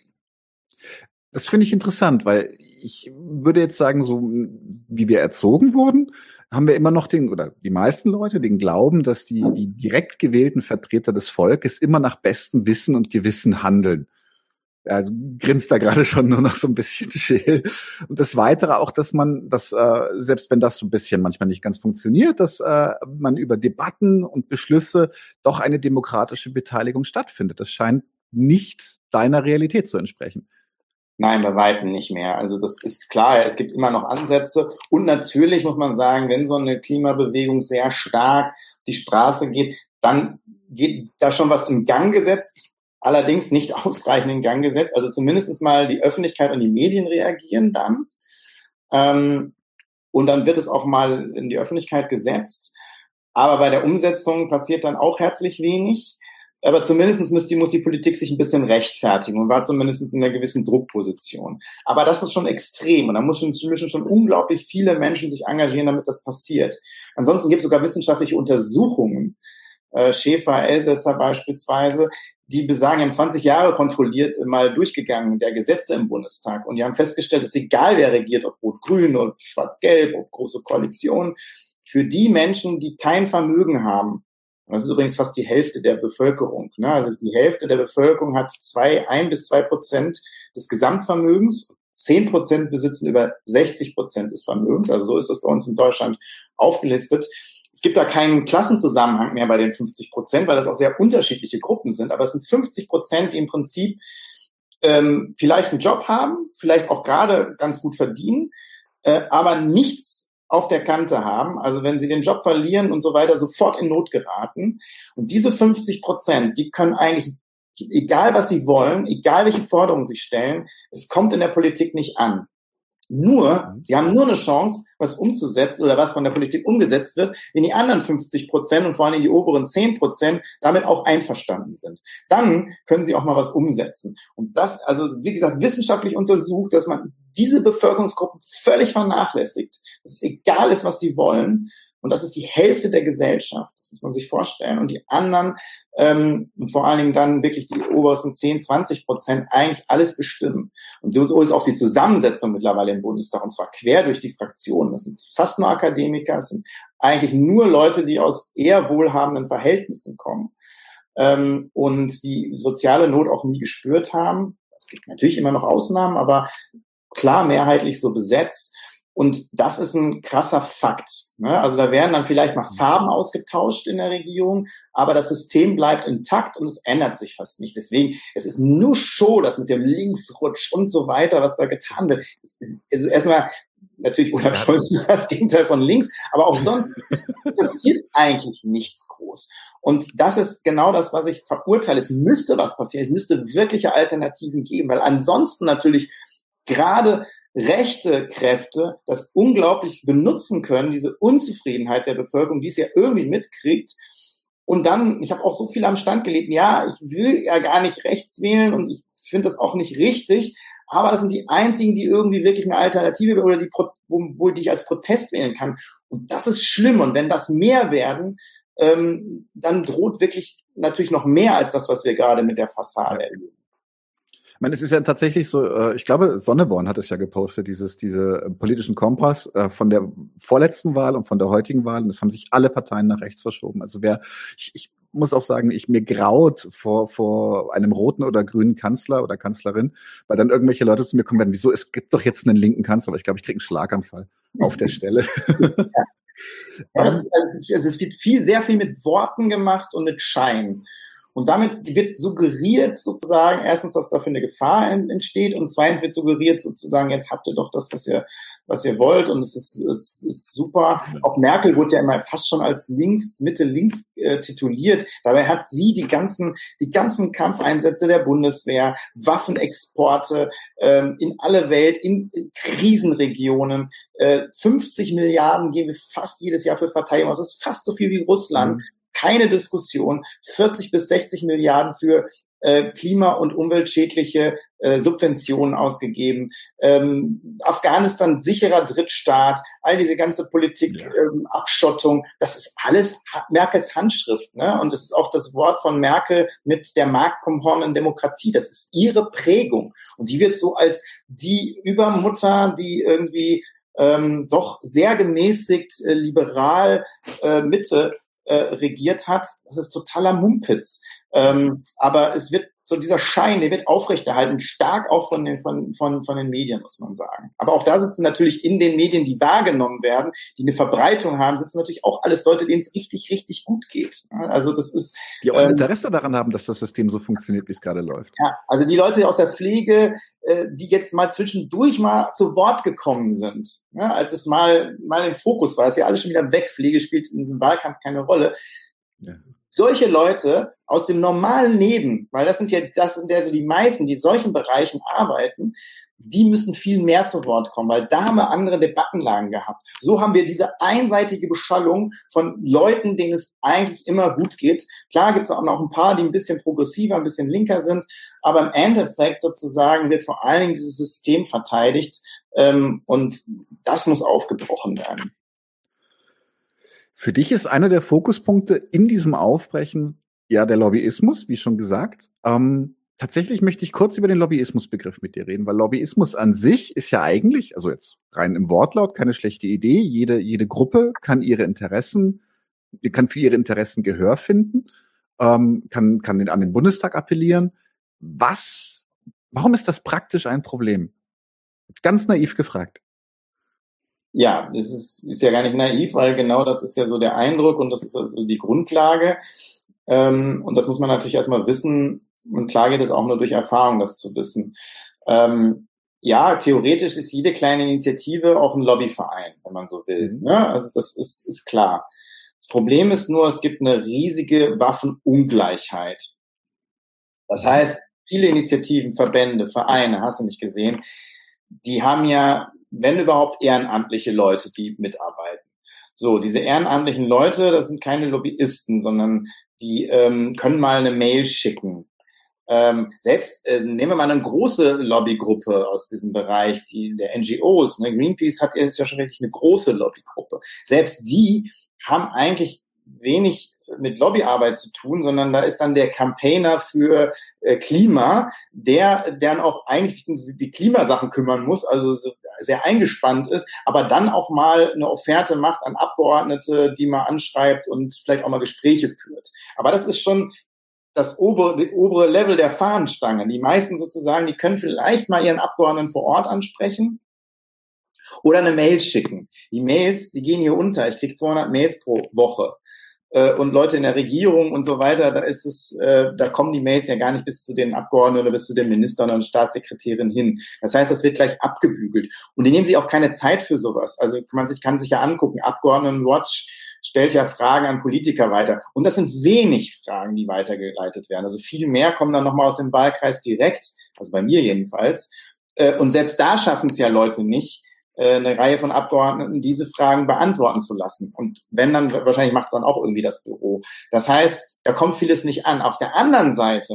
Das finde ich interessant, weil ich würde jetzt sagen, so wie wir erzogen wurden, haben wir immer noch den, oder die meisten Leute, den Glauben, dass die, die direkt gewählten Vertreter des Volkes immer nach bestem Wissen und Gewissen handeln. Ja, du grinst da gerade schon nur noch so ein bisschen scheel. Und das Weitere auch, dass man, dass äh, selbst wenn das so ein bisschen manchmal nicht ganz funktioniert, dass äh, man über Debatten und Beschlüsse doch eine demokratische Beteiligung stattfindet. Das scheint nicht deiner Realität zu entsprechen. Nein, bei Weitem nicht mehr. Also das ist klar, es gibt immer noch Ansätze. Und natürlich muss man sagen, wenn so eine Klimabewegung sehr stark die Straße geht, dann geht da schon was in Gang gesetzt, allerdings nicht ausreichend in Gang gesetzt. Also zumindest mal die Öffentlichkeit und die Medien reagieren dann. Ähm, und dann wird es auch mal in die Öffentlichkeit gesetzt. Aber bei der Umsetzung passiert dann auch herzlich wenig. Aber zumindest muss die, muss die Politik sich ein bisschen rechtfertigen und war zumindest in einer gewissen Druckposition. Aber das ist schon extrem und da muss schon, müssen schon unglaublich viele Menschen sich engagieren, damit das passiert. Ansonsten gibt es sogar wissenschaftliche Untersuchungen, äh, Schäfer, Elsässer beispielsweise, die besagen, die haben zwanzig Jahre kontrolliert, mal durchgegangen der Gesetze im Bundestag und die haben festgestellt, es ist egal, wer regiert, ob Rot-Grün oder Schwarz-Gelb, ob große Koalition, für die Menschen, die kein Vermögen haben, das ist übrigens fast die Hälfte der Bevölkerung. Ne? Also die Hälfte der Bevölkerung hat zwei, ein bis zwei Prozent des Gesamtvermögens. Zehn Prozent besitzen über sechzig Prozent des Vermögens. Also so ist das bei uns in Deutschland aufgelistet. Es gibt da keinen Klassenzusammenhang mehr bei den fünfzig Prozent, weil das auch sehr unterschiedliche Gruppen sind. Aber es sind fünfzig Prozent, die im Prinzip ähm, vielleicht einen Job haben, vielleicht auch gerade ganz gut verdienen, äh, aber nichts auf der Kante haben, also wenn sie den Job verlieren und so weiter, sofort in Not geraten. Und diese fünfzig Prozent, die können eigentlich, egal was sie wollen, egal welche Forderungen sie stellen, es kommt in der Politik nicht an. Nur, sie haben nur eine Chance, was umzusetzen oder was von der Politik umgesetzt wird, wenn die anderen fünfzig Prozent und vor allem die oberen zehn Prozent damit auch einverstanden sind. Dann können sie auch mal was umsetzen. Und das, also wie gesagt, wissenschaftlich untersucht, dass man diese Bevölkerungsgruppen völlig vernachlässigt, dass es egal ist, was die wollen. Und das ist die Hälfte der Gesellschaft, das muss man sich vorstellen. Und die anderen, ähm, und vor allen Dingen dann wirklich die obersten zehn, zwanzig Prozent eigentlich alles bestimmen. Und so ist auch die Zusammensetzung mittlerweile im Bundestag, und zwar quer durch die Fraktionen. Das sind fast nur Akademiker, es sind eigentlich nur Leute, die aus eher wohlhabenden Verhältnissen kommen ähm, und die soziale Not auch nie gespürt haben. Es gibt natürlich immer noch Ausnahmen, aber klar mehrheitlich so besetzt. Und das ist ein krasser Fakt. Ne? Also da werden dann vielleicht mal Farben ausgetauscht in der Regierung, aber das System bleibt intakt und es ändert sich fast nicht. Deswegen, es ist nur Show, das mit dem Linksrutsch und so weiter, was da getan wird. Es ist, also erstmal, natürlich Olaf Scholz ist das Gegenteil von links, aber auch sonst passiert eigentlich nichts groß. Und das ist genau das, was ich verurteile. Es müsste was passieren. Es müsste wirkliche Alternativen geben, weil ansonsten natürlich gerade rechte Kräfte das unglaublich benutzen können, diese Unzufriedenheit der Bevölkerung, die es ja irgendwie mitkriegt. Und dann, ich habe auch so viel am Stand gelebt, ja, ich will ja gar nicht rechts wählen und ich finde das auch nicht richtig, aber das sind die einzigen, die irgendwie wirklich eine Alternative oder die, wo, wo die ich als Protest wählen kann. Und das ist schlimm. Und wenn das mehr werden, ähm, dann droht wirklich natürlich noch mehr als das, was wir gerade mit der Fassade erleben. Ich meine, es ist ja tatsächlich so, äh, ich glaube, Sonneborn hat es ja gepostet, dieses, diese äh, politischen Kompass äh, von der vorletzten Wahl und von der heutigen Wahl. Und es haben sich alle Parteien nach rechts verschoben. Also wer, ich, ich muss auch sagen, ich mir graut vor, vor einem roten oder grünen Kanzler oder Kanzlerin, weil dann irgendwelche Leute zu mir kommen werden, wieso, es gibt doch jetzt einen linken Kanzler, aber ich glaube, ich kriege einen Schlaganfall auf der Stelle. Ja. Ja, das, also es wird viel, sehr viel mit Worten gemacht und mit Schein. Und damit wird suggeriert sozusagen, erstens, dass dafür eine Gefahr entsteht und zweitens wird suggeriert sozusagen, jetzt habt ihr doch das, was ihr, was ihr wollt und es ist, es ist super. Auch Merkel wurde ja immer fast schon als links, Mitte links äh, tituliert. Dabei hat sie die ganzen, die ganzen Kampfeinsätze der Bundeswehr, Waffenexporte ähm, in alle Welt, in, in Krisenregionen, äh, fünfzig Milliarden geben wir fast jedes Jahr für Verteidigung. Das ist fast so viel wie Russland. Mhm. Keine Diskussion, vierzig bis sechzig Milliarden für äh, klima- und umweltschädliche äh, Subventionen ausgegeben. Ähm, Afghanistan sicherer Drittstaat, all diese ganze Politik, ja. ähm, Abschottung, das ist alles Merkels Handschrift, ne? Und es ist auch das Wort von Merkel mit der marktkonformen Demokratie. Das ist ihre Prägung. Und die wird so als die Übermutter, die irgendwie ähm, doch sehr gemäßigt, äh, liberal, äh, Mitte Äh, regiert hat, das ist totaler Mumpitz. Ähm, aber es wird so dieser Schein, der wird aufrechterhalten, stark auch von den, von, von, von den Medien, muss man sagen. Aber auch da sitzen natürlich in den Medien, die wahrgenommen werden, die eine Verbreitung haben, sitzen natürlich auch alles Leute, denen es richtig, richtig gut geht. Also das ist... Die auch ein ähm, Interesse daran haben, dass das System so funktioniert, wie es gerade läuft. Ja, also die Leute aus der Pflege, äh, die jetzt mal zwischendurch mal zu Wort gekommen sind, ja, als es mal, mal im Fokus war, ist ja alles schon wieder weg, Pflege spielt in diesem Wahlkampf keine Rolle. Ja. Solche Leute aus dem normalen Leben, weil das sind ja, das sind ja so die meisten, die in solchen Bereichen arbeiten, die müssen viel mehr zu Wort kommen, weil da haben wir andere Debattenlagen gehabt. So haben wir diese einseitige Beschallung von Leuten, denen es eigentlich immer gut geht. Klar gibt es auch noch ein paar, die ein bisschen progressiver, ein bisschen linker sind, aber im Endeffekt sozusagen wird vor allen Dingen dieses System verteidigt, ähm, und das muss aufgebrochen werden. Für dich ist einer der Fokuspunkte in diesem Aufbrechen ja der Lobbyismus, wie schon gesagt. Ähm, tatsächlich möchte ich kurz über den Lobbyismusbegriff mit dir reden, weil Lobbyismus an sich ist ja eigentlich, also jetzt rein im Wortlaut, keine schlechte Idee. Jede, jede Gruppe kann ihre Interessen, kann für ihre Interessen Gehör finden, ähm, kann, kann den, an den Bundestag appellieren. Was, warum ist das praktisch ein Problem? Jetzt ganz naiv gefragt. Ja, das ist, ist ja gar nicht naiv, weil genau das ist ja so der Eindruck und das ist also die Grundlage. Ähm, und das muss man natürlich erstmal wissen. Und klar geht es auch nur durch Erfahrung, das zu wissen. Ähm, ja, theoretisch ist jede kleine Initiative auch ein Lobbyverein, wenn man so will. Mhm. Ne? Also das ist, ist klar. Das Problem ist nur, es gibt eine riesige Waffenungleichheit. Das heißt, viele Initiativen, Verbände, Vereine, hast du nicht gesehen, die haben ja, wenn überhaupt, ehrenamtliche Leute, die mitarbeiten. So, diese ehrenamtlichen Leute, das sind keine Lobbyisten, sondern die ähm, können mal eine Mail schicken. Ähm, selbst äh, nehmen wir mal eine große Lobbygruppe aus diesem Bereich, die der N G Os, ne? Greenpeace hat ist ja schon wirklich eine große Lobbygruppe. Selbst die haben eigentlich wenig mit Lobbyarbeit zu tun, sondern da ist dann der Campaigner für äh, Klima, der der dann auch eigentlich um die Klimasachen kümmern muss, also so sehr eingespannt ist, aber dann auch mal eine Offerte macht an Abgeordnete, die mal anschreibt und vielleicht auch mal Gespräche führt. Aber das ist schon das obere, die obere Level der Fahnenstange. Die meisten sozusagen, die können vielleicht mal ihren Abgeordneten vor Ort ansprechen oder eine Mail schicken. Die Mails, die gehen hier unter. Ich kriege zweihundert Mails pro Woche. Und Leute in der Regierung und so weiter, da ist es, äh, da kommen die Mails ja gar nicht bis zu den Abgeordneten oder bis zu den Ministern und Staatssekretärinnen hin. Das heißt, das wird gleich abgebügelt. Und die nehmen sich auch keine Zeit für sowas. Also man sich, kann sich ja angucken, Abgeordnetenwatch stellt ja Fragen an Politiker weiter. Und das sind wenig Fragen, die weitergeleitet werden. Also viel mehr kommen dann nochmal aus dem Wahlkreis direkt, also bei mir jedenfalls. Äh, und selbst da schaffen es ja Leute nicht, eine Reihe von Abgeordneten diese Fragen beantworten zu lassen. Und wenn, dann wahrscheinlich macht es dann auch irgendwie das Büro. Das heißt, da kommt vieles nicht an. Auf der anderen Seite,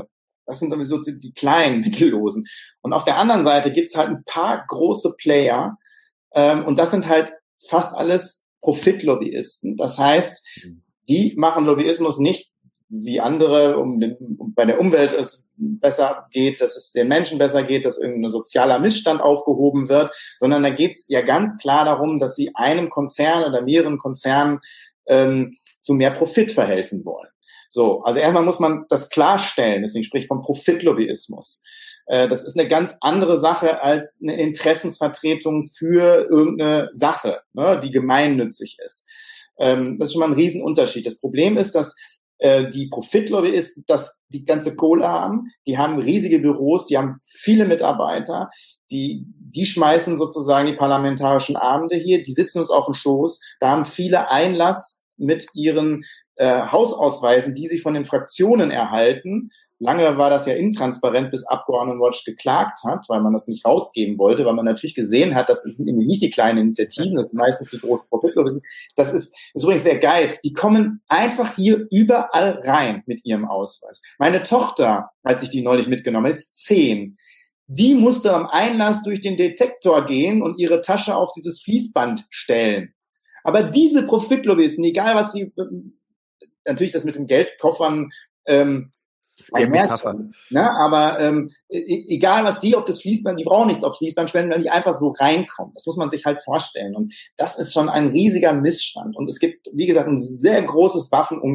Das sind sowieso die, die kleinen Mittellosen. Und auf der anderen Seite gibt's halt ein paar große Player, ähm, und das sind halt fast alles Profitlobbyisten. Das heißt, die machen Lobbyismus nicht wie andere, um, den, um bei der Umwelt es besser geht, dass es den Menschen besser geht, dass irgendein sozialer Missstand aufgehoben wird, sondern da geht's ja ganz klar darum, dass sie einem Konzern oder mehreren Konzernen ähm, zu mehr Profit verhelfen wollen. So, also erstmal muss man das klarstellen, deswegen spreche ich vom Profitlobbyismus. Äh, das ist eine ganz andere Sache als eine Interessensvertretung für irgendeine Sache, ne, die gemeinnützig ist. Ähm, das ist schon mal ein Riesenunterschied. Das Problem ist, dass die Profitlobbyisten, dass die ganze Kohle haben, die haben riesige Büros, die haben viele Mitarbeiter, die, die schmeißen sozusagen die parlamentarischen Abende hier, die sitzen uns auf dem Schoß, da haben viele Einlass mit ihren äh, Hausausweisen, die sie von den Fraktionen erhalten. Lange war das ja intransparent, bis Abgeordnetenwatch geklagt hat, weil man das nicht rausgeben wollte, weil man natürlich gesehen hat, das sind nämlich nicht die kleinen Initiativen, das sind meistens die großen Profitlobbyisten. Das ist, ist übrigens sehr geil. Die kommen einfach hier überall rein mit ihrem Ausweis. Meine Tochter, als ich die neulich mitgenommen habe, ist zehn. Die musste am Einlass durch den Detektor gehen und ihre Tasche auf dieses Fließband stellen. Aber diese Profitlobbyisten, egal was die, natürlich das mit den Geldkoffern, ähm, ein Metapher. Ne, aber ähm, egal, was die auf das Fließband, die brauchen nichts aufs Fließband spenden, wenn die einfach so reinkommen. Das muss man sich halt vorstellen. Und das ist schon ein riesiger Missstand. Und es gibt, wie gesagt, ein sehr großes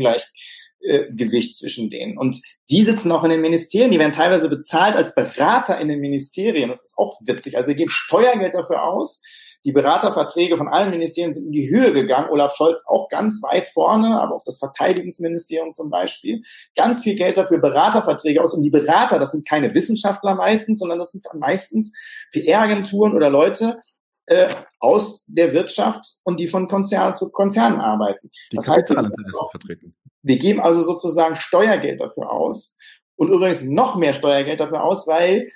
Waffenungleichgewicht zwischen denen. Und die sitzen auch in den Ministerien, die werden teilweise bezahlt als Berater in den Ministerien. Das ist auch witzig. Also wir geben Steuergeld dafür aus. Die Beraterverträge von allen Ministerien sind in die Höhe gegangen. Olaf Scholz auch ganz weit vorne, aber auch das Verteidigungsministerium zum Beispiel. Ganz viel Geld dafür, Beraterverträge aus. Und die Berater, das sind keine Wissenschaftler meistens, sondern das sind dann meistens P R-Agenturen oder Leute äh, aus der Wirtschaft und die von Konzern zu Konzernen arbeiten. Die das heißt, wir, vertreten. wir geben also sozusagen Steuergeld dafür aus und übrigens noch mehr Steuergeld dafür aus, weil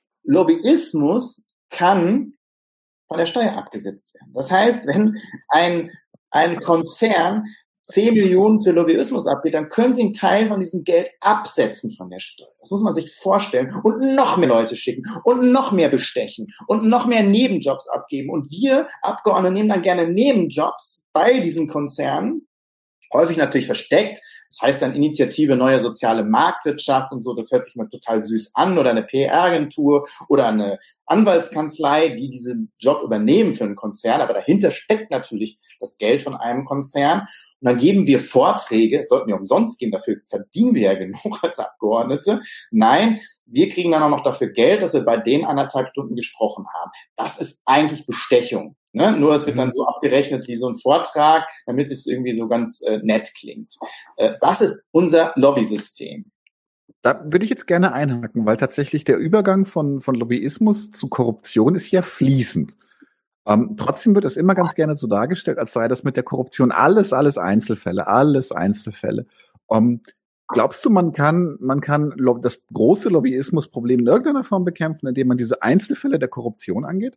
Lobbyismus kann von der Steuer abgesetzt werden. Das heißt, wenn ein, ein Konzern zehn Millionen für Lobbyismus abgeht, dann können sie einen Teil von diesem Geld absetzen von der Steuer. Das muss man sich vorstellen und noch mehr Leute schicken und noch mehr bestechen und noch mehr Nebenjobs abgeben. Und wir Abgeordnete nehmen dann gerne Nebenjobs bei diesen Konzernen, häufig natürlich versteckt. Das heißt dann Initiative Neue Soziale Marktwirtschaft und so, das hört sich mal total süß an, oder eine P R-Agentur oder eine Anwaltskanzlei, die diesen Job übernehmen für einen Konzern, aber dahinter steckt natürlich das Geld von einem Konzern. Und dann geben wir Vorträge, sollten wir umsonst geben, dafür verdienen wir ja genug als Abgeordnete. Nein, wir kriegen dann auch noch dafür Geld, dass wir bei denen anderthalb Stunden gesprochen haben. Das ist eigentlich Bestechung. Ne? Nur es wird dann so abgerechnet wie so ein Vortrag, damit es irgendwie so ganz äh, nett klingt. Äh, das ist unser Lobbysystem. Da würde ich jetzt gerne einhaken, weil tatsächlich der Übergang von, von Lobbyismus zu Korruption ist ja fließend. Ähm, trotzdem wird es immer ganz gerne so dargestellt, als sei das mit der Korruption alles, alles Einzelfälle, alles Einzelfälle. Ähm, glaubst du, man kann, man kann das große Lobbyismusproblem in irgendeiner Form bekämpfen, indem man diese Einzelfälle der Korruption angeht?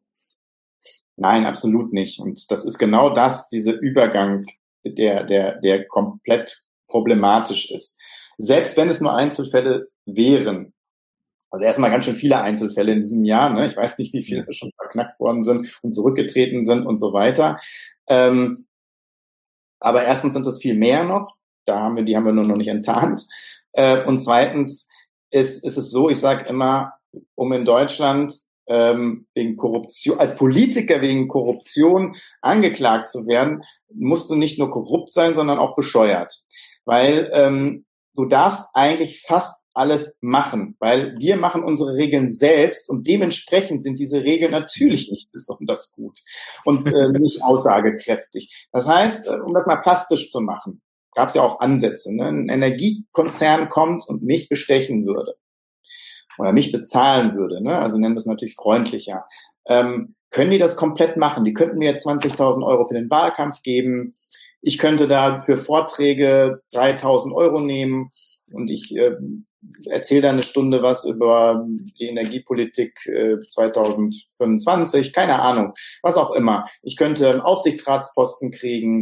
Nein, absolut nicht. Und das ist genau das, dieser Übergang, der, der, der komplett problematisch ist. Selbst wenn es nur Einzelfälle wären, also erstmal ganz schön viele Einzelfälle in diesem Jahr, ne? Ich weiß nicht, wie viele schon verknackt worden sind und zurückgetreten sind und so weiter. Ähm, aber erstens sind es viel mehr noch, da haben wir, die haben wir nur noch nicht enttarnt. Äh, und zweitens ist, ist es so, ich sage immer, um in Deutschland ähm, wegen Korruption, als Politiker wegen Korruption angeklagt zu werden, musst du nicht nur korrupt sein, sondern auch bescheuert. Weil ähm, du darfst eigentlich fast alles machen, weil wir machen unsere Regeln selbst und dementsprechend sind diese Regeln natürlich nicht besonders gut und äh, nicht aussagekräftig. Das heißt, um das mal plastisch zu machen, gab es ja auch Ansätze. Ne? Ein Energiekonzern kommt und mich bestechen würde oder mich bezahlen würde, ne? Also nennen wir es natürlich freundlicher. Ähm, können die das komplett machen? Die könnten mir jetzt zwanzigtausend Euro für den Wahlkampf geben. Ich könnte da für Vorträge dreitausend Euro nehmen und ich äh, erzähle da eine Stunde was über die Energiepolitik äh, zweitausendfünfundzwanzig, keine Ahnung, was auch immer. Ich könnte einen Aufsichtsratsposten kriegen.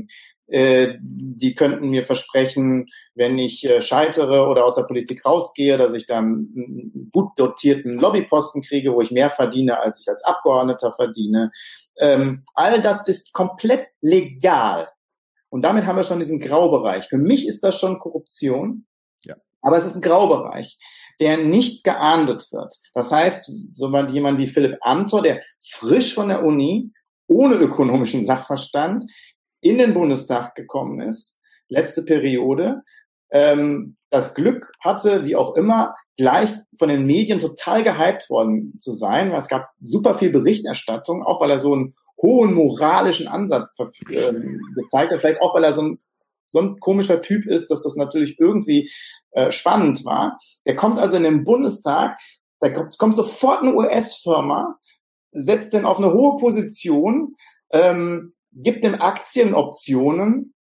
äh, die könnten mir versprechen, wenn ich äh, scheitere oder aus der Politik rausgehe, dass ich dann einen gut dotierten Lobbyposten kriege, wo ich mehr verdiene, als ich als Abgeordneter verdiene. Ähm, all das ist komplett legal. Und damit haben wir schon diesen Graubereich. Für mich ist das schon Korruption. Ja. Aber es ist ein Graubereich, der nicht geahndet wird. Das heißt, so jemand wie Philipp Amthor, der frisch von der Uni, ohne ökonomischen Sachverstand, in den Bundestag gekommen ist, letzte Periode, ähm, das Glück hatte, wie auch immer, gleich von den Medien total gehypt worden zu sein, weil es gab super viel Berichterstattung, auch weil er so einen hohen moralischen Ansatz äh, gezeigt hat, vielleicht auch, weil er so ein so ein komischer Typ ist, dass das natürlich irgendwie äh, spannend war. Der kommt also in den Bundestag, da kommt, kommt sofort eine U S-Firma, setzt den auf eine hohe Position, ähm, gibt dem Aktienoptionen,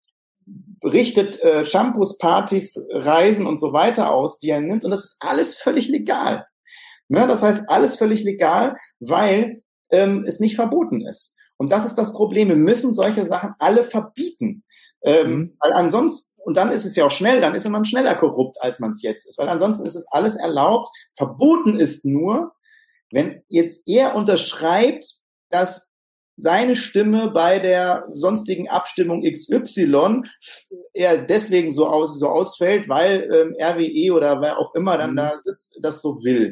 richtet äh, Shampoos, Partys, Reisen und so weiter aus, die er nimmt. Und das ist alles völlig legal. Ne? Das heißt, alles völlig legal, weil ähm, es nicht verboten ist. Und das ist das Problem. Wir müssen solche Sachen alle verbieten. Ähm, mhm. Weil ansonsten, und dann ist es ja auch schnell, dann ist man schneller korrupt, als man es jetzt ist. Weil ansonsten ist es alles erlaubt. Verboten ist nur, wenn jetzt er unterschreibt, dass seine Stimme bei der sonstigen Abstimmung X Y er deswegen so, aus, so ausfällt, weil ähm, R W E oder wer auch immer dann mhm. da sitzt, das so will.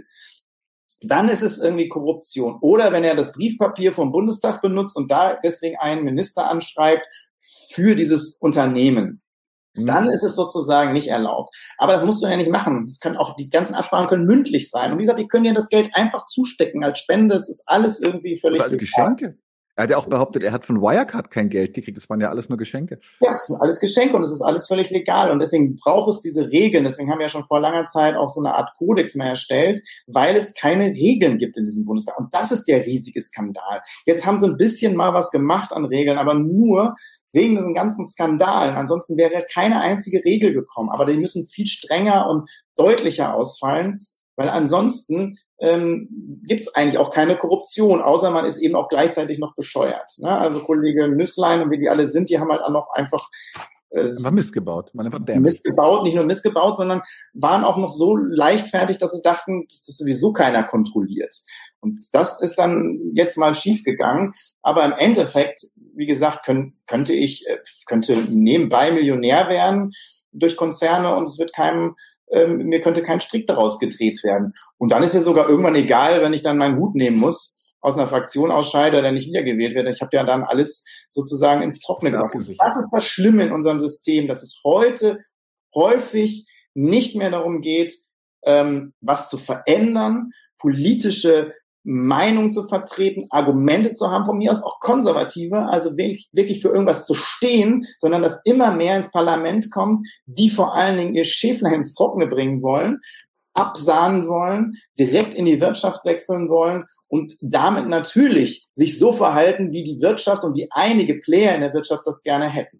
Dann ist es irgendwie Korruption. Oder wenn er das Briefpapier vom Bundestag benutzt und da deswegen einen Minister anschreibt für dieses Unternehmen. Dann ist es sozusagen nicht erlaubt. Aber das musst du ja nicht machen. Das können auch, die ganzen Absprachen können mündlich sein. Und wie gesagt, die können dir das Geld einfach zustecken als Spende. Es ist alles irgendwie völlig... Oder als Geschenke. Er hat ja auch behauptet, er hat von Wirecard kein Geld gekriegt. Das waren ja alles nur Geschenke. Ja, das sind alles Geschenke und es ist alles völlig legal. Und deswegen braucht es diese Regeln. Deswegen haben wir ja schon vor langer Zeit auch so eine Art Kodex mehr erstellt, weil es keine Regeln gibt in diesem Bundestag. Und das ist der riesige Skandal. Jetzt haben sie ein bisschen mal was gemacht an Regeln, aber nur wegen diesen ganzen Skandalen. Ansonsten wäre keine einzige Regel gekommen. Aber die müssen viel strenger und deutlicher ausfallen, weil ansonsten ähm, gibt es eigentlich auch keine Korruption, außer man ist eben auch gleichzeitig noch bescheuert. Ne? Also Kollege Nüßlein und wie die alle sind, die haben halt auch noch einfach äh, man Mist gebaut. Man einfach Mist gebaut, nicht nur Mist gebaut, sondern waren auch noch so leichtfertig, dass sie dachten, dass sowieso keiner kontrolliert. Und das ist dann jetzt mal schief gegangen. Aber im Endeffekt, wie gesagt, können, könnte ich könnte nebenbei Millionär werden durch Konzerne und es wird keinem Ähm, mir könnte kein Strick daraus gedreht werden. Und dann ist es sogar irgendwann egal, wenn ich dann meinen Hut nehmen muss, aus einer Fraktion ausscheide oder nicht wiedergewählt werde. Ich habe ja dann alles sozusagen ins Trockene gebracht. Das ist das Schlimme in unserem System, dass es heute häufig nicht mehr darum geht, ähm, was zu verändern, politische Meinung zu vertreten, Argumente zu haben, von mir aus auch konservative, also wirklich, wirklich für irgendwas zu stehen, sondern dass immer mehr ins Parlament kommt, die vor allen Dingen ihr Schäflein ins Trockene bringen wollen, absahnen wollen, direkt in die Wirtschaft wechseln wollen und damit natürlich sich so verhalten, wie die Wirtschaft und wie einige Player in der Wirtschaft das gerne hätten.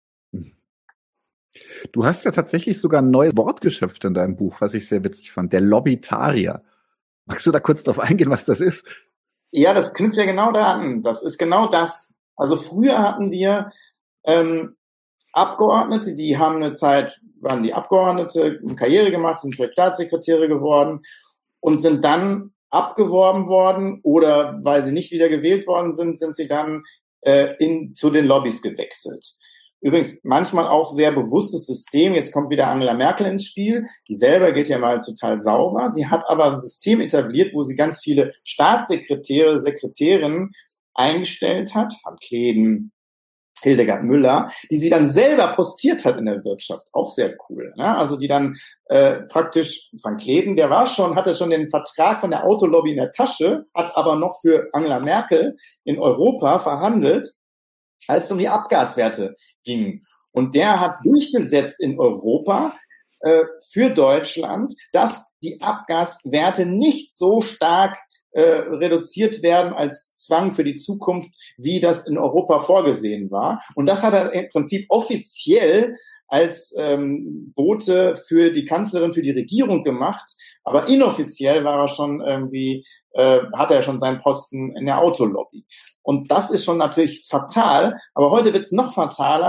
Du hast ja tatsächlich sogar ein neues Wort geschöpft in deinem Buch, was ich sehr witzig fand, der Lobbytarier. Magst du da kurz drauf eingehen, was das ist? Ja, das knüpft ja genau da an. Das ist genau das. Also früher hatten wir ähm, Abgeordnete, die haben eine Zeit, waren die Abgeordnete, eine Karriere gemacht, sind vielleicht Staatssekretäre geworden und sind dann abgeworben worden oder weil sie nicht wieder gewählt worden sind, sind sie dann äh, in, zu den Lobbys gewechselt. Übrigens manchmal auch sehr bewusstes System. Jetzt kommt wieder Angela Merkel ins Spiel. Die selber geht ja mal total sauber. Sie hat aber ein System etabliert, wo sie ganz viele Staatssekretäre, Sekretärinnen eingestellt hat, Van Kleden, Hildegard Müller, die sie dann selber postiert hat in der Wirtschaft. Auch sehr cool. Ne? Also die dann äh, praktisch, Van Kleden, der war schon, hatte schon den Vertrag von der Autolobby in der Tasche, hat aber noch für Angela Merkel in Europa verhandelt, als es um die Abgaswerte ging. Und der hat durchgesetzt in Europa äh, für Deutschland, dass die Abgaswerte nicht so stark äh, reduziert werden als Zwang für die Zukunft, wie das in Europa vorgesehen war. Und das hat er im Prinzip offiziell als ähm, Bote für die Kanzlerin, für die Regierung gemacht. Aber inoffiziell war er schon irgendwie, äh, hat er schon seinen Posten in der Autolobby. Und das ist schon natürlich fatal. Aber heute wird es noch fataler.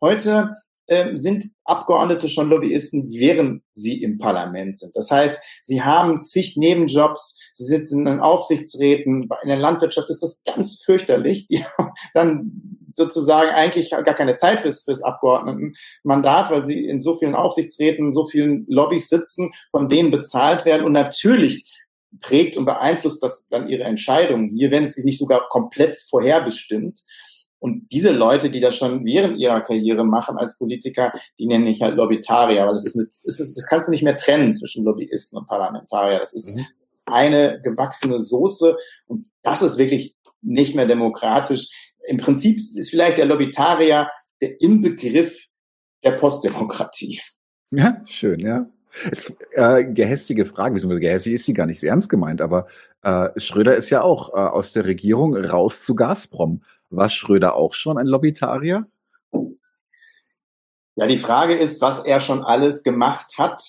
heute äh, sind Abgeordnete schon Lobbyisten, während sie im Parlament sind. Das heißt, sie haben zig Nebenjobs, sie sitzen in Aufsichtsräten, in der Landwirtschaft ist das ganz fürchterlich. Die haben dann sozusagen eigentlich gar keine Zeit fürs, fürs Abgeordnetenmandat, weil sie in so vielen Aufsichtsräten, in so vielen Lobbys sitzen, von denen bezahlt werden. Und natürlich prägt und beeinflusst das dann ihre Entscheidungen hier, wenn es sich nicht sogar komplett vorherbestimmt. Und diese Leute, die das schon während ihrer Karriere machen als Politiker, die nenne ich halt Lobbytarier, weil das ist, eine, das ist, das kannst du nicht mehr trennen zwischen Lobbyisten und Parlamentarier. Das ist mhm. eine gewachsene Soße und das ist wirklich nicht mehr demokratisch. Im Prinzip ist vielleicht der Lobbytarier der Inbegriff der Postdemokratie. Ja, schön, ja. Jetzt, äh, gehässige Frage, beziehungsweise gehässig ist sie gar nicht ernst gemeint, aber äh, Schröder ist ja auch äh, aus der Regierung raus zu Gazprom. War Schröder auch schon ein Lobbytarier? Ja, die Frage ist, was er schon alles gemacht hat,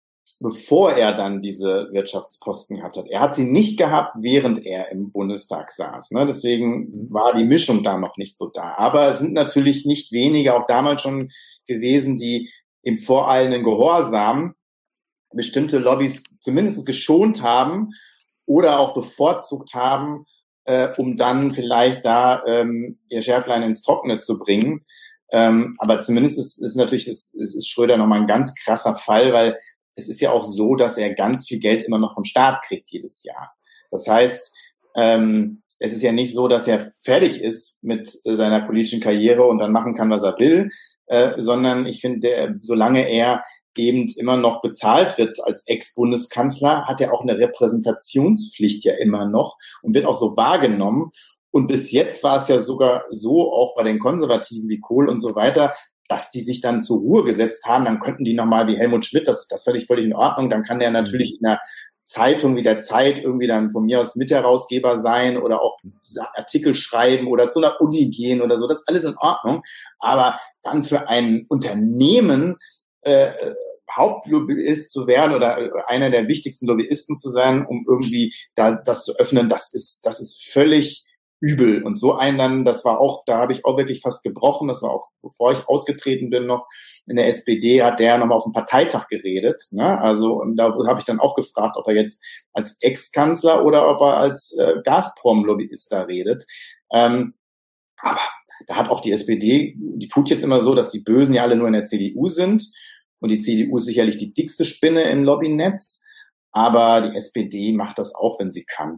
bevor er dann diese Wirtschaftsposten gehabt hat. Er hat sie nicht gehabt, während er im Bundestag saß. Ne? Deswegen war die Mischung da noch nicht so da. Aber es sind natürlich nicht wenige, auch damals schon gewesen, die im voreilenden Gehorsam bestimmte Lobbys zumindest geschont haben oder auch bevorzugt haben, äh, um dann vielleicht da ähm, ihr Schärflein ins Trockene zu bringen. Ähm, aber zumindest ist, ist natürlich ist, ist Schröder nochmal ein ganz krasser Fall, weil es ist ja auch so, dass er ganz viel Geld immer noch vom Staat kriegt jedes Jahr. Das heißt, ähm, es ist ja nicht so, dass er fertig ist mit seiner politischen Karriere und dann machen kann, was er will, äh, sondern ich finde, solange er eben immer noch bezahlt wird als Ex-Bundeskanzler, hat er auch eine Repräsentationspflicht ja immer noch und wird auch so wahrgenommen. Und bis jetzt war es ja sogar so, auch bei den Konservativen wie Kohl und so weiter, dass die sich dann zur Ruhe gesetzt haben. Dann könnten die nochmal wie Helmut Schmidt, das das völlig völlig in Ordnung. Dann kann der natürlich in der Zeitung wie der Zeit irgendwie dann von mir aus Mitherausgeber sein oder auch Artikel schreiben oder zu einer Uni gehen oder so. Das ist alles in Ordnung. Aber dann für ein Unternehmen äh, Hauptlobbyist zu werden oder einer der wichtigsten Lobbyisten zu sein, um irgendwie da das zu öffnen, das ist das ist völlig übel. Und so einen dann, das war auch, da habe ich auch wirklich fast gebrochen, das war auch, bevor ich ausgetreten bin noch, in der S P D hat der nochmal auf dem Parteitag geredet, ne? Also da habe ich dann auch gefragt, ob er jetzt als Ex-Kanzler oder ob er als äh, Gazprom-Lobbyist da redet. Ähm, aber da hat auch die S P D, die tut jetzt immer so, dass die Bösen ja alle nur in der C D U sind und die C D U ist sicherlich die dickste Spinne im Lobbynetz, aber die S P D macht das auch, wenn sie kann.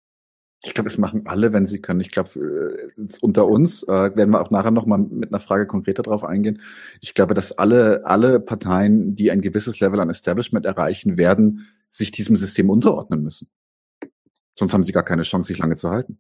Ich glaube, es machen alle, wenn sie können. Ich glaube, unter uns äh, werden wir auch nachher nochmal mit einer Frage konkreter drauf eingehen. Ich glaube, dass alle alle Parteien, die ein gewisses Level an Establishment erreichen, werden sich diesem System unterordnen müssen. Sonst haben sie gar keine Chance, sich lange zu halten.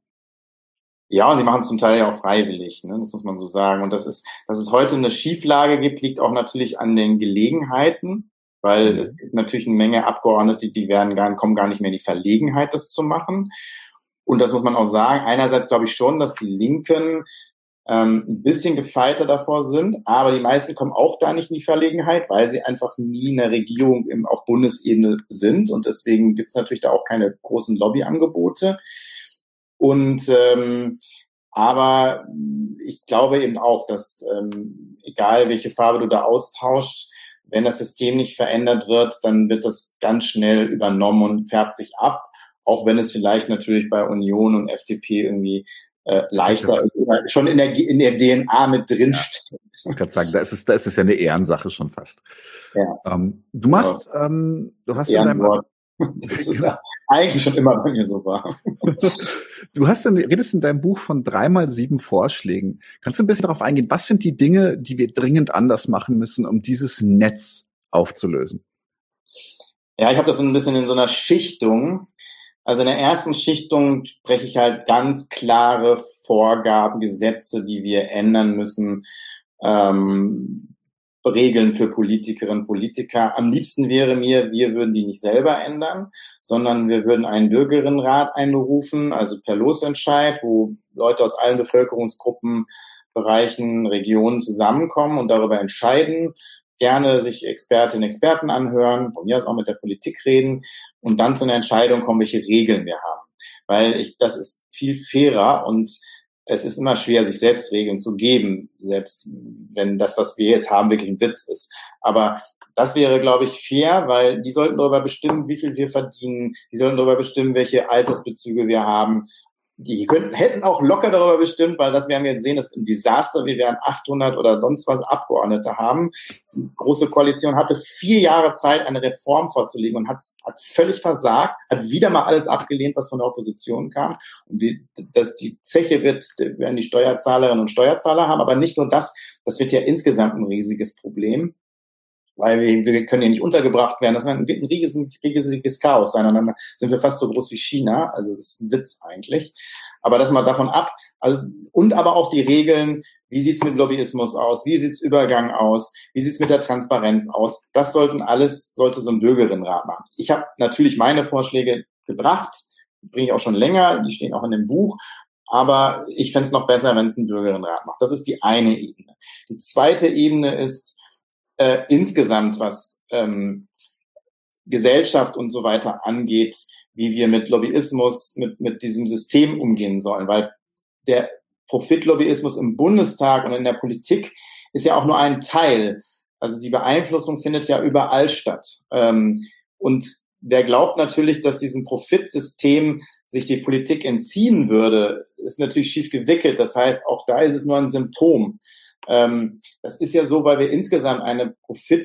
Ja, und sie machen es zum Teil ja auch freiwillig, ne? Das muss man so sagen. Und das ist, dass es heute eine Schieflage gibt, liegt auch natürlich an den Gelegenheiten, weil mhm. es gibt natürlich eine Menge Abgeordnete, die werden gar, kommen gar nicht mehr in die Verlegenheit, das zu machen. Und das muss man auch sagen. Einerseits glaube ich schon, dass die Linken ähm, ein bisschen gefeiter davor sind, aber die meisten kommen auch da nicht in die Verlegenheit, weil sie einfach nie in der Regierung im, auf Bundesebene sind. Und deswegen gibt es natürlich da auch keine großen Lobbyangebote. Und ähm, aber ich glaube eben auch, dass ähm, egal welche Farbe du da austauscht, wenn das System nicht verändert wird, dann wird das ganz schnell übernommen und färbt sich ab. Auch wenn es vielleicht natürlich bei Union und F D P irgendwie äh, leichter ist oder schon in der in der D N A mit drin ja, steht. Ich wollte gerade sagen, da ist es, da ist es ja eine Ehrensache schon fast. Ja. Ähm, du machst, ja. ähm, du hast in deinem, das ist ja eigentlich schon immer bei mir so war. Du hast dann, redest in deinem Buch von drei mal sieben Vorschlägen. Kannst du ein bisschen darauf eingehen? Was sind die Dinge, die wir dringend anders machen müssen, um dieses Netz aufzulösen? Ja, ich habe das so ein bisschen in so einer Schichtung. Also in der ersten Schichtung spreche ich halt ganz klare Vorgaben, Gesetze, die wir ändern müssen, ähm, Regeln für Politikerinnen und Politiker. Am liebsten wäre mir, wir würden die nicht selber ändern, sondern wir würden einen Bürgerinnenrat einberufen, also per Losentscheid, wo Leute aus allen Bevölkerungsgruppen, Bereichen, Regionen zusammenkommen und darüber entscheiden. Gerne sich Expertinnen und Experten anhören, von mir aus auch mit der Politik reden und dann zu einer Entscheidung kommen, welche Regeln wir haben. Weil ich, das ist viel fairer und es ist immer schwer, sich selbst Regeln zu geben, selbst wenn das, was wir jetzt haben, wirklich ein Witz ist. Aber das wäre, glaube ich, fair, weil die sollten darüber bestimmen, wie viel wir verdienen. Die sollten darüber bestimmen, welche Altersbezüge wir haben. Die könnten, hätten auch locker darüber bestimmt, weil das werden wir jetzt sehen, das ist ein Desaster. Wir werden achthundert oder sonst was Abgeordnete haben. Die Große Koalition hatte vier Jahre Zeit, eine Reform vorzulegen und hat, hat völlig versagt, hat wieder mal alles abgelehnt, was von der Opposition kam. Und die, das, die Zeche wird, werden die Steuerzahlerinnen und Steuerzahler haben. Aber nicht nur das, das wird ja insgesamt ein riesiges Problem. Weil wir, wir können ja nicht untergebracht werden. Das wird ein riesiges, riesiges Chaos sein. Und dann sind wir fast so groß wie China. Also das ist ein Witz eigentlich. Aber das mal davon ab. Also, und aber auch die Regeln. Wie sieht's mit Lobbyismus aus? Wie sieht's Übergang aus? Wie sieht's mit der Transparenz aus? Das sollten alles, sollte so ein Bürgerinnenrat machen. Ich habe natürlich meine Vorschläge gebracht. Die bringe ich auch schon länger. Die stehen auch in dem Buch. Aber ich fände es noch besser, wenn es ein Bürgerinnenrat macht. Das ist die eine Ebene. Die zweite Ebene ist, Äh, insgesamt, was ähm, Gesellschaft und so weiter angeht, wie wir mit Lobbyismus, mit, mit diesem System umgehen sollen. Weil der Profitlobbyismus im Bundestag und in der Politik ist ja auch nur ein Teil. Also die Beeinflussung findet ja überall statt. Ähm, und wer glaubt natürlich, dass diesem Profitsystem sich die Politik entziehen würde, ist natürlich schief gewickelt. Das heißt, auch da ist es nur ein Symptom. Ähm, das ist ja so, weil wir insgesamt eine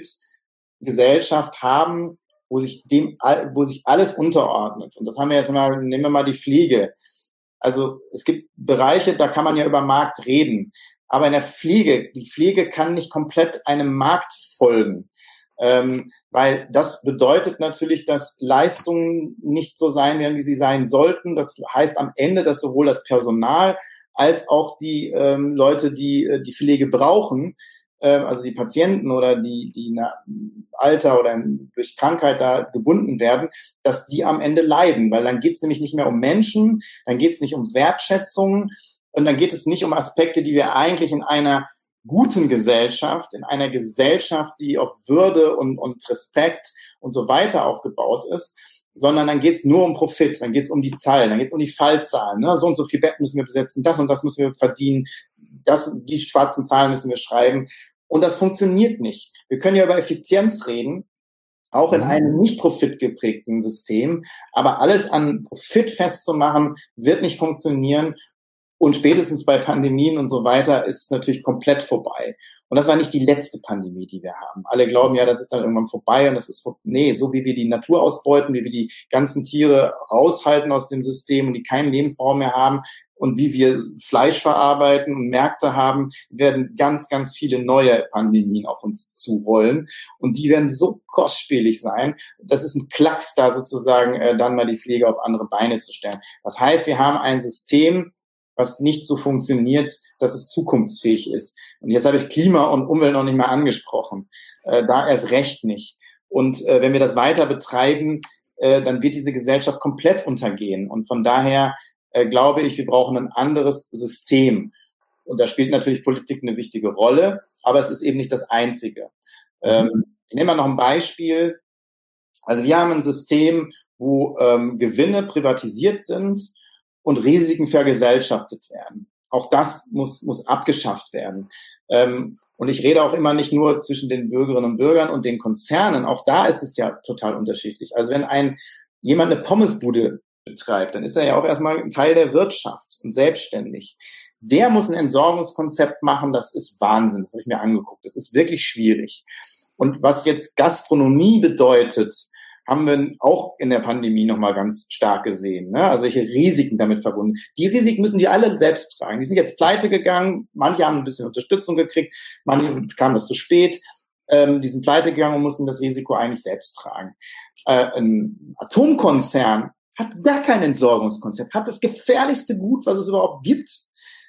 Profitgesellschaft haben, wo sich dem, wo sich alles unterordnet. Und das haben wir jetzt mal, nehmen wir mal die Pflege. Also es gibt Bereiche, da kann man ja über Markt reden. Aber in der Pflege, die Pflege kann nicht komplett einem Markt folgen. Ähm, weil das bedeutet natürlich, dass Leistungen nicht so sein werden, wie sie sein sollten. Das heißt am Ende, dass sowohl das Personal als auch die ähm, Leute, die äh, die Pflege brauchen, äh, also die Patienten oder die, die in Alter oder in, durch Krankheit da gebunden werden, dass die am Ende leiden. Weil dann geht es nämlich nicht mehr um Menschen, dann geht es nicht um Wertschätzung und dann geht es nicht um Aspekte, die wir eigentlich in einer guten Gesellschaft, in einer Gesellschaft, die auf Würde und, und Respekt und so weiter aufgebaut ist, sondern dann geht's nur um Profit, dann geht's um die Zahlen, dann geht's um die Fallzahlen. Ne? So und so viel Betten müssen wir besetzen, das und das müssen wir verdienen, das, die schwarzen Zahlen müssen wir schreiben. Und das funktioniert nicht. Wir können ja über Effizienz reden, auch in einem nicht profitgeprägten System, aber alles an Profit festzumachen, wird nicht funktionieren. Und spätestens bei Pandemien und so weiter ist es natürlich komplett vorbei. Und das war nicht die letzte Pandemie, die wir haben. Alle glauben ja, das ist dann irgendwann vorbei und das ist, nee, so wie wir die Natur ausbeuten, wie wir die ganzen Tiere raushalten aus dem System und die keinen Lebensraum mehr haben und wie wir Fleisch verarbeiten und Märkte haben, werden ganz, ganz viele neue Pandemien auf uns zurollen. Und die werden so kostspielig sein. Das ist ein Klacks, da sozusagen äh, dann mal die Pflege auf andere Beine zu stellen. Das heißt, wir haben ein System, was nicht so funktioniert, dass es zukunftsfähig ist. Und jetzt habe ich Klima und Umwelt noch nicht mal angesprochen. Äh, da erst recht nicht. Und äh, wenn wir das weiter betreiben, äh, dann wird diese Gesellschaft komplett untergehen. Und von daher äh, glaube ich, wir brauchen ein anderes System. Und da spielt natürlich Politik eine wichtige Rolle, aber es ist eben nicht das Einzige. Ähm, ich nehme mal noch ein Beispiel. Also wir haben ein System, wo ähm, Gewinne privatisiert sind und Risiken vergesellschaftet werden. Auch das muss muss abgeschafft werden. Ähm, und ich rede auch immer nicht nur zwischen den Bürgerinnen und Bürgern und den Konzernen. Auch da ist es ja total unterschiedlich. Also wenn ein jemand eine Pommesbude betreibt, dann ist er ja auch erstmal ein Teil der Wirtschaft und selbstständig. Der muss ein Entsorgungskonzept machen. Das ist Wahnsinn. Das habe ich mir angeguckt. Das ist wirklich schwierig. Und was jetzt Gastronomie bedeutet, haben wir auch in der Pandemie nochmal ganz stark gesehen. Ne? Also welche Risiken damit verbunden. Die Risiken müssen die alle selbst tragen. Die sind jetzt pleite gegangen. Manche haben ein bisschen Unterstützung gekriegt. Manche kamen das zu spät. Ähm, die sind pleite gegangen und mussten das Risiko eigentlich selbst tragen. Äh, ein Atomkonzern hat gar kein Entsorgungskonzept, hat das gefährlichste Gut, was es überhaupt gibt,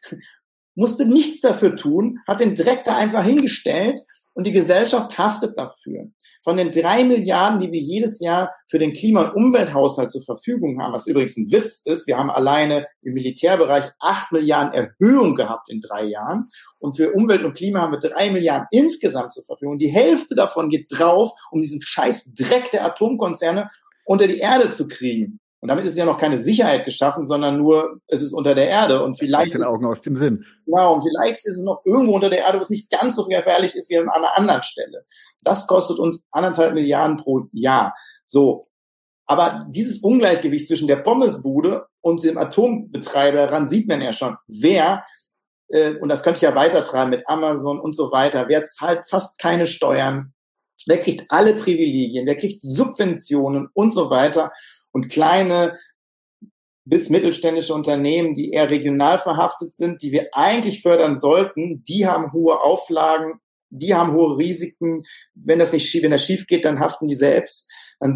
musste nichts dafür tun, hat den Dreck da einfach hingestellt und die Gesellschaft haftet dafür. Von den drei Milliarden, die wir jedes Jahr für den Klima- und Umwelthaushalt zur Verfügung haben, was übrigens ein Witz ist, wir haben alleine im Militärbereich acht Milliarden Erhöhung gehabt in drei Jahren und für Umwelt und Klima haben wir drei Milliarden insgesamt zur Verfügung. Und die Hälfte davon geht drauf, um diesen scheiß Dreck der Atomkonzerne unter die Erde zu kriegen. Und damit ist ja noch keine Sicherheit geschaffen, sondern nur, es ist unter der Erde. Und vielleicht. Aus den Augen, aus dem Sinn. Genau, und vielleicht ist es noch irgendwo unter der Erde, wo es nicht ganz so gefährlich ist wie an einer anderen Stelle. Das kostet uns anderthalb Milliarden pro Jahr. So. Aber dieses Ungleichgewicht zwischen der Pommesbude und dem Atombetreiber, daran sieht man ja schon, wer, äh, und das könnte ich ja weitertreiben mit Amazon und so weiter, wer zahlt fast keine Steuern, wer kriegt alle Privilegien, wer kriegt Subventionen und so weiter. Und kleine bis mittelständische Unternehmen, die eher regional verhaftet sind, die wir eigentlich fördern sollten, die haben hohe Auflagen, die haben hohe Risiken. Wenn das nicht schief, wenn das schief geht, dann haften die selbst.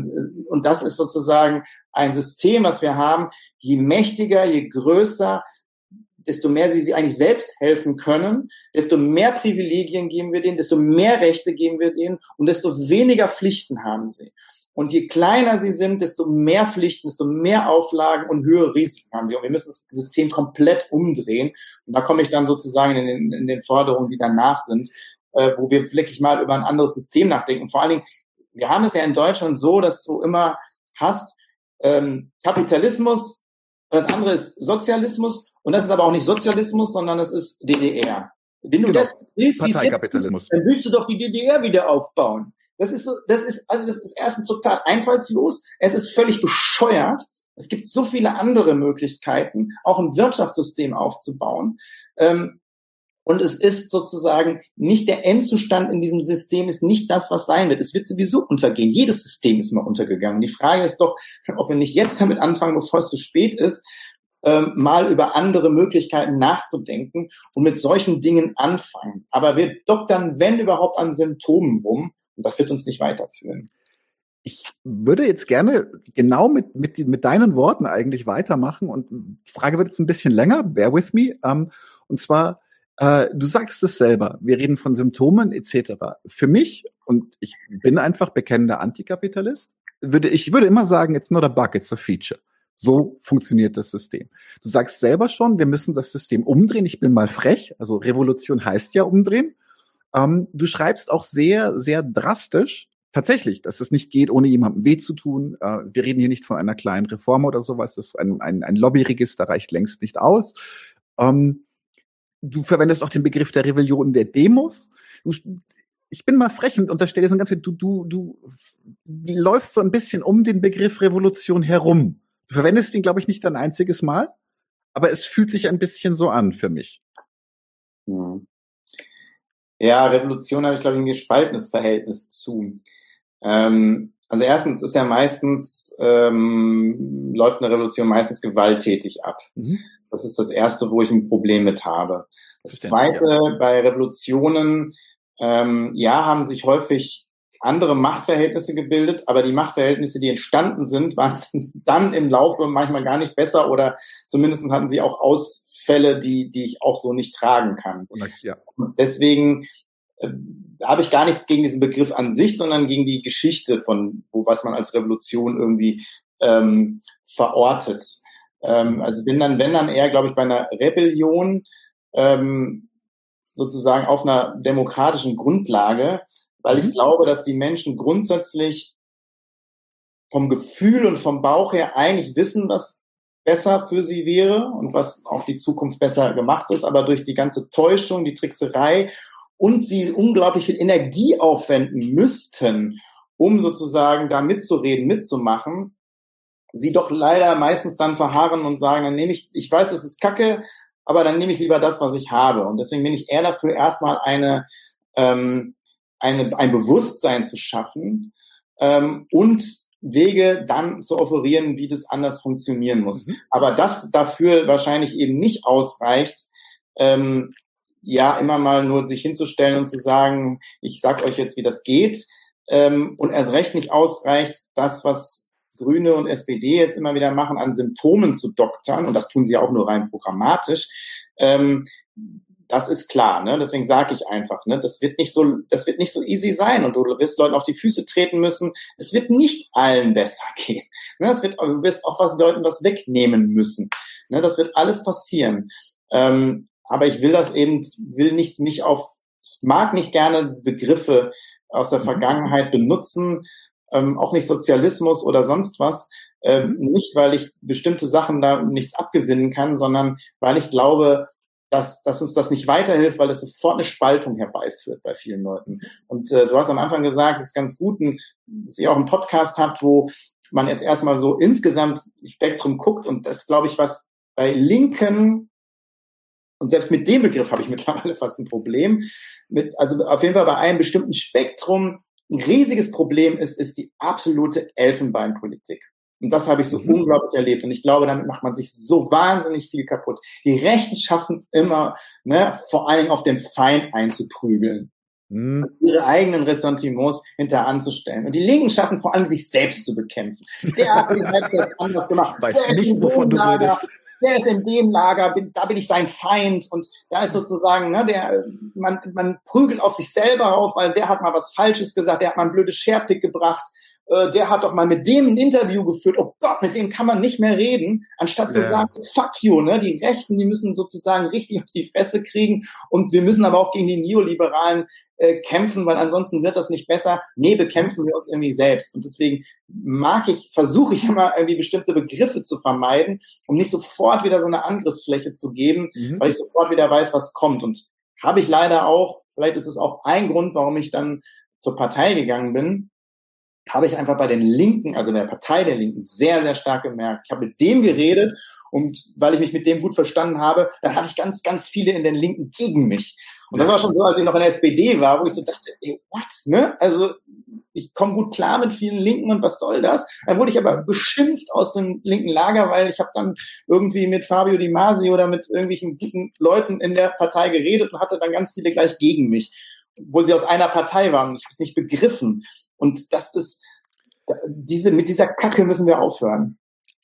Und das ist sozusagen ein System, was wir haben. Je mächtiger, je größer, desto mehr sie sich eigentlich selbst helfen können, desto mehr Privilegien geben wir denen, desto mehr Rechte geben wir denen und desto weniger Pflichten haben sie. Und je kleiner sie sind, desto mehr Pflichten, desto mehr Auflagen und höhere Risiken haben sie. Und wir müssen das System komplett umdrehen. Und da komme ich dann sozusagen in den, in den Forderungen, die danach sind, äh, wo wir wirklich mal über ein anderes System nachdenken. Und vor allen Dingen, wir haben es ja in Deutschland so, dass du immer hast ähm, Kapitalismus, das andere ist Sozialismus. Und das ist aber auch nicht Sozialismus, sondern das ist D D R. Wenn du Genau. das willst, wie es jetzt Parteikapitalismus. ist, dann willst du doch die D D R wieder aufbauen. Das ist so, das ist, also das ist erstens total einfallslos. Es ist völlig bescheuert. Es gibt so viele andere Möglichkeiten, auch ein Wirtschaftssystem aufzubauen. Ähm, und es ist sozusagen nicht der Endzustand in diesem System, ist nicht das, was sein wird. Es wird sowieso untergehen. Jedes System ist mal untergegangen. Die Frage ist doch, ob wir nicht jetzt damit anfangen, bevor es zu spät ist, ähm, mal über andere Möglichkeiten nachzudenken und mit solchen Dingen anfangen. Aber wir doktern, wenn überhaupt, an Symptomen rum. Und das wird uns nicht weiterführen. Ich würde jetzt gerne genau mit, mit, mit deinen Worten eigentlich weitermachen und die Frage wird jetzt ein bisschen länger, bear with me. Ähm, und zwar, äh, du sagst es selber, wir reden von Symptomen et cetera. Für mich, und ich bin einfach bekennender Antikapitalist, würde ich würde immer sagen, it's not a bug, it's a feature. So funktioniert das System. Du sagst selber schon, wir müssen das System umdrehen. Ich bin mal frech, also Revolution heißt ja umdrehen. Ähm, du schreibst auch sehr, sehr drastisch, tatsächlich, dass es nicht geht, ohne jemandem weh zu tun. Äh, wir reden hier nicht von einer kleinen Reform oder sowas. Das ist ein, ein, ein Lobbyregister, reicht längst nicht aus. Ähm, du verwendest auch den Begriff der Rebellion der Demos. Du, ich bin mal frech und unterstelle so ganz viel, du, du, du läufst so ein bisschen um den Begriff Revolution herum. Du verwendest ihn, glaube ich, nicht ein einziges Mal, aber es fühlt sich ein bisschen so an für mich. Hm. Ja, Revolution habe ich, glaube ich, ein gespaltenes Verhältnis zu. Ähm, also erstens ist ja meistens, ähm, läuft eine Revolution meistens gewalttätig ab. Mhm. Das ist das Erste, wo ich ein Problem mit habe. Das Zweite, ja. Bei Revolutionen, ähm, ja, haben sich häufig andere Machtverhältnisse gebildet, aber die Machtverhältnisse, die entstanden sind, waren dann im Laufe manchmal gar nicht besser oder zumindest hatten sie auch Ausfälle, die, die ich auch so nicht tragen kann. Ja. Deswegen äh, habe ich gar nichts gegen diesen Begriff an sich, sondern gegen die Geschichte von, wo was man als Revolution irgendwie ähm, verortet. Ähm, also bin dann, wenn dann eher, glaube ich, bei einer Rebellion ähm, sozusagen auf einer demokratischen Grundlage, weil ich glaube, dass die Menschen grundsätzlich vom Gefühl und vom Bauch her eigentlich wissen, was besser für sie wäre und was auch die Zukunft besser gemacht ist, aber durch die ganze Täuschung, die Trickserei und sie unglaublich viel Energie aufwenden müssten, um sozusagen da mitzureden, mitzumachen, sie doch leider meistens dann verharren und sagen, dann nehme ich, ich weiß, es ist Kacke, aber dann nehme ich lieber das, was ich habe. Und deswegen bin ich eher dafür, erstmal eine ähm, Eine, ein Bewusstsein zu schaffen ähm, und Wege dann zu offerieren, wie das anders funktionieren muss. Mhm. Aber das dafür wahrscheinlich eben nicht ausreicht, ähm, ja, immer mal nur sich hinzustellen und zu sagen, ich sag euch jetzt, wie das geht, ähm, und erst recht nicht ausreicht, das, was Grüne und S P D jetzt immer wieder machen, an Symptomen zu doktern, und das tun sie auch nur rein programmatisch, ähm, das ist klar, ne? Deswegen sage ich einfach, ne, das wird nicht so, das wird nicht so easy sein und du wirst Leuten auf die Füße treten müssen. Es wird nicht allen besser gehen. Ne? Das wird, du wirst auch was Leuten was wegnehmen müssen. Ne? Das wird alles passieren. Ähm, aber ich will das eben, will nicht mich auf, ich mag nicht gerne Begriffe aus der Vergangenheit benutzen, ähm, auch nicht Sozialismus oder sonst was. Ähm, nicht, weil ich bestimmte Sachen da nichts abgewinnen kann, sondern weil ich glaube, dass, dass uns das nicht weiterhilft, weil das sofort eine Spaltung herbeiführt bei vielen Leuten. Und äh, du hast am Anfang gesagt, es ist ganz gut, ein, dass ihr auch einen Podcast habt, wo man jetzt erstmal so insgesamt Spektrum guckt. Und das, glaube ich, was bei Linken, und selbst mit dem Begriff habe ich mittlerweile fast ein Problem, mit, also auf jeden Fall bei einem bestimmten Spektrum ein riesiges Problem ist, ist die absolute Elfenbeinpolitik. Und das habe ich so mhm. unglaublich erlebt. Und ich glaube, damit macht man sich so wahnsinnig viel kaputt. Die Rechten schaffen es immer, ne, vor allen Dingen auf den Feind einzuprügeln. Mhm. Ihre eigenen Ressentiments hinter anzustellen. Und die Linken schaffen es vor allem, sich selbst zu bekämpfen. Der hat den Halbsatz anders gemacht. Weiß nicht, wovon du redest. Der ist in dem Lager, bin, da bin ich sein Feind. Und da ist sozusagen, ne, der, man, man prügelt auf sich selber auf, weil der hat mal was Falsches gesagt, der hat mal ein blödes Sharepick gebracht. Der hat doch mal mit dem ein Interview geführt. Oh Gott, mit dem kann man nicht mehr reden. Anstatt zu ja. sagen, fuck you, ne? Die Rechten, die müssen sozusagen richtig auf die Fresse kriegen. Und wir müssen aber auch gegen die Neoliberalen äh, kämpfen, weil ansonsten wird das nicht besser. Nee, bekämpfen wir uns irgendwie selbst. Und deswegen mag ich, versuche ich immer irgendwie bestimmte Begriffe zu vermeiden, um nicht sofort wieder so eine Angriffsfläche zu geben, mhm. weil ich sofort wieder weiß, was kommt. Und habe ich leider auch, vielleicht ist es auch ein Grund, warum ich dann zur Partei gegangen bin, habe ich einfach bei den Linken, also der Partei der Linken, sehr, sehr stark gemerkt. Ich habe mit dem geredet und weil ich mich mit dem gut verstanden habe, dann hatte ich ganz, ganz viele in den Linken gegen mich. Und das war schon so, als ich noch in der S P D war, wo ich so dachte, ey, what, ne? Also ich komme gut klar mit vielen Linken und was soll das? Dann wurde ich aber beschimpft aus dem linken Lager, weil ich habe dann irgendwie mit Fabio Di Masi oder mit irgendwelchen guten Leuten in der Partei geredet und hatte dann ganz viele gleich gegen mich, obwohl sie aus einer Partei waren. Ich habe es nicht begriffen. Und das ist, diese, mit dieser Kacke müssen wir aufhören.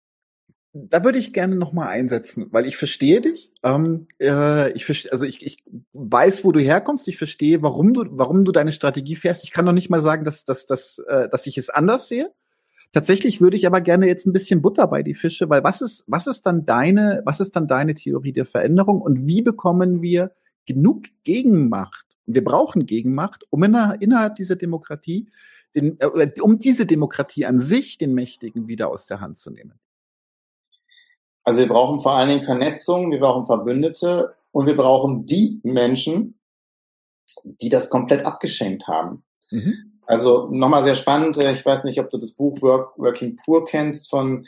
Da würde ich gerne nochmal einsetzen, weil ich verstehe dich. Ähm, äh, ich verstehe, also ich, ich weiß, wo du herkommst. Ich verstehe, warum du, warum du deine Strategie fährst. Ich kann noch nicht mal sagen, dass, dass, dass, äh, dass ich es anders sehe. Tatsächlich würde ich aber gerne jetzt ein bisschen Butter bei die Fische, weil was ist, was ist dann deine, was ist dann deine Theorie der Veränderung und wie bekommen wir genug Gegenmacht? Und wir brauchen Gegenmacht, um inner, innerhalb dieser Demokratie Den, oder um diese Demokratie an sich, den Mächtigen, wieder aus der Hand zu nehmen? Also wir brauchen vor allen Dingen Vernetzung, wir brauchen Verbündete und wir brauchen die Menschen, die das komplett abgeschenkt haben. Mhm. Also nochmal sehr spannend, ich weiß nicht, ob du das Buch Work, Working Poor kennst von,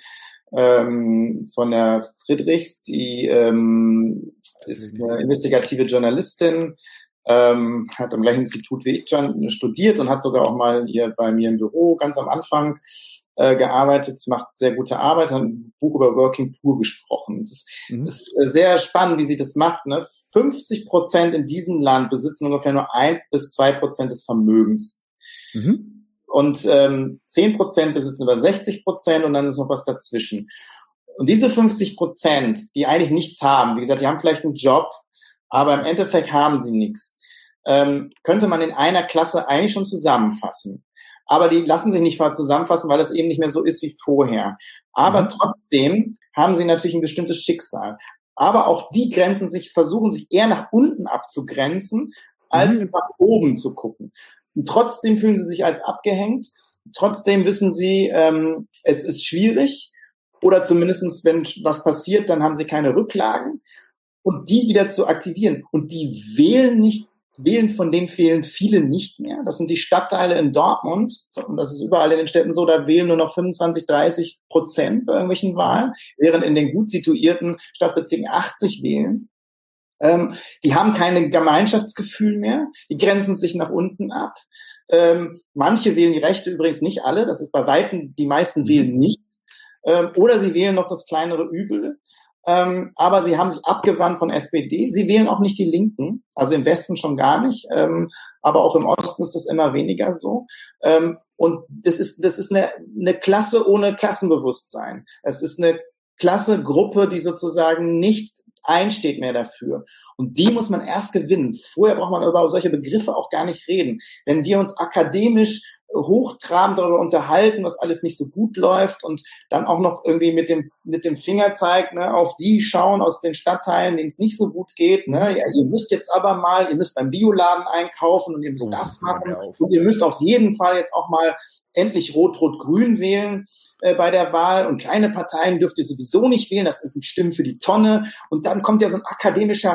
ähm, von der Friedrichs, die ähm, ist eine investigative Journalistin, Ähm, hat am gleichen Institut wie ich schon studiert und hat sogar auch mal hier bei mir im Büro ganz am Anfang äh, gearbeitet, macht sehr gute Arbeit, hat ein Buch über Working Poor gesprochen. Das mhm. ist sehr spannend, wie sie das macht. Ne? fünfzig Prozent in diesem Land besitzen ungefähr nur ein bis zwei Prozent des Vermögens. Mhm. Und ähm, zehn Prozent besitzen über sechzig Prozent und dann ist noch was dazwischen. Und diese fünfzig Prozent, die eigentlich nichts haben, wie gesagt, die haben vielleicht einen Job, aber im Endeffekt haben sie nichts. Ähm, könnte man in einer Klasse eigentlich schon zusammenfassen. Aber die lassen sich nicht zusammenfassen, weil das eben nicht mehr so ist wie vorher. Aber mhm. trotzdem haben sie natürlich ein bestimmtes Schicksal. Aber auch die grenzen sich, versuchen sich eher nach unten abzugrenzen, als mhm. nach oben zu gucken. Und trotzdem fühlen sie sich als abgehängt. Trotzdem wissen sie, ähm, es ist schwierig. Oder zumindestens, wenn was passiert, dann haben sie keine Rücklagen. Und die wieder zu aktivieren. Und die wählen nicht, wählen von denen fehlen viele nicht mehr. Das sind die Stadtteile in Dortmund. Und das ist überall in den Städten so, da wählen nur noch fünfundzwanzig, dreißig Prozent bei irgendwelchen Wahlen, während in den gut situierten Stadtbezirken achtzig wählen. Ähm, die haben kein Gemeinschaftsgefühl mehr. Die grenzen sich nach unten ab. Ähm, manche wählen die Rechte, übrigens nicht alle. Das ist bei Weitem, die meisten wählen nicht. Ähm, oder sie wählen noch das kleinere Übel. Ähm, aber sie haben sich abgewandt von S P D. Sie wählen auch nicht die Linken, also im Westen schon gar nicht, ähm, aber auch im Osten ist das immer weniger so. Ähm, und das ist das ist eine, eine Klasse ohne Klassenbewusstsein. Es ist eine Klasse, Gruppe, die sozusagen nicht einsteht mehr dafür. Und die muss man erst gewinnen. Vorher braucht man über solche Begriffe auch gar nicht reden. Wenn wir uns akademisch hochtrabend darüber unterhalten, was alles nicht so gut läuft und dann auch noch irgendwie mit dem mit dem Finger zeigt, ne, auf die schauen aus den Stadtteilen, denen es nicht so gut geht. Ne, ja, ihr müsst jetzt aber mal, ihr müsst beim Bioladen einkaufen und ihr müsst oh, das machen und ihr müsst auf jeden Fall jetzt auch mal endlich Rot-Rot-Grün wählen äh, bei der Wahl und kleine Parteien dürft ihr sowieso nicht wählen, das ist ein Stimmen für die Tonne. Und dann kommt ja so ein akademischer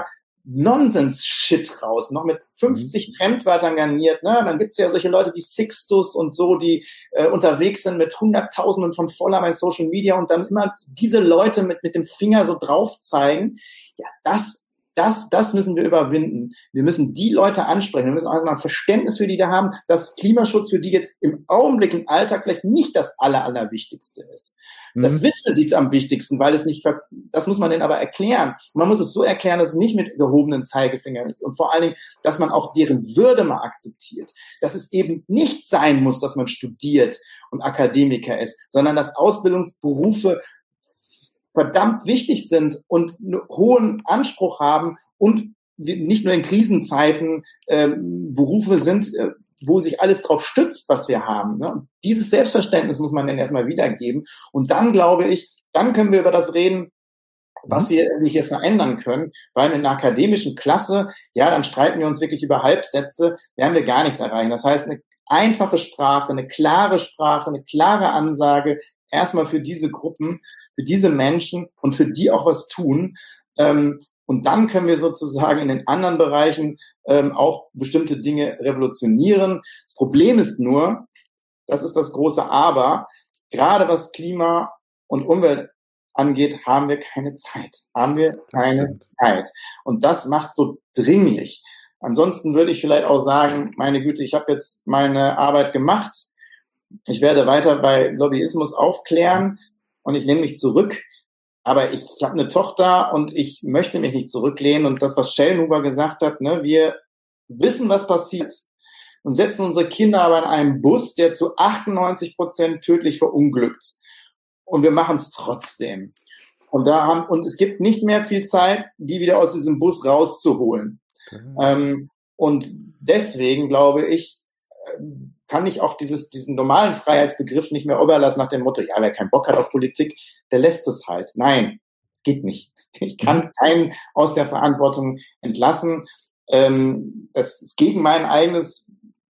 Nonsens-Shit raus, noch mit fünfzig mhm. Fremdwörtern garniert, ne? Dann gibt's ja solche Leute wie Sixtus und so, die äh, unterwegs sind mit Hunderttausenden von Followern bei Social Media und dann immer diese Leute mit mit dem Finger so drauf zeigen. Ja, das Das, das müssen wir überwinden. Wir müssen die Leute ansprechen. Wir müssen also mal ein Verständnis für die da haben, dass Klimaschutz für die jetzt im Augenblick im Alltag vielleicht nicht das Aller, Allerwichtigste ist. Mhm. Das wird für sie am wichtigsten, weil es nicht, das muss man denen aber erklären. Und man muss es so erklären, dass es nicht mit gehobenen Zeigefingern ist und vor allen Dingen, dass man auch deren Würde mal akzeptiert. Dass es eben nicht sein muss, dass man studiert und Akademiker ist, sondern dass Ausbildungsberufe verdammt wichtig sind und einen hohen Anspruch haben und nicht nur in Krisenzeiten ähm, Berufe sind, äh, wo sich alles drauf stützt, was wir haben. Ne? Und dieses Selbstverständnis muss man dann erstmal wiedergeben. Und dann glaube ich, dann können wir über das reden, was wir hier verändern können, weil in einer akademischen Klasse, ja, dann streiten wir uns wirklich über Halbsätze, werden wir gar nichts erreichen. Das heißt, eine einfache Sprache, eine klare Sprache, eine klare Ansage, erstmal für diese Gruppen, für diese Menschen und für die auch was tun. Ähm, und dann können wir sozusagen in den anderen Bereichen ähm, auch bestimmte Dinge revolutionieren. Das Problem ist nur, das ist das große Aber, gerade was Klima und Umwelt angeht, haben wir keine Zeit. Haben wir keine Zeit. Und das macht so dringlich. Ansonsten würde ich vielleicht auch sagen, meine Güte, ich habe jetzt meine Arbeit gemacht. Ich werde weiter bei Lobbyismus aufklären und ich nehme mich zurück. Aber ich habe eine Tochter und ich möchte mich nicht zurücklehnen. Und das, was Schellnhuber gesagt hat, ne, wir wissen, was passiert und setzen unsere Kinder aber in einen Bus, der zu achtundneunzig Prozent tödlich verunglückt. Und wir machen es trotzdem. Und da haben, und es gibt nicht mehr viel Zeit, die wieder aus diesem Bus rauszuholen. Mhm. Ähm, und deswegen glaube ich, kann ich auch dieses, diesen normalen Freiheitsbegriff nicht mehr überlassen nach dem Motto, ja, wer keinen Bock hat auf Politik, der lässt es halt. Nein, es geht nicht. Ich kann keinen aus der Verantwortung entlassen. Ähm, das ist gegen mein eigenes,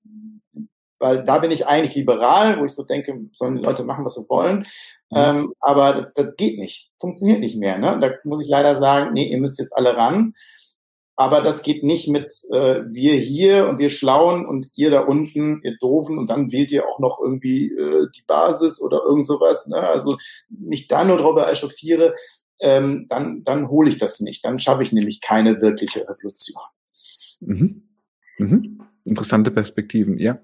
weil da bin ich eigentlich liberal, wo ich so denke, sollen die Leute machen, was sie wollen. Ja. Ähm, aber das, das geht nicht. Funktioniert nicht mehr. Ne? Da muss ich leider sagen, nee, ihr müsst jetzt alle ran. Aber das geht nicht mit äh, wir hier und wir Schlauen und ihr da unten, ihr Doofen, und dann wählt ihr auch noch irgendwie äh, die Basis oder irgend sowas. Ne? Also mich da nur drüber echauffiere, ähm, dann, dann hole ich das nicht. Dann schaffe ich nämlich keine wirkliche Revolution. Mhm. Mhm. Interessante Perspektiven, ja.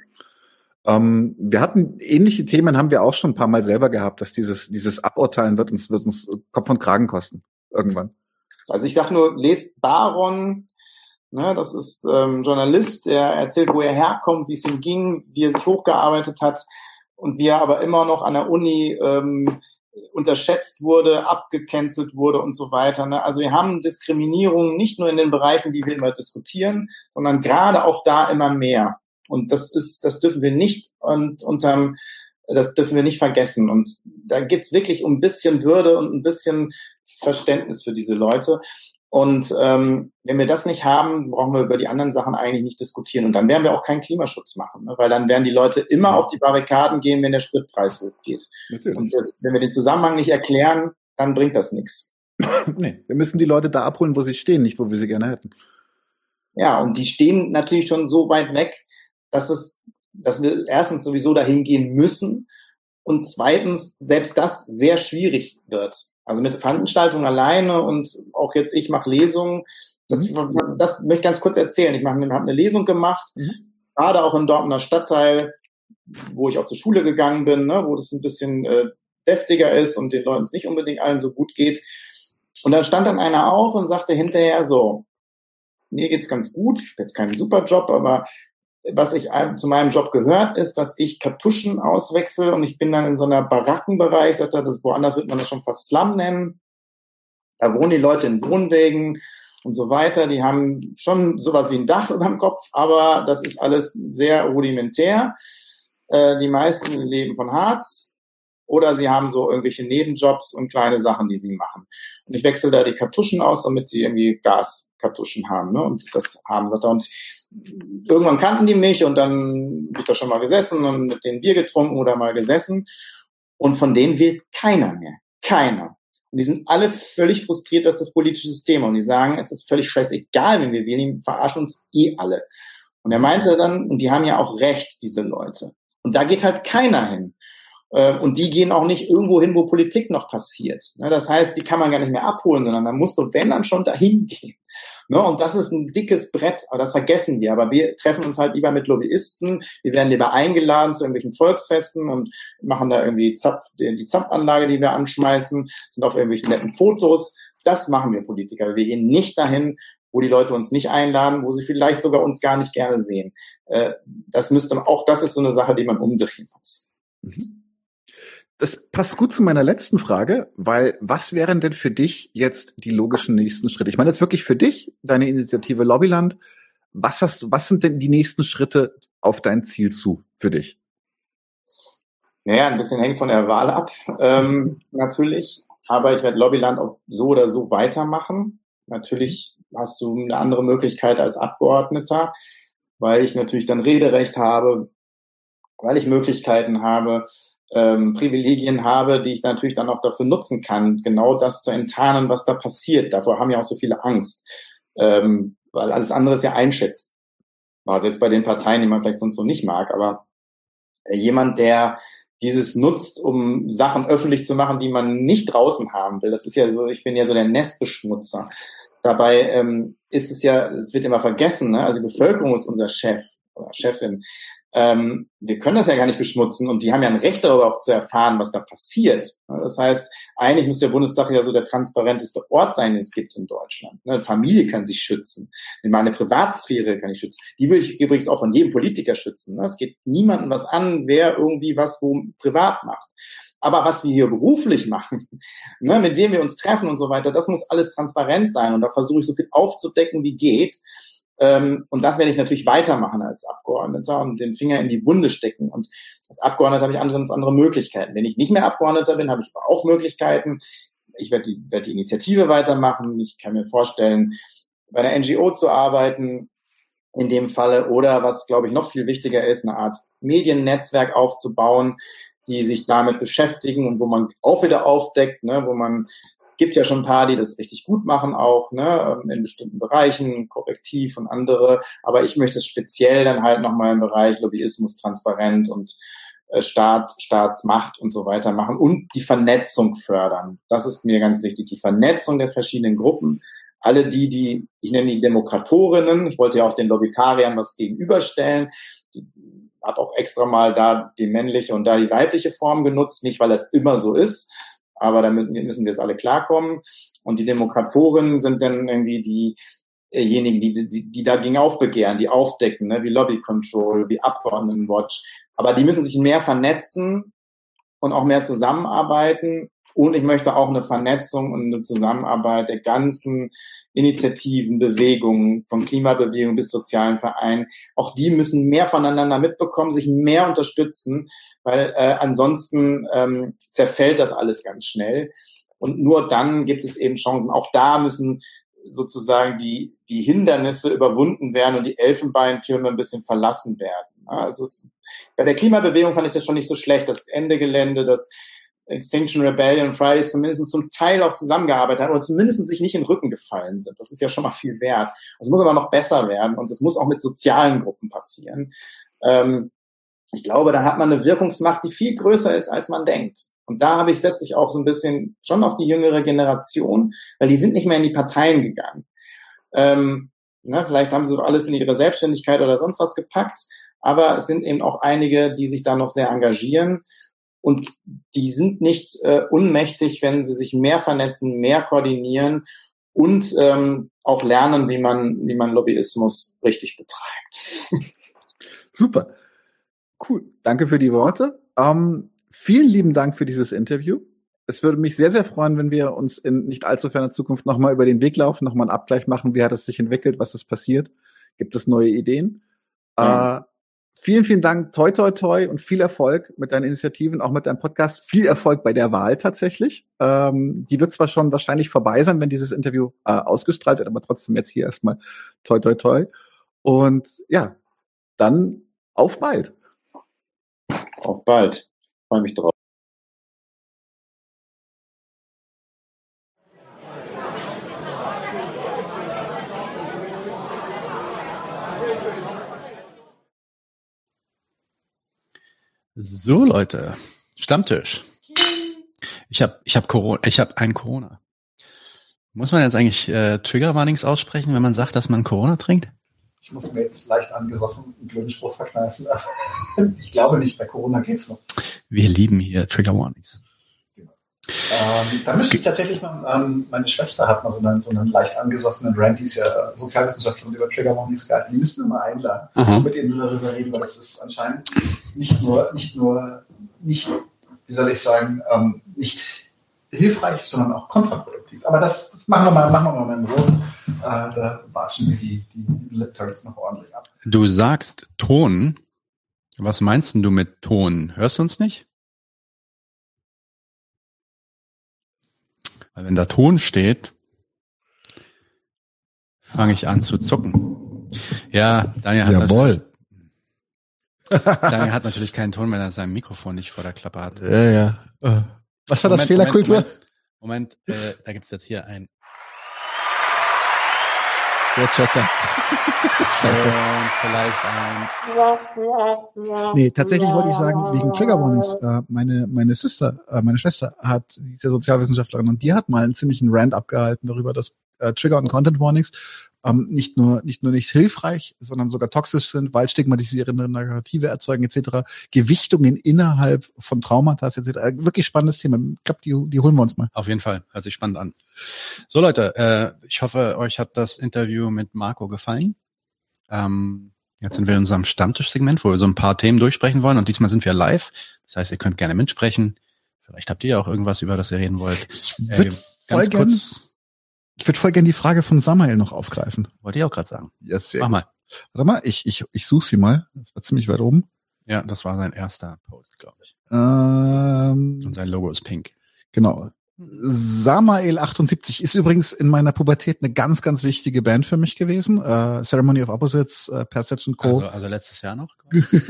Ähm, wir hatten ähnliche Themen, haben wir auch schon ein paar Mal selber gehabt, dass dieses dieses Aburteilen wird uns wird uns Kopf und Kragen kosten irgendwann. Also ich sag nur, lest Baron, ne, das ist ähm, Journalist, der erzählt, wo er herkommt, wie es ihm ging, wie er sich hochgearbeitet hat und wie er aber immer noch an der Uni ähm, unterschätzt wurde, abgecancelt wurde und so weiter. Ne? Also wir haben Diskriminierung nicht nur in den Bereichen, die wir immer diskutieren, sondern gerade auch da immer mehr. Und das ist, das dürfen wir nicht und unterm, das dürfen wir nicht vergessen. Und da geht's wirklich um ein bisschen Würde und ein bisschen Verständnis für diese Leute. Und ähm, wenn wir das nicht haben, brauchen wir über die anderen Sachen eigentlich nicht diskutieren. Und dann werden wir auch keinen Klimaschutz machen, ne? Weil dann werden die Leute immer auf die Barrikaden gehen, wenn der Spritpreis hochgeht. Natürlich. Und das, wenn wir den Zusammenhang nicht erklären, dann bringt das nichts. Nee, wir müssen die Leute da abholen, wo sie stehen, nicht wo wir sie gerne hätten. Ja, und die stehen natürlich schon so weit weg, dass es, dass wir erstens sowieso dahin gehen müssen und zweitens selbst das sehr schwierig wird. Also mit Veranstaltungen alleine und auch jetzt ich mache Lesungen, das, mhm. das möchte ich ganz kurz erzählen. Ich habe eine Lesung gemacht, mhm. gerade auch im Dortmunder Stadtteil, wo ich auch zur Schule gegangen bin, ne, wo das ein bisschen äh, deftiger ist und den Leuten es nicht unbedingt allen so gut geht. Und dann stand dann einer auf und sagte hinterher so, mir geht's ganz gut, ich habe jetzt keinen super Job, aber was ich zu meinem Job gehört, ist, dass ich Kartuschen auswechsel und ich bin dann in so einer Barackenbereich, sagt er, das, woanders wird man das schon fast Slum nennen. Da wohnen die Leute in Wohnwägen und so weiter. Die haben schon sowas wie ein Dach über dem Kopf, aber das ist alles sehr rudimentär. Äh, die meisten leben von Hartz oder sie haben so irgendwelche Nebenjobs und kleine Sachen, die sie machen. Und ich wechsle da die Kartuschen aus, damit sie irgendwie Gaskartuschen haben. Ne? Und das haben wir da. Und irgendwann kannten die mich und dann bin ich da schon mal gesessen und mit denen Bier getrunken oder mal gesessen. Und von denen wählt keiner mehr. Keiner. Und die sind alle völlig frustriert durch das politische System. Und die sagen, es ist völlig scheißegal, wenn wir wählen, die verarschen uns eh alle. Und er meinte dann, und die haben ja auch recht, diese Leute. Und da geht halt keiner hin. Und die gehen auch nicht irgendwo hin, wo Politik noch passiert. Das heißt, die kann man gar nicht mehr abholen, sondern man muss doch, wenn, dann schon dahin gehen. Und das ist ein dickes Brett, aber das vergessen wir. Aber wir treffen uns halt lieber mit Lobbyisten, wir werden lieber eingeladen zu irgendwelchen Volksfesten und machen da irgendwie Zapf, die Zapfanlage, die wir anschmeißen, sind auf irgendwelchen netten Fotos. Das machen wir Politiker. Wir gehen nicht dahin, wo die Leute uns nicht einladen, wo sie vielleicht sogar uns gar nicht gerne sehen. Das müsste, auch das ist so eine Sache, die man umdrehen muss. Mhm. Das passt gut zu meiner letzten Frage, weil was wären denn für dich jetzt die logischen nächsten Schritte? Ich meine jetzt wirklich für dich, deine Initiative Lobbyland. Was hast du, was sind denn die nächsten Schritte auf dein Ziel zu für dich? Naja, ein bisschen hängt von der Wahl ab, ähm, natürlich. Aber ich werde Lobbyland auch so oder so weitermachen. Natürlich hast du eine andere Möglichkeit als Abgeordneter, weil ich natürlich dann Rederecht habe, weil ich Möglichkeiten habe, Ähm, Privilegien habe, die ich natürlich dann auch dafür nutzen kann, genau das zu enttarnen, was da passiert. Davor haben ja auch so viele Angst, ähm, weil alles andere ist ja einschätzbar, selbst bei den Parteien, die man vielleicht sonst so nicht mag, aber äh, jemand, der dieses nutzt, um Sachen öffentlich zu machen, die man nicht draußen haben will, das ist ja so, ich bin ja so der Nestbeschmutzer. Dabei ähm, ist es ja, es wird immer vergessen, ne? Also die Bevölkerung ist unser Chef oder Chefin. Ähm, wir können das ja gar nicht beschmutzen und die haben ja ein Recht darüber auch zu erfahren, was da passiert. Das heißt, eigentlich muss der Bundestag ja so der transparenteste Ort sein, den es gibt in Deutschland. Eine Familie kann sich schützen. Meine Privatsphäre kann ich schützen. Die will ich übrigens auch von jedem Politiker schützen. Es geht niemandem was an, wer irgendwie was wo privat macht. Aber was wir hier beruflich machen, ne, mit wem wir uns treffen und so weiter, das muss alles transparent sein. Und da versuche ich so viel aufzudecken, wie geht. Und das werde ich natürlich weitermachen als Abgeordneter und den Finger in die Wunde stecken. Und als Abgeordneter habe ich andere, andere Möglichkeiten. Wenn ich nicht mehr Abgeordneter bin, habe ich aber auch Möglichkeiten. Ich werde die, werde die Initiative weitermachen. Ich kann mir vorstellen, bei einer N G O zu arbeiten, in dem Falle. Oder was, glaube ich, noch viel wichtiger ist, eine Art Mediennetzwerk aufzubauen, die sich damit beschäftigen und wo man auch wieder aufdeckt, ne, wo man Es gibt ja schon ein paar, die das richtig gut machen auch, ne, in bestimmten Bereichen, Korrektiv und andere. Aber ich möchte es speziell dann halt nochmal im Bereich Lobbyismus, transparent und äh, Staat, Staatsmacht und so weiter machen und die Vernetzung fördern. Das ist mir ganz wichtig, die Vernetzung der verschiedenen Gruppen. Alle die, die, ich nenne die Demokratorinnen, ich wollte ja auch den Lobbytariern was gegenüberstellen. Ich habe auch extra mal da die männliche und da die weibliche Form genutzt, nicht weil das immer so ist, aber damit müssen wir jetzt alle klarkommen. Und die Demokratorinnen sind dann irgendwie diejenigen, die, die, die dagegen aufbegehren, die aufdecken, ne, wie Lobby Control, wie Abgeordnetenwatch. Aber die müssen sich mehr vernetzen und auch mehr zusammenarbeiten. Und ich möchte auch eine Vernetzung und eine Zusammenarbeit der ganzen Initiativen, Bewegungen, von Klimabewegung bis sozialen Vereinen. Auch die müssen mehr voneinander mitbekommen, sich mehr unterstützen, weil äh, ansonsten ähm, zerfällt das alles ganz schnell. Und nur dann gibt es eben Chancen. Auch da müssen sozusagen die die Hindernisse überwunden werden und die Elfenbeintürme ein bisschen verlassen werden. Also es, bei der Klimabewegung fand ich das schon nicht so schlecht. Das Ende Gelände, das Extinction Rebellion, Fridays zumindest zum Teil auch zusammengearbeitet haben oder zumindest sich nicht in den Rücken gefallen sind. Das ist ja schon mal viel wert. Es muss aber noch besser werden und es muss auch mit sozialen Gruppen passieren. Ähm, ich glaube, dann hat man eine Wirkungsmacht, die viel größer ist, als man denkt. Und da habe ich, setze ich auch so ein bisschen schon auf die jüngere Generation, weil die sind nicht mehr in die Parteien gegangen. Ähm, ne, vielleicht haben sie so alles in ihre Selbstständigkeit oder sonst was gepackt, aber es sind eben auch einige, die sich da noch sehr engagieren. Und die sind nicht äh, unmächtig, wenn sie sich mehr vernetzen, mehr koordinieren und ähm, auch lernen, wie man, wie man Lobbyismus richtig betreibt. Super. Cool. Danke für die Worte. Ähm, vielen lieben Dank für dieses Interview. Es würde mich sehr, sehr freuen, wenn wir uns in nicht allzu ferner Zukunft nochmal über den Weg laufen, nochmal einen Abgleich machen. Wie hat es sich entwickelt? Was ist passiert? Gibt es neue Ideen? Ja. Äh, vielen, vielen Dank, toi, toi, toi und viel Erfolg mit deinen Initiativen, auch mit deinem Podcast. Viel Erfolg bei der Wahl tatsächlich. Ähm, die wird zwar schon wahrscheinlich vorbei sein, wenn dieses Interview äh, ausgestrahlt wird, aber trotzdem jetzt hier erstmal toi, toi, toi. Und ja, dann auf bald. Auf bald. Freue mich drauf. So, Leute, Stammtisch. Ich habe ich hab Corona, ich habe ein Corona. Muss man jetzt eigentlich äh, Trigger Warnings aussprechen, wenn man sagt, dass man Corona trinkt? Ich muss mir jetzt leicht angesoffen einen blöden Spruch verkneifen. Ich glaube nicht, bei Corona geht's noch. Wir lieben hier Trigger Warnings. Genau. Ähm, da müsste ich tatsächlich mal, ähm, meine Schwester hat mal so einen, so einen leicht angesoffenen Rant, die ist ja äh, Sozialwissenschaftlerin, über Trigger Warnings gehalten. Die müssen wir mal einladen Aha. und mit ihr nur darüber reden, weil das ist anscheinend nicht nur, nicht nur, nicht, wie soll ich sagen, ähm, nicht hilfreich, sondern auch kontraproduktiv. Aber das, das machen wir mal, machen wir mal in Ruhe. Äh, da watschen wir die, die Lip-Turtles noch ordentlich ab. Du sagst Ton. Was meinst denn du mit Ton? Hörst du uns nicht? Weil wenn da Ton steht, fange ich an zu zucken. Ja, Daniel hat Jawohl. Natürlich, Daniel hat natürlich keinen Ton, wenn er sein Mikrofon nicht vor der Klappe hat. Ja, ja. Was war Moment, das, Fehlerkultur? Moment, Moment, Moment äh, da gibt's jetzt hier ein Der Chatter. Scheiße. Und vielleicht ein Nee, tatsächlich wollte ich sagen, wegen Trigger Warnings, äh, meine, meine Sister, äh, meine Schwester hat, die ist ja Sozialwissenschaftlerin und die hat mal einen ziemlichen Rant abgehalten darüber, dass äh, Trigger und Content Warnings ähm, nicht nur, nicht nur nicht hilfreich, sondern sogar toxisch sind, weil stigmatisierende Narrative erzeugen, et cetera. Gewichtungen innerhalb von Traumata, et cetera. Äh, wirklich spannendes Thema. Ich glaube, die, die holen wir uns mal. Auf jeden Fall, hört sich spannend an. So Leute, äh, ich hoffe, euch hat das Interview mit Marco gefallen. Ähm, jetzt sind wir in unserem Stammtischsegment, wo wir so ein paar Themen durchsprechen wollen und diesmal sind wir live. Das heißt, ihr könnt gerne mitsprechen. Vielleicht habt ihr ja auch irgendwas, über das ihr reden wollt. Ich Äh, würde ganz voll gern, kurz, ich würde voll gerne die Frage von Samael noch aufgreifen. wollte ich auch gerade sagen. Ja, sehr Mach gut. mal. Warte mal, ich, ich, ich suche sie mal. Das war ziemlich weit oben. Ja, das war sein erster Post, glaube ich. Ähm, Und sein Logo ist pink. Genau. Samael achtundsiebzig ist übrigens in meiner Pubertät eine ganz, ganz wichtige Band für mich gewesen. Äh, Ceremony of Opposites, äh, Perception Co. Also, also letztes Jahr noch?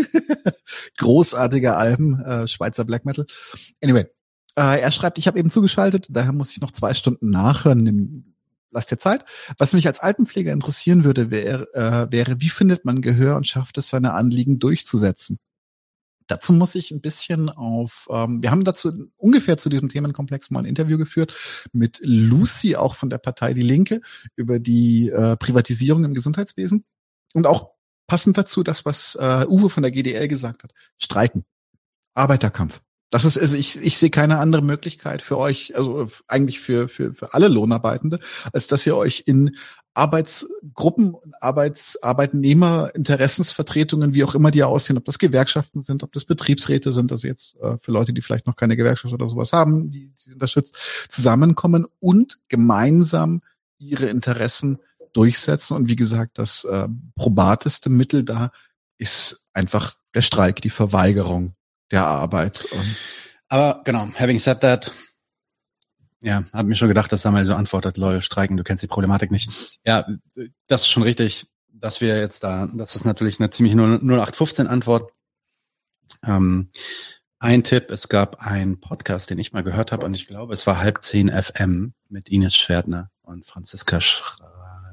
Großartige Alben, äh, Schweizer Black Metal. Anyway, äh, er schreibt, ich habe eben zugeschaltet, daher muss ich noch zwei Stunden nachhören. Nimm, lass dir Zeit. Was mich als Altenpfleger interessieren würde, wäre, äh, wäre, wie findet man Gehör und schafft es, seine Anliegen durchzusetzen? Dazu muss ich ein bisschen auf, ähm, wir haben dazu ungefähr zu diesem Themenkomplex mal ein Interview geführt mit Lucy, auch von der Partei Die Linke, über die äh, Privatisierung im Gesundheitswesen. Und auch passend dazu das, was äh, Uwe von der G D L gesagt hat. Streiken. Arbeiterkampf. Das ist, also ich, ich sehe keine andere Möglichkeit für euch, also eigentlich für, für, für alle Lohnarbeitende, als dass ihr euch in Arbeitsgruppen, Arbeits, Arbeitnehmer, Interessensvertretungen, wie auch immer die aussehen, ob das Gewerkschaften sind, ob das Betriebsräte sind, also jetzt äh, für Leute, die vielleicht noch keine Gewerkschaft oder sowas haben, die, die unterstützt, zusammenkommen und gemeinsam ihre Interessen durchsetzen. Und wie gesagt, das äh, probateste Mittel da ist einfach der Streik, die Verweigerung der Arbeit. Aber genau, having said that, ja, hab mir schon gedacht, dass Samuel so antwortet, lol, streiken, du kennst die Problematik nicht. Ja, das ist schon richtig, dass wir jetzt da, das ist natürlich eine ziemlich null acht fünfzehn Antwort. Ähm, ein Tipp, es gab einen Podcast, den ich mal gehört habe und ich glaube, es war halb zehn F M mit Ines Schwertner und Franziska Schreiber.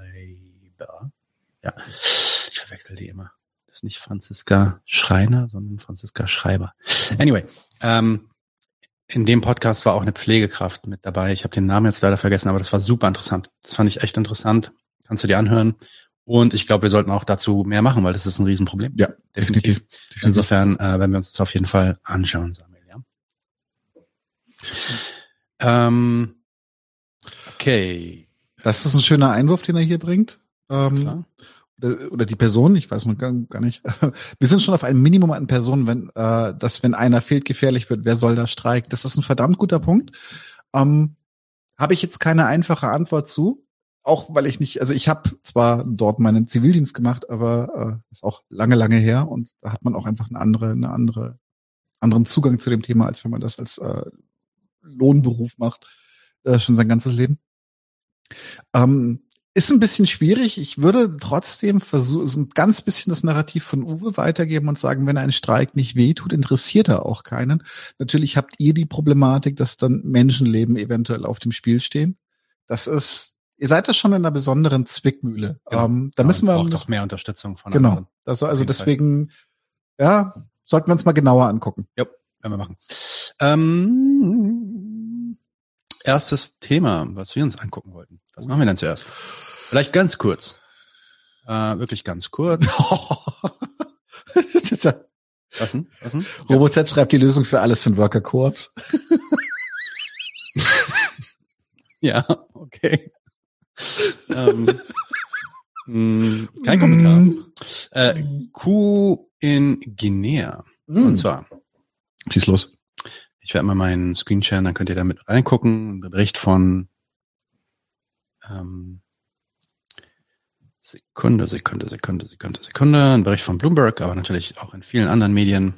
Ja, ich verwechsel die immer. Das ist nicht Franziska Schreiner, sondern Franziska Schreiber. Anyway, ähm, in dem Podcast war auch eine Pflegekraft mit dabei. Ich habe den Namen jetzt leider vergessen, aber das war super interessant. Das fand ich echt interessant. Kannst du dir anhören. Und ich glaube, wir sollten auch dazu mehr machen, weil das ist ein Riesenproblem. Ja, definitiv. definitiv. Insofern äh, werden wir uns das auf jeden Fall anschauen, Samuel. Ja? Ähm, okay. Das ist ein schöner Einwurf, den er hier bringt. Ähm, klar. Oder, oder die Person, ich weiß noch gar, gar nicht. Wir sind schon auf einem Minimum an Personen, wenn äh, dass wenn einer fehlt, gefährlich wird. Wer soll da streiken? Das ist ein verdammt guter Punkt. Ähm, Habe ich jetzt keine einfache Antwort zu. auch weil ich nicht, also ich habe zwar dort meinen Zivildienst gemacht, aber äh, ist auch lange, lange her und da hat man auch einfach eine andere, eine andere, anderen Zugang zu dem Thema, als wenn man das als äh, Lohnberuf macht, äh, schon sein ganzes Leben. Ähm, ist ein bisschen schwierig. Ich würde trotzdem versuchen, so ein ganz bisschen das Narrativ von Uwe weitergeben und sagen, wenn ein Streik nicht wehtut, interessiert er auch keinen. Natürlich habt ihr die Problematik, dass dann Menschenleben eventuell auf dem Spiel stehen. Das ist Ihr seid da schon in einer besonderen Zwickmühle. Genau. Ähm, da ja, müssen wir braucht doch mehr Unterstützung von genau. anderen. Das, also deswegen, ja, sollten wir uns mal genauer angucken. Ja, werden wir machen. Ähm, erstes Thema, was wir uns angucken wollten. Was machen wir denn zuerst? Vielleicht ganz kurz. Äh, wirklich ganz kurz. Das ist ja Was denn? Was denn? RoboZ schreibt die Lösung für alles sind Worker Co-ops. Ja, okay. ähm, mh, kein Kommentar. Äh, Kuh in Guinea. Mm. Und zwar. Schieß los. Ich werde mal meinen Screen sharen, dann könnt ihr da mit reingucken. Ein Bericht von ähm, Sekunde, Sekunde, Sekunde, Sekunde, Sekunde. Ein Bericht von Bloomberg, aber natürlich auch in vielen anderen Medien.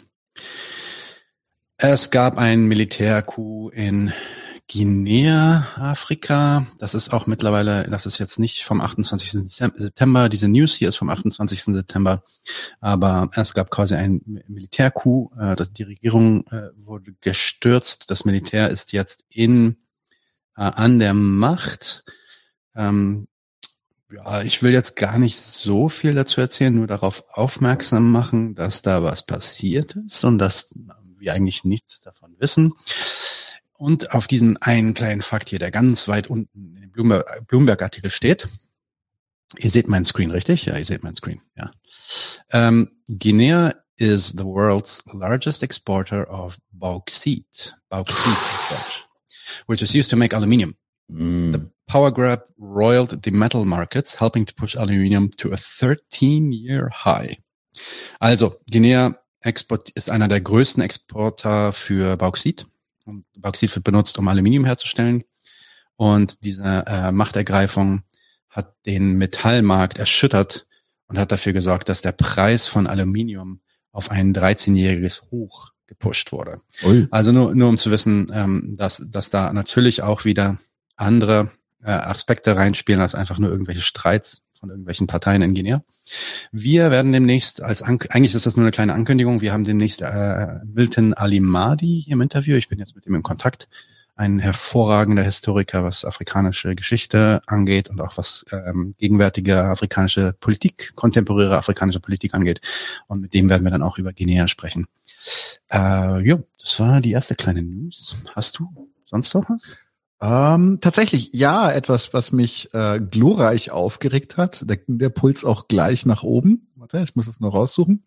Es gab einen Militärcoup in Guinea, Afrika. Das ist auch mittlerweile, das ist jetzt nicht vom achtundzwanzigsten September. Diese News hier ist vom achtundzwanzigsten September. Aber es gab quasi einen Militärcoup. Das, die Regierung wurde gestürzt. Das Militär ist jetzt in an der Macht. Ähm, ja, ich will jetzt gar nicht so viel dazu erzählen, nur darauf aufmerksam machen, dass da was passiert ist und dass wir eigentlich nichts davon wissen. Und auf diesen einen kleinen Fakt hier, der ganz weit unten in dem Bloomberg, Bloomberg-Artikel steht. Ihr seht meinen Screen, richtig? Ja, ihr seht meinen Screen, ja. Um, Guinea is the world's largest exporter of bauxite, bauxite export, which is used to make aluminium. Mm. The power grab roiled the metal markets, helping to push aluminium to a thirteen-year high. Also, Guinea Export ist einer der größten Exporter für Bauxit. Und Bauxit wird benutzt, um Aluminium herzustellen. Und diese äh, Machtergreifung hat den Metallmarkt erschüttert und hat dafür gesorgt, dass der Preis von Aluminium auf ein dreizehnjähriges Hoch gepusht wurde. Ui. Also nur, nur um zu wissen, ähm, dass, dass da natürlich auch wieder andere äh, Aspekte reinspielen als einfach nur irgendwelche Streits von irgendwelchen Parteien in Guinea. Wir werden demnächst als, An- eigentlich ist das nur eine kleine Ankündigung, wir haben demnächst äh, Milton Ali-Mahdi im Interview. Ich bin jetzt mit ihm in Kontakt. Ein hervorragender Historiker, was afrikanische Geschichte angeht und auch was ähm, gegenwärtige afrikanische Politik, kontemporäre afrikanische Politik angeht. Und mit dem werden wir dann auch über Guinea sprechen. Äh, ja, das war die erste kleine News. Hast du sonst noch was? Ähm, tatsächlich, ja, etwas, was mich äh, glorreich aufgeregt hat. Da ging der Puls auch gleich nach oben. Warte, ich muss es noch raussuchen.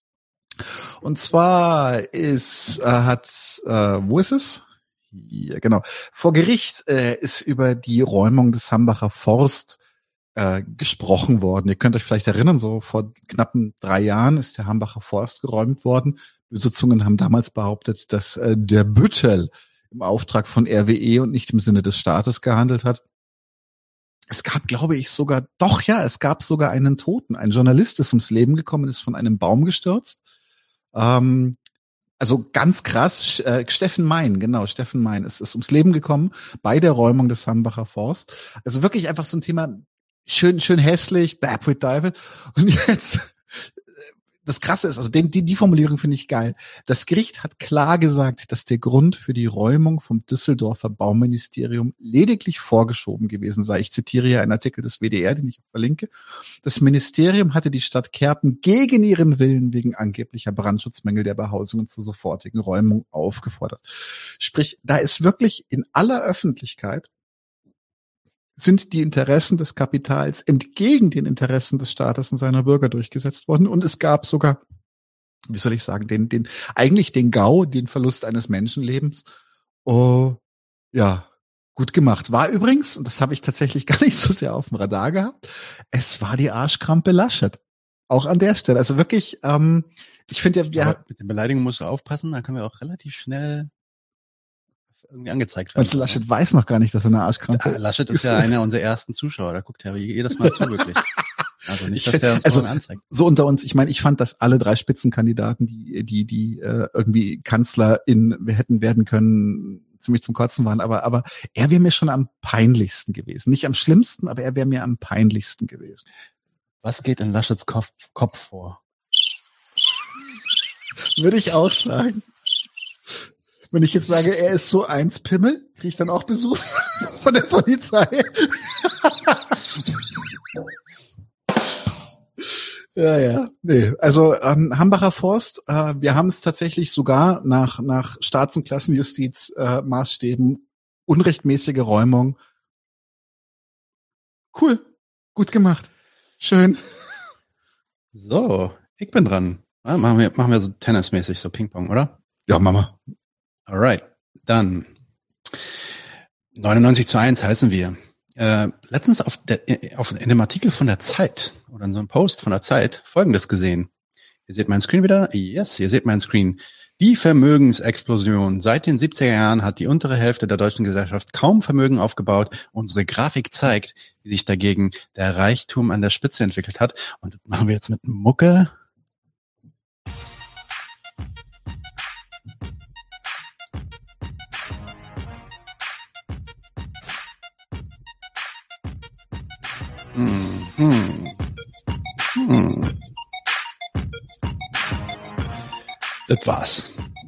Und zwar ist, äh, hat, äh, wo ist es? Hier, genau. Vor Gericht äh, ist über die Räumung des Hambacher Forst äh, gesprochen worden. Ihr könnt euch vielleicht erinnern, so vor knappen drei Jahren ist der Hambacher Forst geräumt worden. Böse Zungen haben damals behauptet, dass äh, der Büttel im Auftrag von R W E und nicht im Sinne des Staates gehandelt hat. Es gab, glaube ich, sogar, doch ja, es gab sogar einen Toten. Ein Journalist ist ums Leben gekommen, ist von einem Baum gestürzt. Ähm, also ganz krass, äh, Steffen Mein, genau, Steffen Mein ist, ist ums Leben gekommen bei der Räumung des Hambacher Forst. Also wirklich einfach so ein Thema, schön, schön hässlich, Bapford Teufel. Und jetzt, das Krasse ist, also die, die, die Formulierung finde ich geil. Das Gericht hat klar gesagt, dass der Grund für die Räumung vom Düsseldorfer Bauministerium lediglich vorgeschoben gewesen sei. Ich zitiere hier einen Artikel des W D R, den ich verlinke. Das Ministerium hatte die Stadt Kerpen gegen ihren Willen wegen angeblicher Brandschutzmängel der Behausungen zur sofortigen Räumung aufgefordert. Sprich, da ist wirklich in aller Öffentlichkeit sind die Interessen des Kapitals entgegen den Interessen des Staates und seiner Bürger durchgesetzt worden. Und es gab sogar, wie soll ich sagen, den, den, eigentlich den GAU, den Verlust eines Menschenlebens. Oh, ja, gut gemacht. War übrigens, und das habe ich tatsächlich gar nicht so sehr auf dem Radar gehabt, es war die Arschkrampe Laschet. Auch an der Stelle. Also wirklich, ähm, ich finde ja, ja. Mit den Beleidigungen musst du aufpassen, da können wir auch relativ schnell irgendwie angezeigt werden. Meinst du, Laschet weiß noch gar nicht, dass er eine Arschkrampe ist? Laschet ist ja einer unserer ersten Zuschauer, da guckt er jedes Mal zu, wirklich. Also nicht, dass der uns also, anzeigt. So unter uns, ich meine, ich fand, dass alle drei Spitzenkandidaten, die, die, die äh, irgendwie Kanzlerin wir hätten werden können, ziemlich zum Kotzen waren, aber, aber er wäre mir schon am peinlichsten gewesen. Nicht am schlimmsten, aber er wäre mir am peinlichsten gewesen. Was geht in Laschets Kopf, Kopf vor? Würde ich auch sagen. Wenn ich jetzt sage, er ist so eins Pimmel, kriege ich dann auch Besuch von der Polizei. Ja, ja, nee. Also ähm, Hambacher Forst, äh, wir haben es tatsächlich sogar nach nach Staats- und Klassenjustiz äh, Maßstäben unrechtmäßige Räumung. Cool, gut gemacht, schön. So, ich bin dran. Ja, machen wir machen wir so tennismäßig, so Ping-Pong, oder? Ja, Mama. Alright, dann neunundneunzig zu eins heißen wir. Äh, letztens auf, der, auf in dem Artikel von der Zeit oder in so einem Post von der Zeit Folgendes gesehen. Ihr seht meinen Screen wieder? Yes, ihr seht meinen Screen. Die Vermögensexplosion. Seit den siebziger Jahren hat die untere Hälfte der deutschen Gesellschaft kaum Vermögen aufgebaut. Unsere Grafik zeigt, wie sich dagegen der Reichtum an der Spitze entwickelt hat. Und das machen wir jetzt mit Mucke. Hm, hm, hm. Das war's.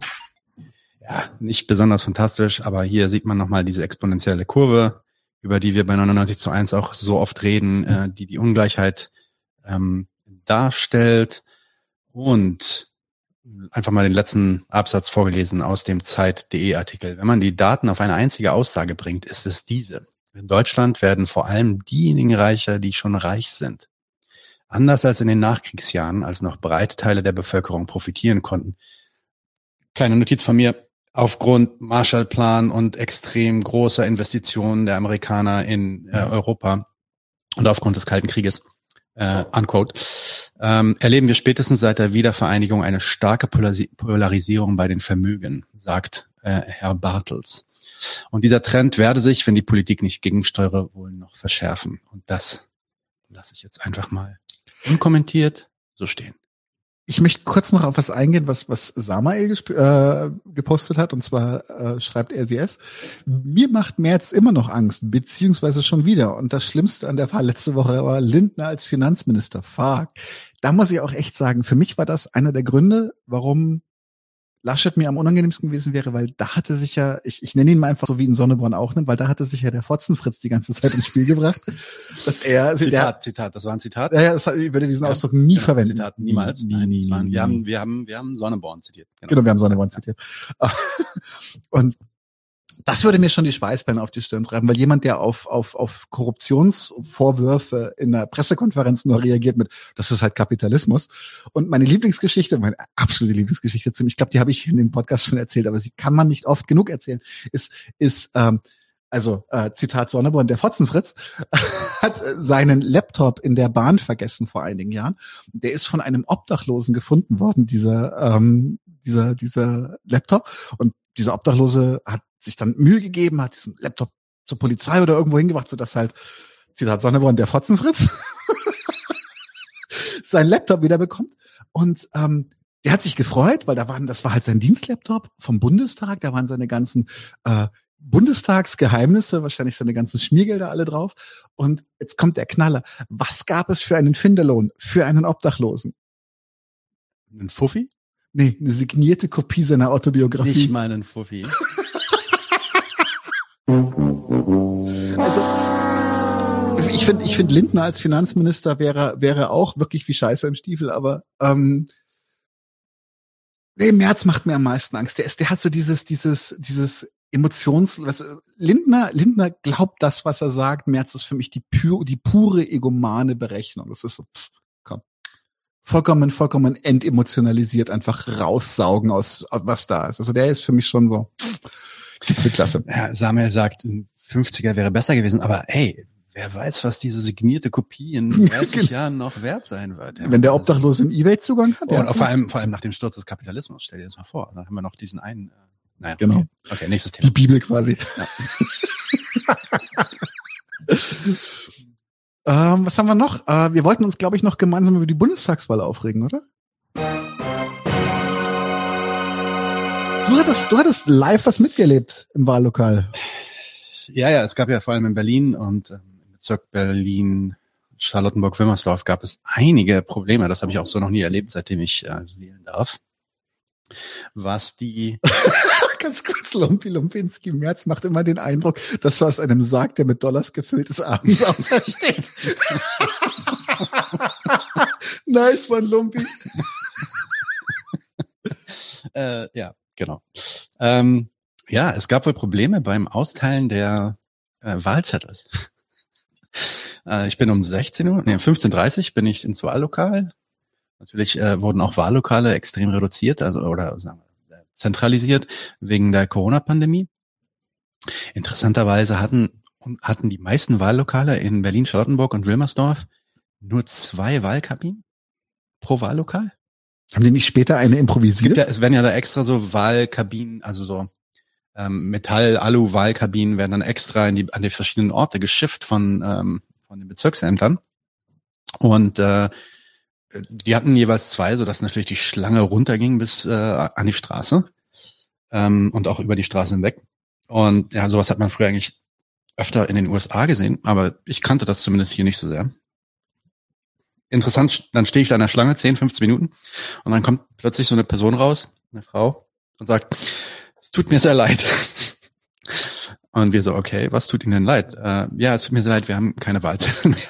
Ja, nicht besonders fantastisch, aber hier sieht man nochmal diese exponentielle Kurve, über die wir bei neunundneunzig zu eins auch so oft reden, äh, die die Ungleichheit ähm, darstellt. Und einfach mal den letzten Absatz vorgelesen aus dem Zeit punkt de Artikel. Wenn man die Daten auf eine einzige Aussage bringt, ist es diese. In Deutschland werden vor allem diejenigen reicher, die schon reich sind. Anders als in den Nachkriegsjahren, als noch breite Teile der Bevölkerung profitieren konnten. Kleine Notiz von mir. Aufgrund Marshallplan und extrem großer Investitionen der Amerikaner in äh, Europa und aufgrund des Kalten Krieges, äh, unquote, ähm, erleben wir spätestens seit der Wiedervereinigung eine starke Polarisi- Polarisierung bei den Vermögen, sagt äh, Herr Bartels. Und dieser Trend werde sich, wenn die Politik nicht gegensteuere, wohl noch verschärfen. Und das lasse ich jetzt einfach mal unkommentiert so stehen. Ich möchte kurz noch auf was eingehen, was was Samael gesp- äh, gepostet hat. Und zwar äh, schreibt er sie es. Mir macht Merz immer noch Angst, beziehungsweise schon wieder. Und das Schlimmste an der Wahl letzte Woche war Lindner als Finanzminister. Fuck. Da muss ich auch echt sagen, für mich war das einer der Gründe, warum Laschet mir am unangenehmsten gewesen wäre, weil da hatte sich ja, ich, ich nenne ihn mal einfach so, wie ihn Sonneborn auch nennt, weil da hatte sich ja der Fotzenfritz die ganze Zeit ins Spiel gebracht, dass er... Zitat, der, Zitat, das war ein Zitat? Ja, ja, das, ich würde diesen ja, Ausdruck nie genau, verwenden. Zitat, niemals. Nie, Nein, nie, nie, waren, nie, wir, haben, nie. wir, haben, wir haben Sonneborn zitiert. Genau, genau wir haben Sonneborn zitiert. Und das würde mir schon die Schweißbeine auf die Stirn treiben, weil jemand, der auf auf auf Korruptionsvorwürfe in einer Pressekonferenz nur reagiert mit, das ist halt Kapitalismus. Und meine Lieblingsgeschichte, meine absolute Lieblingsgeschichte, ich glaube, die habe ich in dem Podcast schon erzählt, aber sie kann man nicht oft genug erzählen, ist, ist ähm, also äh, Zitat Sonneborn, der Fotzenfritz hat seinen Laptop in der Bahn vergessen vor einigen Jahren. Der ist von einem Obdachlosen gefunden worden, dieser ähm, dieser dieser Laptop. Und dieser Obdachlose hat sich dann Mühe gegeben, hat diesen Laptop zur Polizei oder irgendwo hingebracht, sodass halt, Zitat Sonneborn, der Fotzenfritz seinen Laptop wieder bekommt. Und ähm, der hat sich gefreut, weil da waren, das war halt sein Dienstlaptop vom Bundestag, da waren seine ganzen äh, Bundestagsgeheimnisse, wahrscheinlich seine ganzen Schmiergelder alle drauf. Und jetzt kommt der Knaller. Was gab es für einen Finderlohn für einen Obdachlosen? Ein Fuffi? Nee, eine signierte Kopie seiner Autobiografie. Nicht mal einen Fuffi. Also, ich finde, ich finde Lindner als Finanzminister wäre, wäre auch wirklich wie Scheiße im Stiefel, aber, ähm, nee, Merz macht mir am meisten Angst. Der ist, der hat so dieses, dieses, dieses Emotions, was, Lindner, Lindner glaubt das, was er sagt. Merz ist für mich die pure, die pure egomane Berechnung. Das ist so, pff, komm. Vollkommen, vollkommen entemotionalisiert, einfach raussaugen aus, was da ist. Also der ist für mich schon so, Gipfelklasse. Ja, Samuel sagt, fünfziger wäre besser gewesen, aber ey, wer weiß, was diese signierte Kopie in dreißig Jahren noch wert sein wird. Ja, wenn der Obdachlose einen eBay-Zugang hat. Oh, ja, und vor allem, vor allem nach dem Sturz des Kapitalismus, stell dir das mal vor. Dann haben wir noch diesen einen Naja, Genau. Okay, okay nächstes Thema. Die Bibel quasi. Ja. ähm, was haben wir noch? Äh, wir wollten uns, glaube ich, noch gemeinsam über die Bundestagswahl aufregen, oder? Du hattest, du hattest live was mitgelebt im Wahllokal. Ja, ja, es gab ja vor allem in Berlin und ähm, im Bezirk Berlin, Charlottenburg-Wilmersdorf gab es einige Probleme. Das habe ich auch so noch nie erlebt, seitdem ich äh, wählen darf. Was die... Ganz kurz, Lumpi Lumpinski Merz macht immer den Eindruck, dass du aus einem Sarg, der mit Dollars gefüllt ist, abends aufersteht. Nice one, Lumpi. äh, ja, genau. Ähm, ja, es gab wohl Probleme beim Austeilen der äh, Wahlzettel. äh, ich bin um sechzehn Uhr, nee, um fünfzehn Uhr dreißig bin ich ins Wahllokal. Natürlich äh, wurden auch Wahllokale extrem reduziert, also oder sagen wir, zentralisiert wegen der Corona-Pandemie. Interessanterweise hatten hatten die meisten Wahllokale in Berlin, Charlottenburg und Wilmersdorf nur zwei Wahlkabinen pro Wahllokal. Haben die nicht später eine improvisiert? Es, ja, es werden ja da extra so Wahlkabinen, also so ähm, Metall-Alu-Wahlkabinen werden dann extra in die an die verschiedenen Orte geschifft von ähm, von den Bezirksämtern. Und äh, die hatten jeweils zwei, sodass natürlich die Schlange runterging bis äh, an die Straße ähm, und auch über die Straße hinweg. Und ja, sowas hat man früher eigentlich öfter in den U S A gesehen, aber ich kannte das zumindest hier nicht so sehr. Interessant, dann stehe ich da in der Schlange, zehn, fünfzehn Minuten und dann kommt plötzlich so eine Person raus, eine Frau, und sagt, es tut mir sehr leid. Und wir so, okay, was tut Ihnen denn leid? Äh, ja, es tut mir sehr leid, wir haben keine Wahlzettel mehr.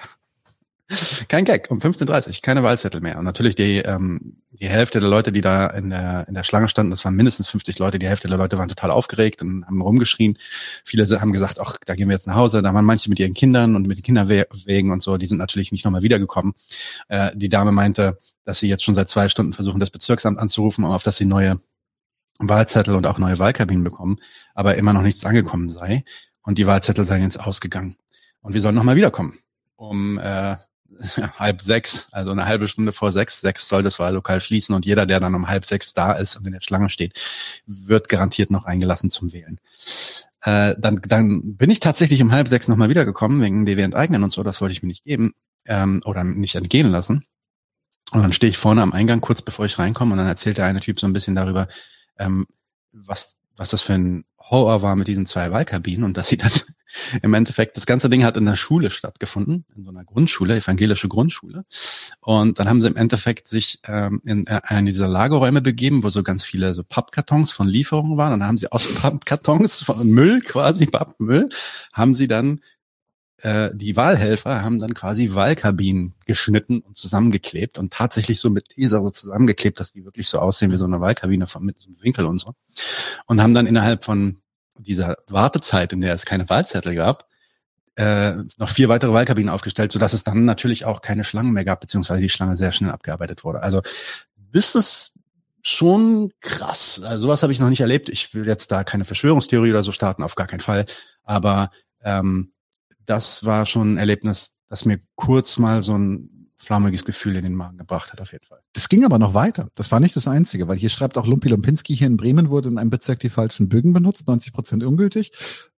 Kein Gag, um fünfzehn Uhr dreißig, keine Wahlzettel mehr. Und natürlich die ähm, die Hälfte der Leute, die da in der in der Schlange standen, das waren mindestens fünfzig Leute, die Hälfte der Leute waren total aufgeregt und haben rumgeschrien. Viele haben gesagt, ach, da gehen wir jetzt nach Hause. Da waren manche mit ihren Kindern und mit den Kinderwegen und so, die sind natürlich nicht nochmal wiedergekommen. Äh, die Dame meinte, dass sie jetzt schon seit zwei Stunden versuchen, das Bezirksamt anzurufen, auf dass sie neue Wahlzettel und auch neue Wahlkabinen bekommen, aber immer noch nichts angekommen sei. Und die Wahlzettel seien jetzt ausgegangen. Und wir sollen nochmal wiederkommen. Um äh, halb sechs, also eine halbe Stunde vor sechs, sechs soll das Wahllokal schließen und jeder, der dann um halb sechs da ist und in der Schlange steht, wird garantiert noch eingelassen zum Wählen. Äh, dann, dann bin ich tatsächlich um halb sechs nochmal wiedergekommen, wegen D W enteignen und so, das wollte ich mir nicht geben ähm, oder nicht entgehen lassen. Und dann stehe ich vorne am Eingang, kurz bevor ich reinkomme, und dann erzählt der eine Typ so ein bisschen darüber, ähm, was, was das für ein Horror war mit diesen zwei Wahlkabinen und dass sie dann im Endeffekt, das ganze Ding hat in der Schule stattgefunden, in so einer Grundschule, evangelische Grundschule. Und dann haben sie im Endeffekt sich ähm, in einen dieser Lagerräume begeben, wo so ganz viele so Pappkartons von Lieferungen waren. Und dann haben sie aus Pappkartons von Müll, quasi Pappmüll, haben sie dann, äh, die Wahlhelfer haben dann quasi Wahlkabinen geschnitten und zusammengeklebt und tatsächlich so mit Tesa so zusammengeklebt, dass die wirklich so aussehen wie so eine Wahlkabine von, mit so einem Winkel und so. Und haben dann innerhalb von dieser Wartezeit, in der es keine Wahlzettel gab, äh, noch vier weitere Wahlkabinen aufgestellt, sodass es dann natürlich auch keine Schlangen mehr gab, beziehungsweise die Schlange sehr schnell abgearbeitet wurde. Also das ist schon krass. Also sowas habe ich noch nicht erlebt. Ich will jetzt da keine Verschwörungstheorie oder so starten, auf gar keinen Fall. Aber ähm, das war schon ein Erlebnis, das mir kurz mal so ein flammiges Gefühl in den Magen gebracht hat, auf jeden Fall. Das ging aber noch weiter. Das war nicht das Einzige, weil hier schreibt auch Lumpi Lumpinski, hier in Bremen wurde in einem Bezirk die falschen Bögen benutzt, neunzig Prozent ungültig.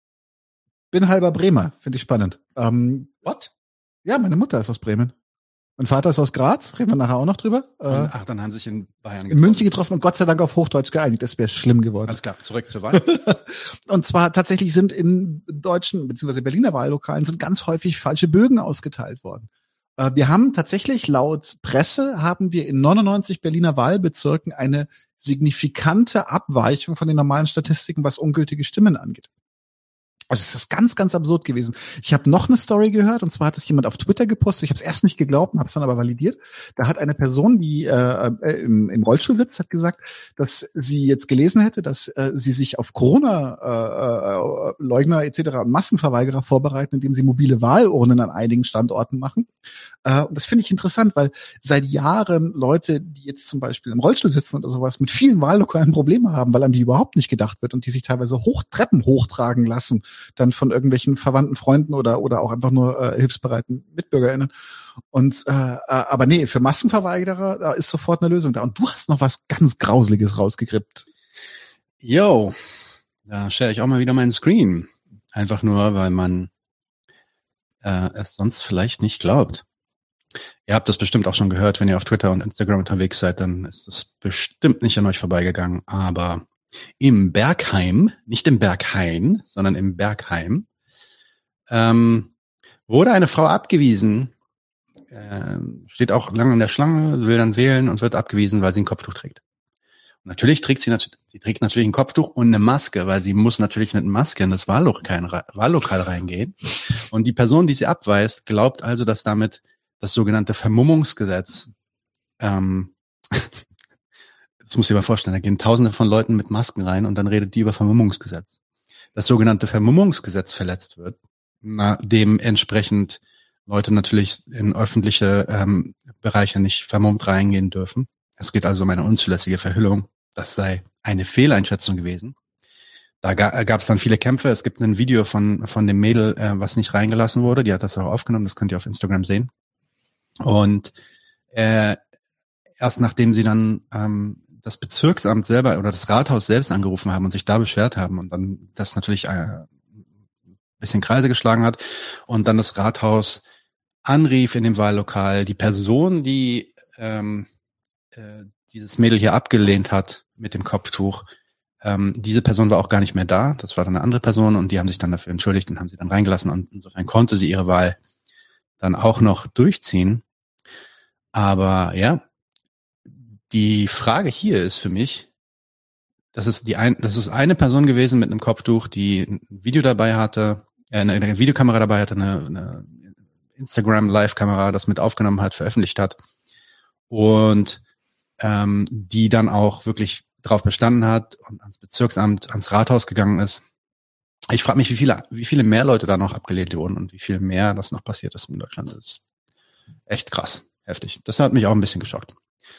Bin halber Bremer, finde ich spannend. Ähm, What? Ja, meine Mutter ist aus Bremen. Mein Vater ist aus Graz, reden wir nachher auch noch drüber. Äh, Ach, dann haben sie sich in Bayern getroffen. In München getroffen und Gott sei Dank auf Hochdeutsch geeinigt. Das wäre schlimm geworden. Alles klar, zurück zur Wahl. Und zwar tatsächlich sind in deutschen bzw. Berliner Wahllokalen sind ganz häufig falsche Bögen ausgeteilt worden. Wir haben tatsächlich laut Presse haben wir in neunundneunzig Berliner Wahlbezirken eine signifikante Abweichung von den normalen Statistiken, was ungültige Stimmen angeht. Also es ist ganz, ganz absurd gewesen. Ich habe noch eine Story gehört, und zwar hat es jemand auf Twitter gepostet. Ich habe es erst nicht geglaubt, habe es dann aber validiert. Da hat eine Person, die äh, äh, im, im Rollstuhl sitzt, hat gesagt, dass sie jetzt gelesen hätte, dass äh, sie sich auf Corona-Leugner äh, et cetera und Massenverweigerer vorbereiten, indem sie mobile Wahlurnen an einigen Standorten machen. Äh, und das finde ich interessant, weil seit Jahren Leute, die jetzt zum Beispiel im Rollstuhl sitzen oder sowas, mit vielen Wahllokalen Probleme haben, weil an die überhaupt nicht gedacht wird und die sich teilweise hoch Treppen hochtragen lassen, dann von irgendwelchen verwandten Freunden oder oder auch einfach nur äh, hilfsbereiten MitbürgerInnen. Und äh, aber nee, für Massenverweigerer da ist sofort eine Lösung da. Und du hast noch was ganz Grauseliges rausgegrippt. Yo, da share ich auch mal wieder meinen Screen. Einfach nur, weil man äh, es sonst vielleicht nicht glaubt. Ihr habt das bestimmt auch schon gehört, wenn ihr auf Twitter und Instagram unterwegs seid, dann ist das bestimmt nicht an euch vorbeigegangen. Aber im Bergheim, nicht im Berghain, sondern im Bergheim, ähm, wurde eine Frau abgewiesen, äh, steht auch lange in der Schlange, will dann wählen und wird abgewiesen, weil sie ein Kopftuch trägt. Und natürlich trägt sie, nat- sie trägt natürlich ein Kopftuch und eine Maske, weil sie muss natürlich mit Maske in das Wahllokal, Wahllokal reingehen. Und die Person, die sie abweist, glaubt also, dass damit das sogenannte Vermummungsgesetz, ähm, das muss ich mir mal vorstellen, da gehen tausende von Leuten mit Masken rein und dann redet die über Vermummungsgesetz. Das sogenannte Vermummungsgesetz verletzt wird, na, dementsprechend Leute natürlich in öffentliche ähm, Bereiche nicht vermummt reingehen dürfen. Es geht also um eine unzulässige Verhüllung. Das sei eine Fehleinschätzung gewesen. Da ga, gab es dann viele Kämpfe. Es gibt ein Video von von dem Mädel, äh, was nicht reingelassen wurde. Die hat das auch aufgenommen. Das könnt ihr auf Instagram sehen. Und äh, erst nachdem sie dann ähm, das Bezirksamt selber oder das Rathaus selbst angerufen haben und sich da beschwert haben und dann das natürlich äh, ein bisschen Kreise geschlagen hat und dann das Rathaus anrief in dem Wahllokal, die Person, die ähm, äh, dieses Mädel hier abgelehnt hat mit dem Kopftuch, ähm, diese Person war auch gar nicht mehr da. Das war dann eine andere Person und die haben sich dann dafür entschuldigt und haben sie dann reingelassen und insofern konnte sie ihre Wahl dann auch noch durchziehen. Aber ja, die Frage hier ist für mich, das ist die ein, das ist eine Person gewesen mit einem Kopftuch, die ein Video dabei hatte, äh, eine, eine Videokamera dabei hatte, eine, eine Instagram-Live-Kamera, das mit aufgenommen hat, veröffentlicht hat und ähm, die dann auch wirklich drauf bestanden hat und ans Bezirksamt, ans Rathaus gegangen ist. Ich frage mich, wie viele, wie viele mehr Leute da noch abgelehnt wurden und wie viel mehr das noch passiert ist in Deutschland. Das ist echt krass, heftig. Das hat mich auch ein bisschen geschockt.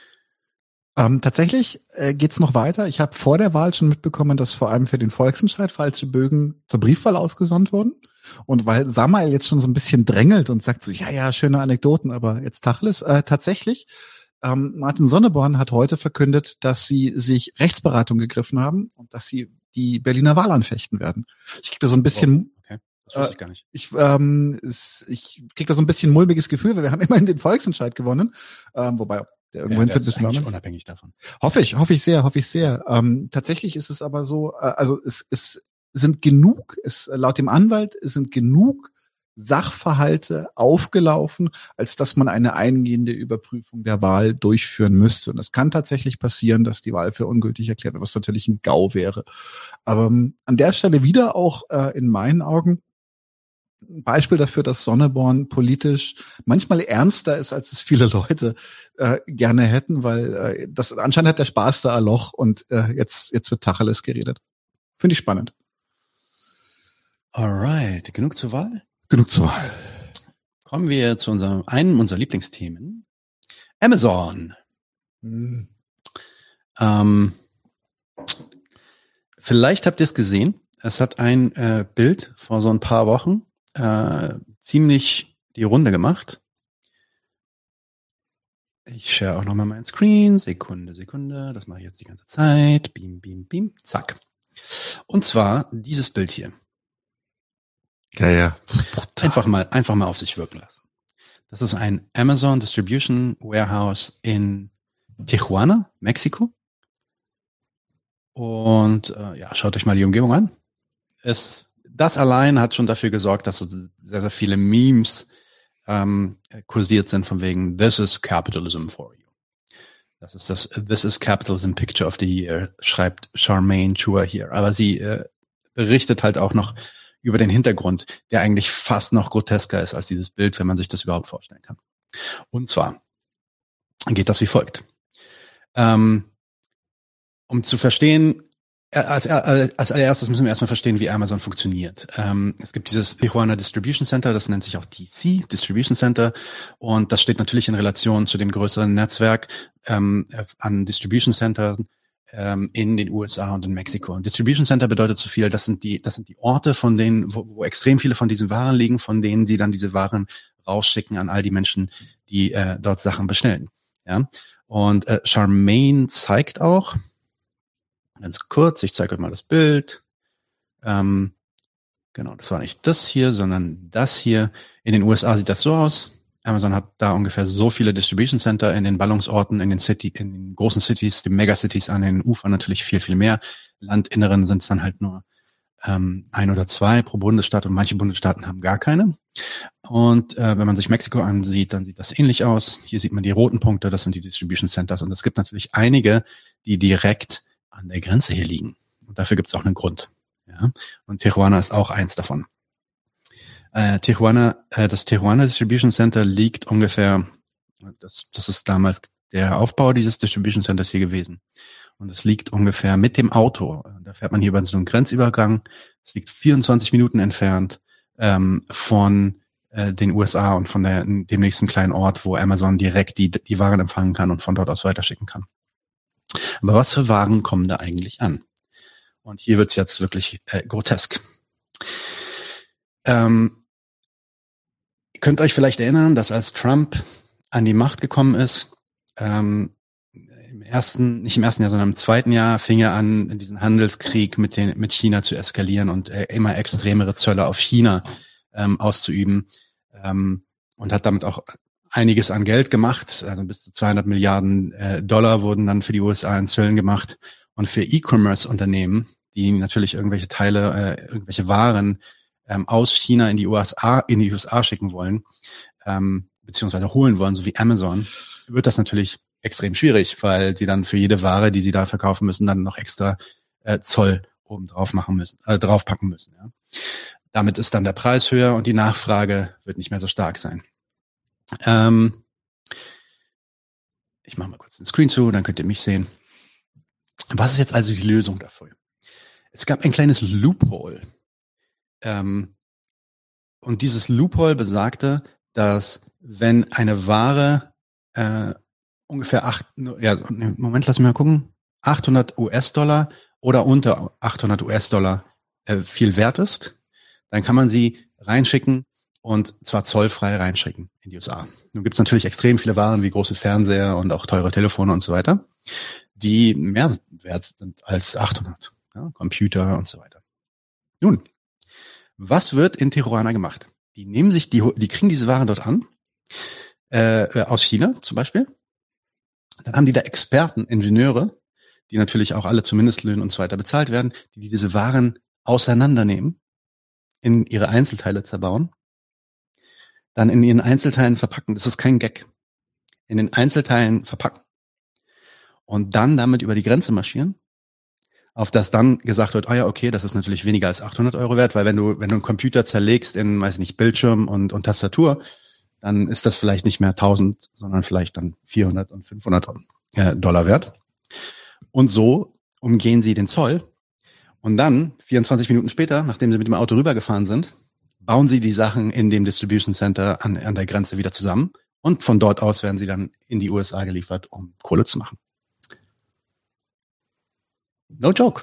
Ähm, tatsächlich äh, geht's noch weiter. Ich habe vor der Wahl schon mitbekommen, dass vor allem für den Volksentscheid falsche Bögen zur Briefwahl ausgesandt wurden. Und weil Samael jetzt schon so ein bisschen drängelt und sagt so, ja, ja, schöne Anekdoten, aber jetzt Tacheles, äh, tatsächlich, ähm, Martin Sonneborn hat heute verkündet, dass sie sich Rechtsberatung gegriffen haben und dass sie die Berliner Wahl anfechten werden. Ich krieg da so ein bisschen... Oh, okay. Das wusste ich gar nicht. Ich, ähm, es, ich krieg da so ein bisschen mulmiges Gefühl, weil wir haben immerhin den Volksentscheid gewonnen. Ähm, wobei der irgendwo ja, hinführt, ist eigentlich unabhängig davon. Hoffe ich, hoffe ich sehr, hoffe ich sehr. Ähm, tatsächlich ist es aber so, äh, also es, es sind genug, es, laut dem Anwalt, es sind genug Sachverhalte aufgelaufen, als dass man eine eingehende Überprüfung der Wahl durchführen müsste. Und es kann tatsächlich passieren, dass die Wahl für ungültig erklärt wird, was natürlich ein GAU wäre. Aber ähm, an der Stelle wieder auch äh, in meinen Augen ein Beispiel dafür, dass Sonneborn politisch manchmal ernster ist, als es viele Leute äh, gerne hätten, weil äh, das anscheinend hat der Spaß da ein Loch und äh, jetzt jetzt wird Tacheles geredet. Finde ich spannend. Alright, genug zur Wahl? Genug zur Wahl. Kommen wir zu unserem einem unserer Lieblingsthemen. Amazon. Hm. Ähm, vielleicht habt ihr es gesehen. Es hat ein äh, Bild vor so ein paar Wochen äh, ziemlich die Runde gemacht. Ich share auch nochmal meinen Screen. Sekunde, Sekunde. Das mache ich jetzt die ganze Zeit. Beam, beam, beam. Zack. Und zwar dieses Bild hier. Ja, ja. Einfach mal, einfach mal auf sich wirken lassen. Das ist ein Amazon Distribution Warehouse in Tijuana, Mexiko. Und äh, ja, schaut euch mal die Umgebung an. Es, das allein hat schon dafür gesorgt, dass so sehr, sehr viele Memes ähm, kursiert sind von wegen This is Capitalism for you. Das ist das This is Capitalism Picture of the Year, schreibt Charmaine Chua hier. Aber sie äh, berichtet halt auch noch über den Hintergrund, der eigentlich fast noch grotesker ist als dieses Bild, wenn man sich das überhaupt vorstellen kann. Und zwar geht das wie folgt. Ähm, um zu verstehen, als, als allererstes müssen wir erstmal verstehen, wie Amazon funktioniert. Ähm, es gibt dieses Tijuana Distribution Center, das nennt sich auch D C, Distribution Center, und das steht natürlich in Relation zu dem größeren Netzwerk ähm, an Distribution Centers ähm, in den U S A und in Mexiko. Und Distribution Center bedeutet so viel, das sind die, das sind die Orte, von denen, wo, wo extrem viele von diesen Waren liegen, von denen sie dann diese Waren rausschicken an all die Menschen, die äh, dort Sachen bestellen. Ja. Und äh, Charmaine zeigt auch, Ganz kurz, ich zeige euch mal das Bild. Ähm, genau, das war nicht das hier, sondern das hier. In den U S A sieht das so aus. Amazon hat da ungefähr so viele Distribution Center in den Ballungsorten, in den City, in den großen Cities, die Megacities an den Ufern natürlich viel, viel mehr. Landinneren sind es dann halt nur ähm, ein oder zwei pro Bundesstaat und manche Bundesstaaten haben gar keine. Und äh, wenn man sich Mexiko ansieht, dann sieht das ähnlich aus. Hier sieht man die roten Punkte, das sind die Distribution Centers. Und es gibt natürlich einige, die direkt an der Grenze hier liegen. Und dafür gibt es auch einen Grund. Ja? Und Tijuana ist auch eins davon. Äh, Tijuana, äh, das Tijuana Distribution Center liegt ungefähr, das, das ist damals der Aufbau dieses Distribution Centers hier gewesen. Und es liegt ungefähr mit dem Auto. Da fährt man hier über so einen Grenzübergang. Es liegt vierundzwanzig Minuten entfernt ähm, von äh, den U S A und von der, dem nächsten kleinen Ort, wo Amazon direkt die, die Waren empfangen kann und von dort aus weiterschicken kann. Aber was für Waren kommen da eigentlich an? Und hier wird's jetzt wirklich äh, grotesk. Ähm, ihr könnt euch vielleicht erinnern, dass als Trump an die Macht gekommen ist, ähm, im ersten, nicht im ersten Jahr, sondern im zweiten Jahr fing er an, diesen Handelskrieg mit den, mit China zu eskalieren und äh, immer extremere Zölle auf China ähm, auszuüben ähm, und hat damit auch einiges an Geld gemacht. Also bis zu zweihundert Milliarden äh, Dollar wurden dann für die U S A in Zöllen gemacht. Und für E-Commerce-Unternehmen, die natürlich irgendwelche Teile, äh, irgendwelche Waren ähm, aus China in die U S A, in die U S A schicken wollen, ähm, beziehungsweise holen wollen, so wie Amazon, wird das natürlich extrem schwierig, weil sie dann für jede Ware, die sie da verkaufen müssen, dann noch extra äh, Zoll oben drauf machen müssen, äh, draufpacken müssen. Ja. Damit ist dann der Preis höher und die Nachfrage wird nicht mehr so stark sein. Ähm, ich mache mal kurz den Screen zu, dann könnt ihr mich sehen. Was ist jetzt also die Lösung dafür? Es gab ein kleines Loophole. Ähm, und dieses Loophole besagte, dass wenn eine Ware äh, ungefähr acht, ja, Moment, lass mich mal gucken, achthundert US-Dollar oder unter achthundert US-Dollar äh, viel wert ist, dann kann man sie reinschicken und zwar zollfrei reinschicken in die U S A. Nun gibt es natürlich extrem viele Waren wie große Fernseher und auch teure Telefone und so weiter, die mehr wert sind als achthundert, ja, Computer und so weiter. Nun, was wird in Tijuana gemacht? Die nehmen sich, die, die kriegen diese Waren dort an, äh, aus China zum Beispiel. Dann haben die da Experten, Ingenieure, die natürlich auch alle zu Mindestlöhnen und so weiter bezahlt werden, die diese Waren auseinandernehmen, in ihre Einzelteile zerbauen, dann in ihren Einzelteilen verpacken. Das ist kein Gag. In den Einzelteilen verpacken und dann damit über die Grenze marschieren, auf das dann gesagt wird, ah ja, okay, das ist natürlich weniger als achthundert Euro wert, weil wenn du wenn du einen Computer zerlegst in, weiß ich nicht, Bildschirm und, und Tastatur, dann ist das vielleicht nicht mehr tausend, sondern vielleicht dann vierhundert und fünfhundert Dollar wert. Und so umgehen sie den Zoll. Und dann, vierundzwanzig Minuten später, nachdem sie mit dem Auto rübergefahren sind, bauen sie die Sachen in dem Distribution Center an, an der Grenze wieder zusammen. Und von dort aus werden sie dann in die U S A geliefert, um Kohle zu machen. No joke.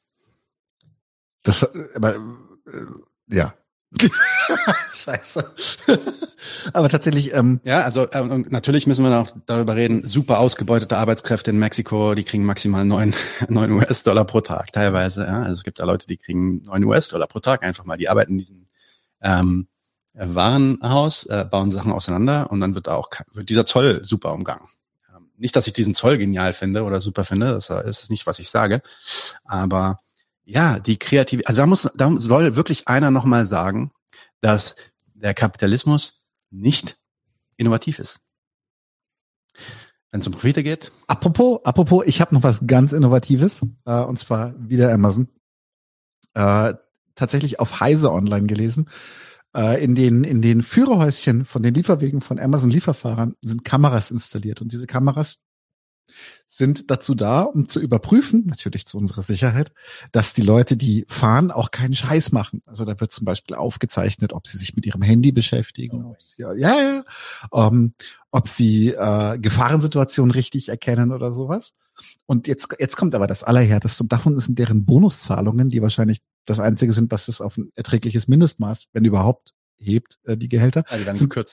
Das, aber, äh, ja. Scheiße. Aber tatsächlich, ähm, ja, also äh, und natürlich müssen wir noch darüber reden, super ausgebeutete Arbeitskräfte in Mexiko, die kriegen maximal neun US-Dollar pro Tag teilweise. Ja? Also es gibt da Leute, die kriegen neun US-Dollar pro Tag einfach mal. Die arbeiten in diesem ähm, Warenhaus, äh, bauen Sachen auseinander und dann wird da auch wird dieser Zoll super umgangen. Ähm, nicht, dass ich diesen Zoll genial finde oder super finde, das ist nicht, was ich sage, aber ja, die Kreativität, also da muss, da soll wirklich einer nochmal sagen, dass der Kapitalismus nicht innovativ ist. Wenn es um Profite geht. Apropos, apropos, ich habe noch was ganz Innovatives, äh, und zwar wieder Amazon. Äh, tatsächlich auf Heise Online gelesen. Äh, in den in den Führerhäuschen von den Lieferwegen von Amazon Lieferfahrern sind Kameras installiert und diese Kameras sind dazu da, um zu überprüfen, natürlich zu unserer Sicherheit, dass die Leute, die fahren, auch keinen Scheiß machen. Also da wird zum Beispiel aufgezeichnet, ob sie sich mit ihrem Handy beschäftigen, ob sie, ja, ja, ja, um, ob sie äh, Gefahrensituationen richtig erkennen oder sowas. Und jetzt jetzt kommt aber das Allerhärteste. Und davon sind deren Bonuszahlungen, die wahrscheinlich das Einzige sind, was es auf ein erträgliches Mindestmaß, wenn überhaupt, hebt, äh, die Gehälter. Also die werden sind gekürzt.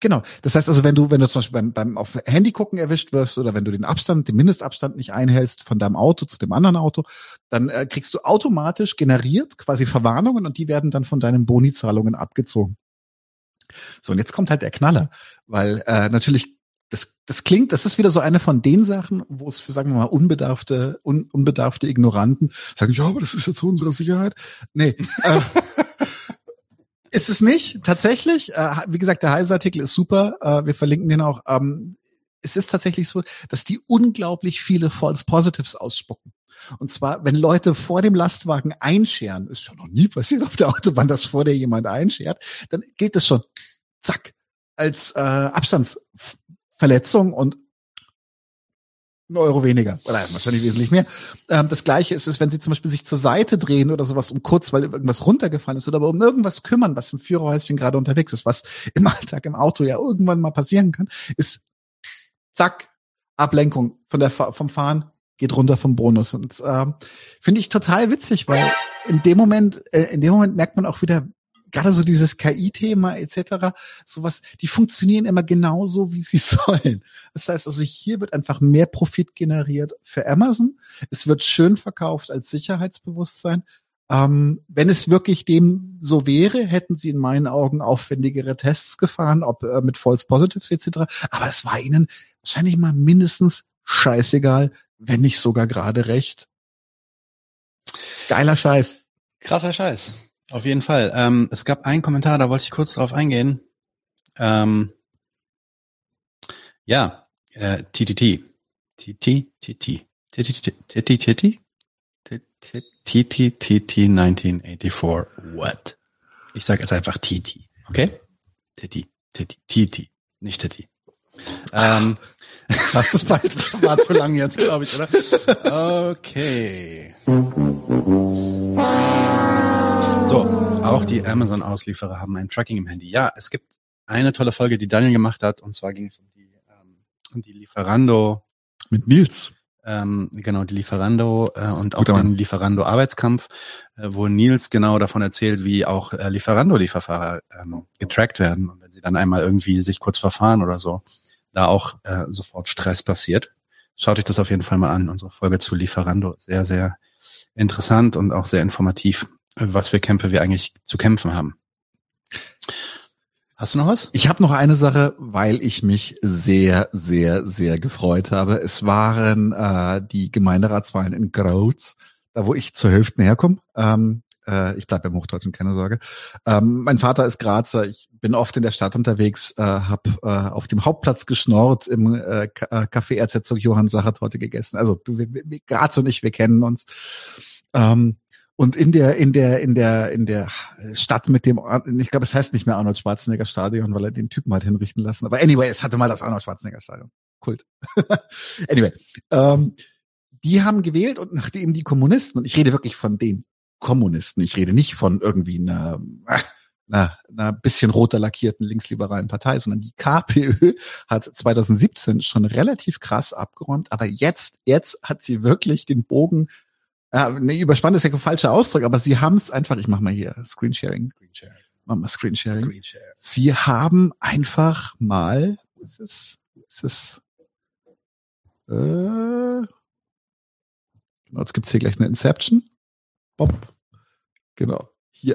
Genau. Das heißt also, wenn du, wenn du zum Beispiel beim, beim auf Handy gucken erwischt wirst oder wenn du den Abstand, den Mindestabstand nicht einhältst von deinem Auto zu dem anderen Auto, dann äh, kriegst du automatisch generiert quasi Verwarnungen und die werden dann von deinen Bonizahlungen abgezogen. So, und jetzt kommt halt der Knaller, weil äh, natürlich das, das klingt, das ist wieder so eine von den Sachen, wo es für, sagen wir mal, unbedarfte, un, unbedarfte Ignoranten sagen, ja, aber das ist ja zu unserer Sicherheit. Nee, äh, ist es nicht, tatsächlich. Äh, wie gesagt, der Heise-Artikel ist super. Äh, wir verlinken den auch. Ähm, es ist tatsächlich so, dass die unglaublich viele False Positives ausspucken. Und zwar, wenn Leute vor dem Lastwagen einscheren, ist schon noch nie passiert auf der Autobahn, dass vor dir jemand einschert, dann gilt es schon, zack, als äh, Abstandsverletzung und ein Euro weniger. Oder wahrscheinlich wesentlich mehr. Ähm, das Gleiche ist es, wenn sie zum Beispiel sich zur Seite drehen oder sowas um kurz, weil irgendwas runtergefallen ist oder aber um irgendwas kümmern, was im Führerhäuschen gerade unterwegs ist, was im Alltag im Auto ja irgendwann mal passieren kann, ist zack, Ablenkung von der vom Fahren, geht runter vom Bonus. Und äh, finde ich total witzig, weil in dem Moment, äh, in dem Moment merkt man auch wieder, gerade so dieses K I-Thema et cetera, sowas, die funktionieren immer genauso, wie sie sollen. Das heißt also, hier wird einfach mehr Profit generiert für Amazon. Es wird schön verkauft als Sicherheitsbewusstsein. Ähm, wenn es wirklich dem so wäre, hätten sie in meinen Augen aufwendigere Tests gefahren, ob äh, mit False Positives et cetera. Aber es war ihnen wahrscheinlich mal mindestens scheißegal, wenn nicht sogar gerade recht. Geiler Scheiß. Krasser Scheiß. Auf jeden Fall. Ähm, es gab einen Kommentar, da wollte ich kurz drauf eingehen. Ähm, ja, äh, T T T. T T T T. T T T T T T T T T T neunzehnhundertvierundachtzig. What? Ich sage jetzt einfach T T. Okay? T T. T T. T T. Nicht T T. Ähm, hast das bald? War zu lang jetzt, glaube ich, oder? Okay. So, auch die Amazon-Auslieferer haben ein Tracking im Handy. Ja, es gibt eine tolle Folge, die Daniel gemacht hat, und zwar ging es um die, ähm, um die Lieferando. Mit Nils. Ähm, genau, die Lieferando äh, und auch Guter den Mann. Lieferando-Arbeitskampf, äh, wo Nils genau davon erzählt, wie auch äh, Lieferando-Lieferfahrer ähm, getrackt werden. Und wenn sie dann einmal irgendwie sich kurz verfahren oder so, da auch äh, sofort Stress passiert. Schaut euch das auf jeden Fall mal an, unsere Folge zu Lieferando. Sehr, sehr interessant und auch sehr informativ, was für Kämpfe wir eigentlich zu kämpfen haben. Hast du noch was? Ich habe noch eine Sache, weil ich mich sehr, sehr, sehr gefreut habe. Es waren äh, die Gemeinderatswahlen in Graz, da wo ich zur Hälfte herkomme. Ähm, äh, ich bleibe im Hochdeutschen, keine Sorge. Ähm, mein Vater ist Grazer. Ich bin oft in der Stadt unterwegs, äh, habe äh, auf dem Hauptplatz geschnorrt, im äh, Café Erzherzog Johann Sachertorte gegessen. Also Graz und ich, wir kennen uns. Ähm, Und in der, in der, in der, in der Stadt mit dem, ich glaube, es heißt nicht mehr Arnold Schwarzenegger Stadion, weil er den Typen hat hinrichten lassen. Aber anyway, es hatte mal das Arnold Schwarzenegger Stadion. Kult. Anyway, ähm, die haben gewählt und nachdem die Kommunisten, und ich rede wirklich von den Kommunisten, ich rede nicht von irgendwie einer, einer, einer bisschen roter lackierten linksliberalen Partei, sondern die KPÖ hat zwanzig siebzehn schon relativ krass abgeräumt, aber jetzt, jetzt hat sie wirklich den Bogen. Ja, nee, überspannt ist ja ein falscher Ausdruck, aber sie haben es einfach, ich mach mal hier Screensharing. Screensharing. Mach mal Screensharing. Screenshare. Sie haben einfach mal, wo ist es? Wo ist es? Äh, genau, jetzt gibt's hier gleich eine Inception. Bob. Genau, hier.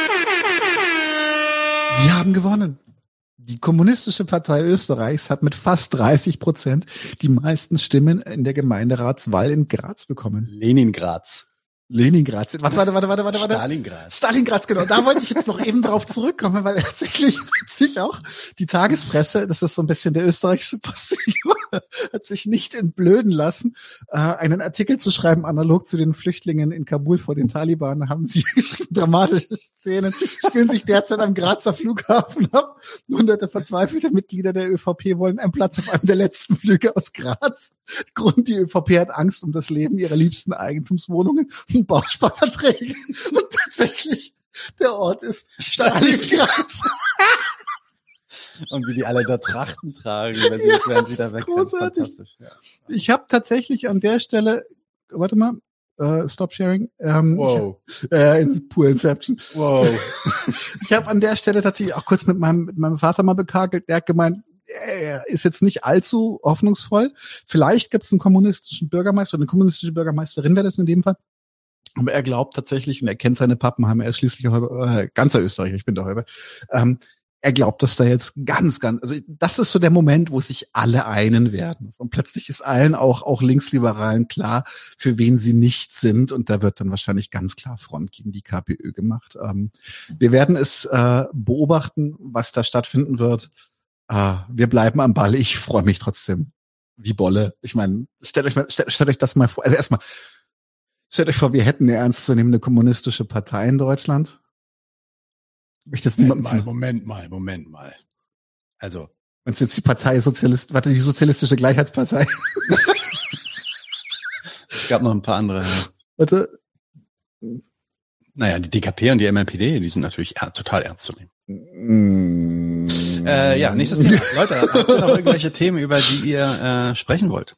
Sie haben gewonnen. Die Kommunistische Partei Österreichs hat mit fast dreißig Prozent die meisten Stimmen in der Gemeinderatswahl in Graz bekommen. Leningrads. Leningrad. Warte, warte, warte, warte, warte. Stalingrad. Stalingrad, genau. Da wollte ich jetzt noch eben drauf zurückkommen, weil tatsächlich hat sich auch die Tagespresse, das ist so ein bisschen der österreichische Postillon, hat sich nicht entblöden lassen, äh, einen Artikel zu schreiben, analog zu den Flüchtlingen in Kabul vor den Taliban, haben sie geschrieben, dramatische Szenen spielen sich derzeit am Grazer Flughafen ab. Hunderte verzweifelte Mitglieder der ÖVP wollen einen Platz auf einem der letzten Flüge aus Graz. Grund, die ÖVP hat Angst um das Leben ihrer liebsten Eigentumswohnungen und Bausparverträge. Und tatsächlich, der Ort ist Stalingrad. Und wie die alle da Trachten tragen, wenn sie, Ja, wenn sie da das ist weg großartig. Fantastisch. Ja. Ich habe tatsächlich an der Stelle, warte mal, äh, Stop Sharing. Ähm, Wow. Ich, äh, in pure Inception. Wow. Ich habe an der Stelle tatsächlich auch kurz mit meinem, mit meinem Vater mal bekakelt. Der hat gemeint, er ist jetzt nicht allzu hoffnungsvoll. Vielleicht gibt es einen kommunistischen Bürgermeister oder eine kommunistische Bürgermeisterin, wäre das in dem Fall. Aber er glaubt tatsächlich, und er kennt seine Pappenheimer, er ist schließlich äh, ganzer Österreicher, ich bin der Häuber, ähm, er glaubt, dass da jetzt ganz, ganz, also das ist so der Moment, wo sich alle einen werden. Und plötzlich ist allen, auch auch Linksliberalen, klar, für wen sie nicht sind. Und da wird dann wahrscheinlich ganz klar Front gegen die KPÖ gemacht. Ähm, wir werden es äh, beobachten, was da stattfinden wird. Äh, wir bleiben am Ball. Ich freue mich trotzdem wie Bolle. Ich meine, stellt euch mal, stellt, stellt euch das mal vor. Also erstmal, stellt euch vor, wir hätten eine ernstzunehmende kommunistische Partei in Deutschland. Ich das Moment mal, Moment mal, Moment mal. Also, wenn es jetzt die Partei Sozialist, warte, die Sozialistische Gleichheitspartei. Es gab noch ein paar andere. Warte. Naja, die D K P und die M L P D, die sind natürlich er- total ernst zu nehmen. Mm. Äh, ja, nächstes Thema. Leute, habt ihr noch irgendwelche Themen, über die ihr äh, sprechen wollt?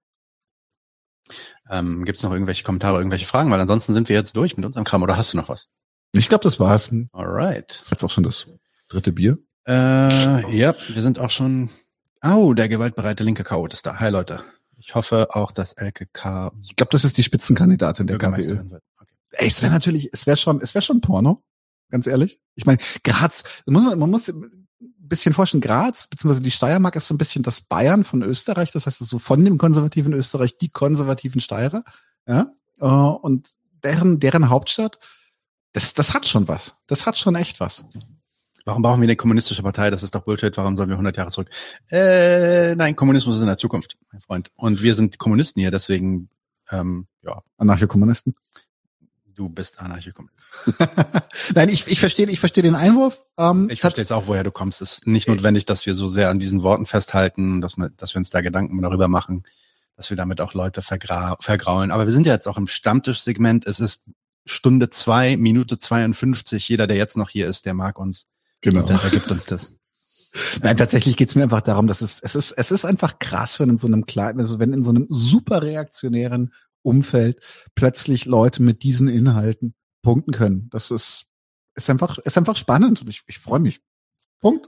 Ähm, gibt's noch irgendwelche Kommentare, irgendwelche Fragen? Weil ansonsten sind wir jetzt durch mit unserem Kram. Oder hast du noch was? Ich glaube, das war's. Alright. Jetzt auch schon das dritte Bier. Äh, ja, wir sind auch schon. Au, der gewaltbereite linke Chaot ist da. Hi Leute. Ich hoffe auch, dass Elke K. Ich glaube, das ist die Spitzenkandidatin der KPÖ. Bürgermeisterin wird. Okay. Ey, es wäre natürlich, es wäre schon, es wäre schon Porno, ganz ehrlich. Ich meine, Graz, muss man, man muss ein bisschen vorstellen, Graz, beziehungsweise die Steiermark ist so ein bisschen das Bayern von Österreich. Das heißt, so von dem konservativen Österreich die konservativen Steirer, ja, und deren, deren Hauptstadt. Das, das hat schon was. Das hat schon echt was. Warum brauchen wir eine kommunistische Partei? Das ist doch Bullshit. Warum sollen wir hundert Jahre zurück? Äh, nein, Kommunismus ist in der Zukunft, mein Freund. Und wir sind Kommunisten hier, deswegen, ähm, ja. Anarcho-Kommunisten? Du bist Anarcho-Kommunist. Nein, ich, ich verstehe, ich verstehe den Einwurf. Ähm, ich verstehe jetzt auch, woher du kommst. Es ist nicht notwendig, dass wir so sehr an diesen Worten festhalten, dass wir, dass wir uns da Gedanken darüber machen, dass wir damit auch Leute vergra- vergraulen. Aber wir sind ja jetzt auch im Stammtischsegment. Es ist Stunde zwei, Minute zweiundfünfzig. Jeder, der jetzt noch hier ist, der mag uns. Genau. Der vergibt uns das. Nein, tatsächlich geht's mir einfach darum, dass es, es ist, es ist einfach krass, wenn in so einem kleinen, also wenn in so einem super reaktionären Umfeld plötzlich Leute mit diesen Inhalten punkten können. Das ist, ist einfach, ist einfach spannend und ich, ich freue mich. Punkt.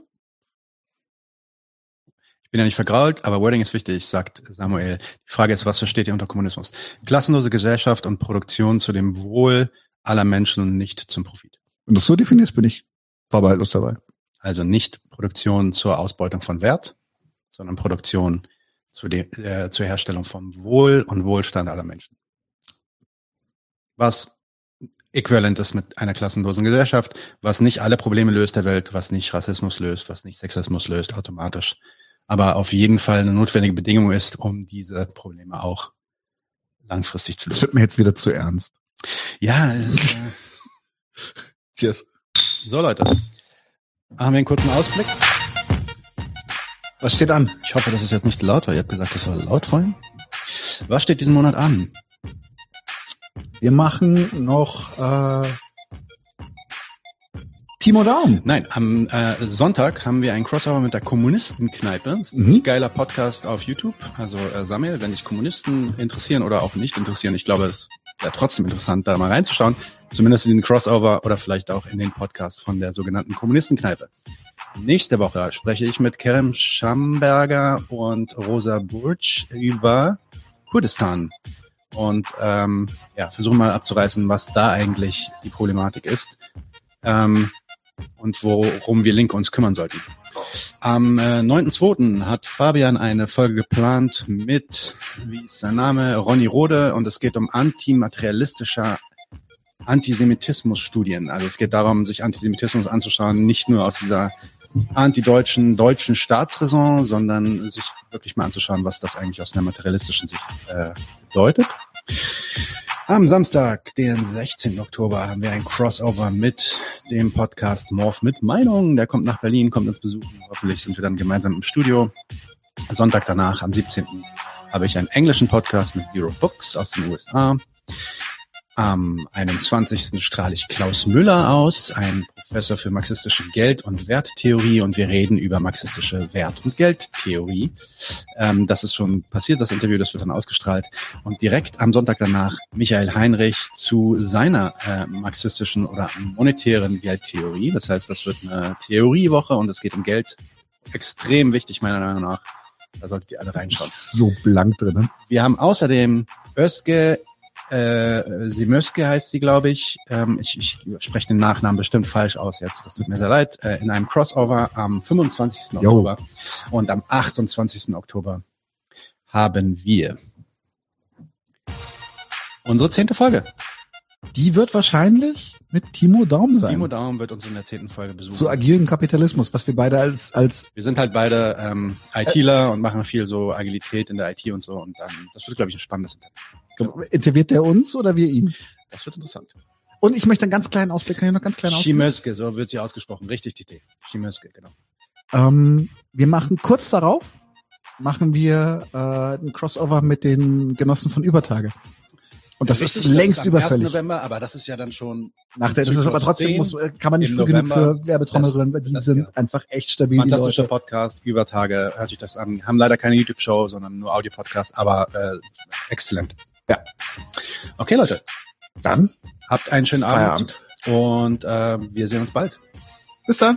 Ich bin ja nicht vergrault, aber Wording ist wichtig, sagt Samuel. Die Frage ist, was versteht ihr unter Kommunismus? Klassenlose Gesellschaft und Produktion zu dem Wohl aller Menschen und nicht zum Profit. Wenn du es so definierst, bin ich vorbehaltlos dabei. Also nicht Produktion zur Ausbeutung von Wert, sondern Produktion zu de- äh, zur Herstellung von Wohl und Wohlstand aller Menschen. Was äquivalent ist mit einer klassenlosen Gesellschaft, was nicht alle Probleme löst der Welt, was nicht Rassismus löst, was nicht Sexismus löst automatisch, aber auf jeden Fall eine notwendige Bedingung ist, um diese Probleme auch langfristig zu lösen. Das wird mir jetzt wieder zu ernst. Ja, es ist, äh Cheers. So Leute, haben wir einen kurzen Ausblick? Was steht an? Ich hoffe, das ist jetzt nicht zu laut, weil ihr habt gesagt, das war laut vorhin. Was steht diesen Monat an? Wir machen noch äh, Timo Daum. Nein, am äh, Sonntag haben wir einen Crossover mit der Kommunistenkneipe. Das ist ein Mhm. geiler Podcast auf YouTube. Also äh, Samuel, wenn dich Kommunisten interessieren oder auch nicht interessieren, ich glaube, es wäre trotzdem interessant, da mal reinzuschauen. Zumindest in den Crossover oder vielleicht auch in den Podcast von der sogenannten Kommunistenkneipe. Nächste Woche spreche ich mit Kerem Schamberger und Rosa Burc über Kurdistan. Und ähm, ja, versuchen mal abzureißen, was da eigentlich die Problematik ist. Ähm, und worum wir Linke uns kümmern sollten. Am äh, neunten zweiten hat Fabian eine Folge geplant mit, wie ist sein Name, Ronny Rode, und es geht um antimaterialistischer Antisemitismus-Studien. Also es geht darum, sich Antisemitismus anzuschauen, nicht nur aus dieser antideutschen, deutschen Staatsräson, sondern sich wirklich mal anzuschauen, was das eigentlich aus einer materialistischen Sicht äh, bedeutet. Am Samstag, den sechzehnten Oktober, haben wir ein Crossover mit dem Podcast Morph mit Meinung. Der kommt nach Berlin, kommt uns besuchen. Hoffentlich sind wir dann gemeinsam im Studio. Sonntag danach, am siebzehnten habe ich einen englischen Podcast mit Zero Books aus den U S A. Am einundzwanzigsten strahle ich Klaus Müller aus, ein Professor für marxistische Geld- und Werttheorie, und wir reden über marxistische Wert- und Geldtheorie. Ähm, das ist schon passiert, das Interview, das wird dann ausgestrahlt. Und direkt am Sonntag danach Michael Heinrich zu seiner äh, marxistischen oder monetären Geldtheorie. Das heißt, das wird eine Theoriewoche und es geht um Geld. Extrem wichtig, meiner Meinung nach. Da solltet ihr alle reinschauen. So blank drin. Ne? Wir haben außerdem Özge Äh, Simöske heißt sie, glaube ich. Ähm, ich. Ich spreche den Nachnamen bestimmt falsch aus jetzt. Das tut mir sehr leid. Äh, in einem Crossover am fünfundzwanzigsten Oktober und am achtundzwanzigsten Oktober haben wir unsere zehnte Folge. Die wird wahrscheinlich mit Timo Daum sein. Timo Daum wird uns in der zehnten Folge besuchen. Zu agilem Kapitalismus, was wir beide als als Wir sind halt beide ähm, ITler und machen viel so Agilität in der I T und so. Und dann, das wird, glaube ich, ein spannendes Interview. Interviewt der uns oder wir ihn? Das wird interessant. Und ich möchte einen ganz kleinen Ausblick, kann ich noch ganz kleinen Ausblick? Schimöske, so wird sie ausgesprochen. Richtig, Tite. Schimöske, genau. Ähm, wir machen kurz darauf, machen wir äh, ein Crossover mit den Genossen von Übertage. Und das Richtig, ist längst das ist am überfällig. ersten November, aber das ist ja dann schon Nach der, das ist aber trotzdem, muss, kann man nicht früh genug für Werbetrommel rühren, weil die das, sind ja. einfach echt stabil. Fantastischer die Leute. Podcast, Übertage, hört sich das an. Haben leider keine YouTube-Show, sondern nur Audio-Podcast, aber äh, exzellent. Ja. Okay, Leute. Dann habt einen schönen Feierabend. Abend und äh, wir sehen uns bald. Bis dann.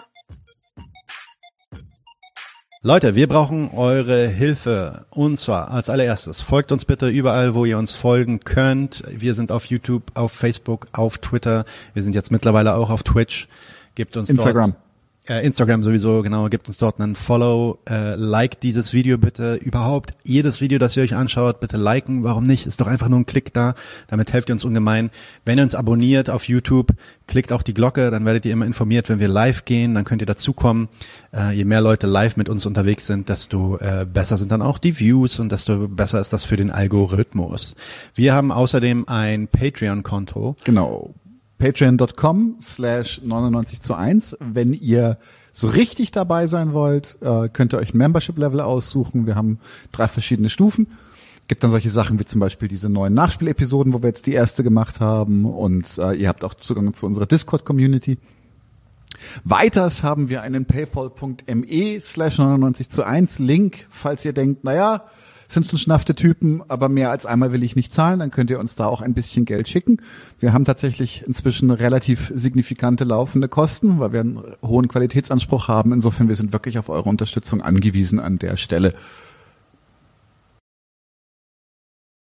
Leute, wir brauchen eure Hilfe. Und zwar als allererstes, folgt uns bitte überall, wo ihr uns folgen könnt. Wir sind auf YouTube, auf Facebook, auf Twitter. Wir sind jetzt mittlerweile auch auf Twitch. Gebt uns Instagram. Dort, äh, Instagram sowieso, genau. Gebt uns dort einen Follow. Äh, like dieses Video bitte. Überhaupt jedes Video, das ihr euch anschaut, bitte liken. Warum nicht? Ist doch einfach nur ein Klick da. Damit helft ihr uns ungemein. Wenn ihr uns abonniert auf YouTube, klickt auch die Glocke, dann werdet ihr immer informiert, wenn wir live gehen, dann könnt ihr dazukommen. Äh, je mehr Leute live mit uns unterwegs sind, desto äh, besser sind dann auch die Views und desto besser ist das für den Algorithmus. Wir haben außerdem ein Patreon-Konto. Genau. Patreon.com slash neunundneunzig zu eins. Wenn ihr so richtig dabei sein wollt, äh, könnt ihr euch ein Membership-Level aussuchen. Wir haben drei verschiedene Stufen. Gibt dann solche Sachen wie zum Beispiel diese neuen Nachspielepisoden, wo wir jetzt die erste gemacht haben, und äh, ihr habt auch Zugang zu unserer Discord-Community. Weiters haben wir einen paypal.me slash neunundneunzig zu eins Link, falls ihr denkt, naja, sind schon schnaffte Typen, aber mehr als einmal will ich nicht zahlen, dann könnt ihr uns da auch ein bisschen Geld schicken. Wir haben tatsächlich inzwischen relativ signifikante laufende Kosten, weil wir einen hohen Qualitätsanspruch haben. Insofern, wir sind wirklich auf eure Unterstützung angewiesen an der Stelle.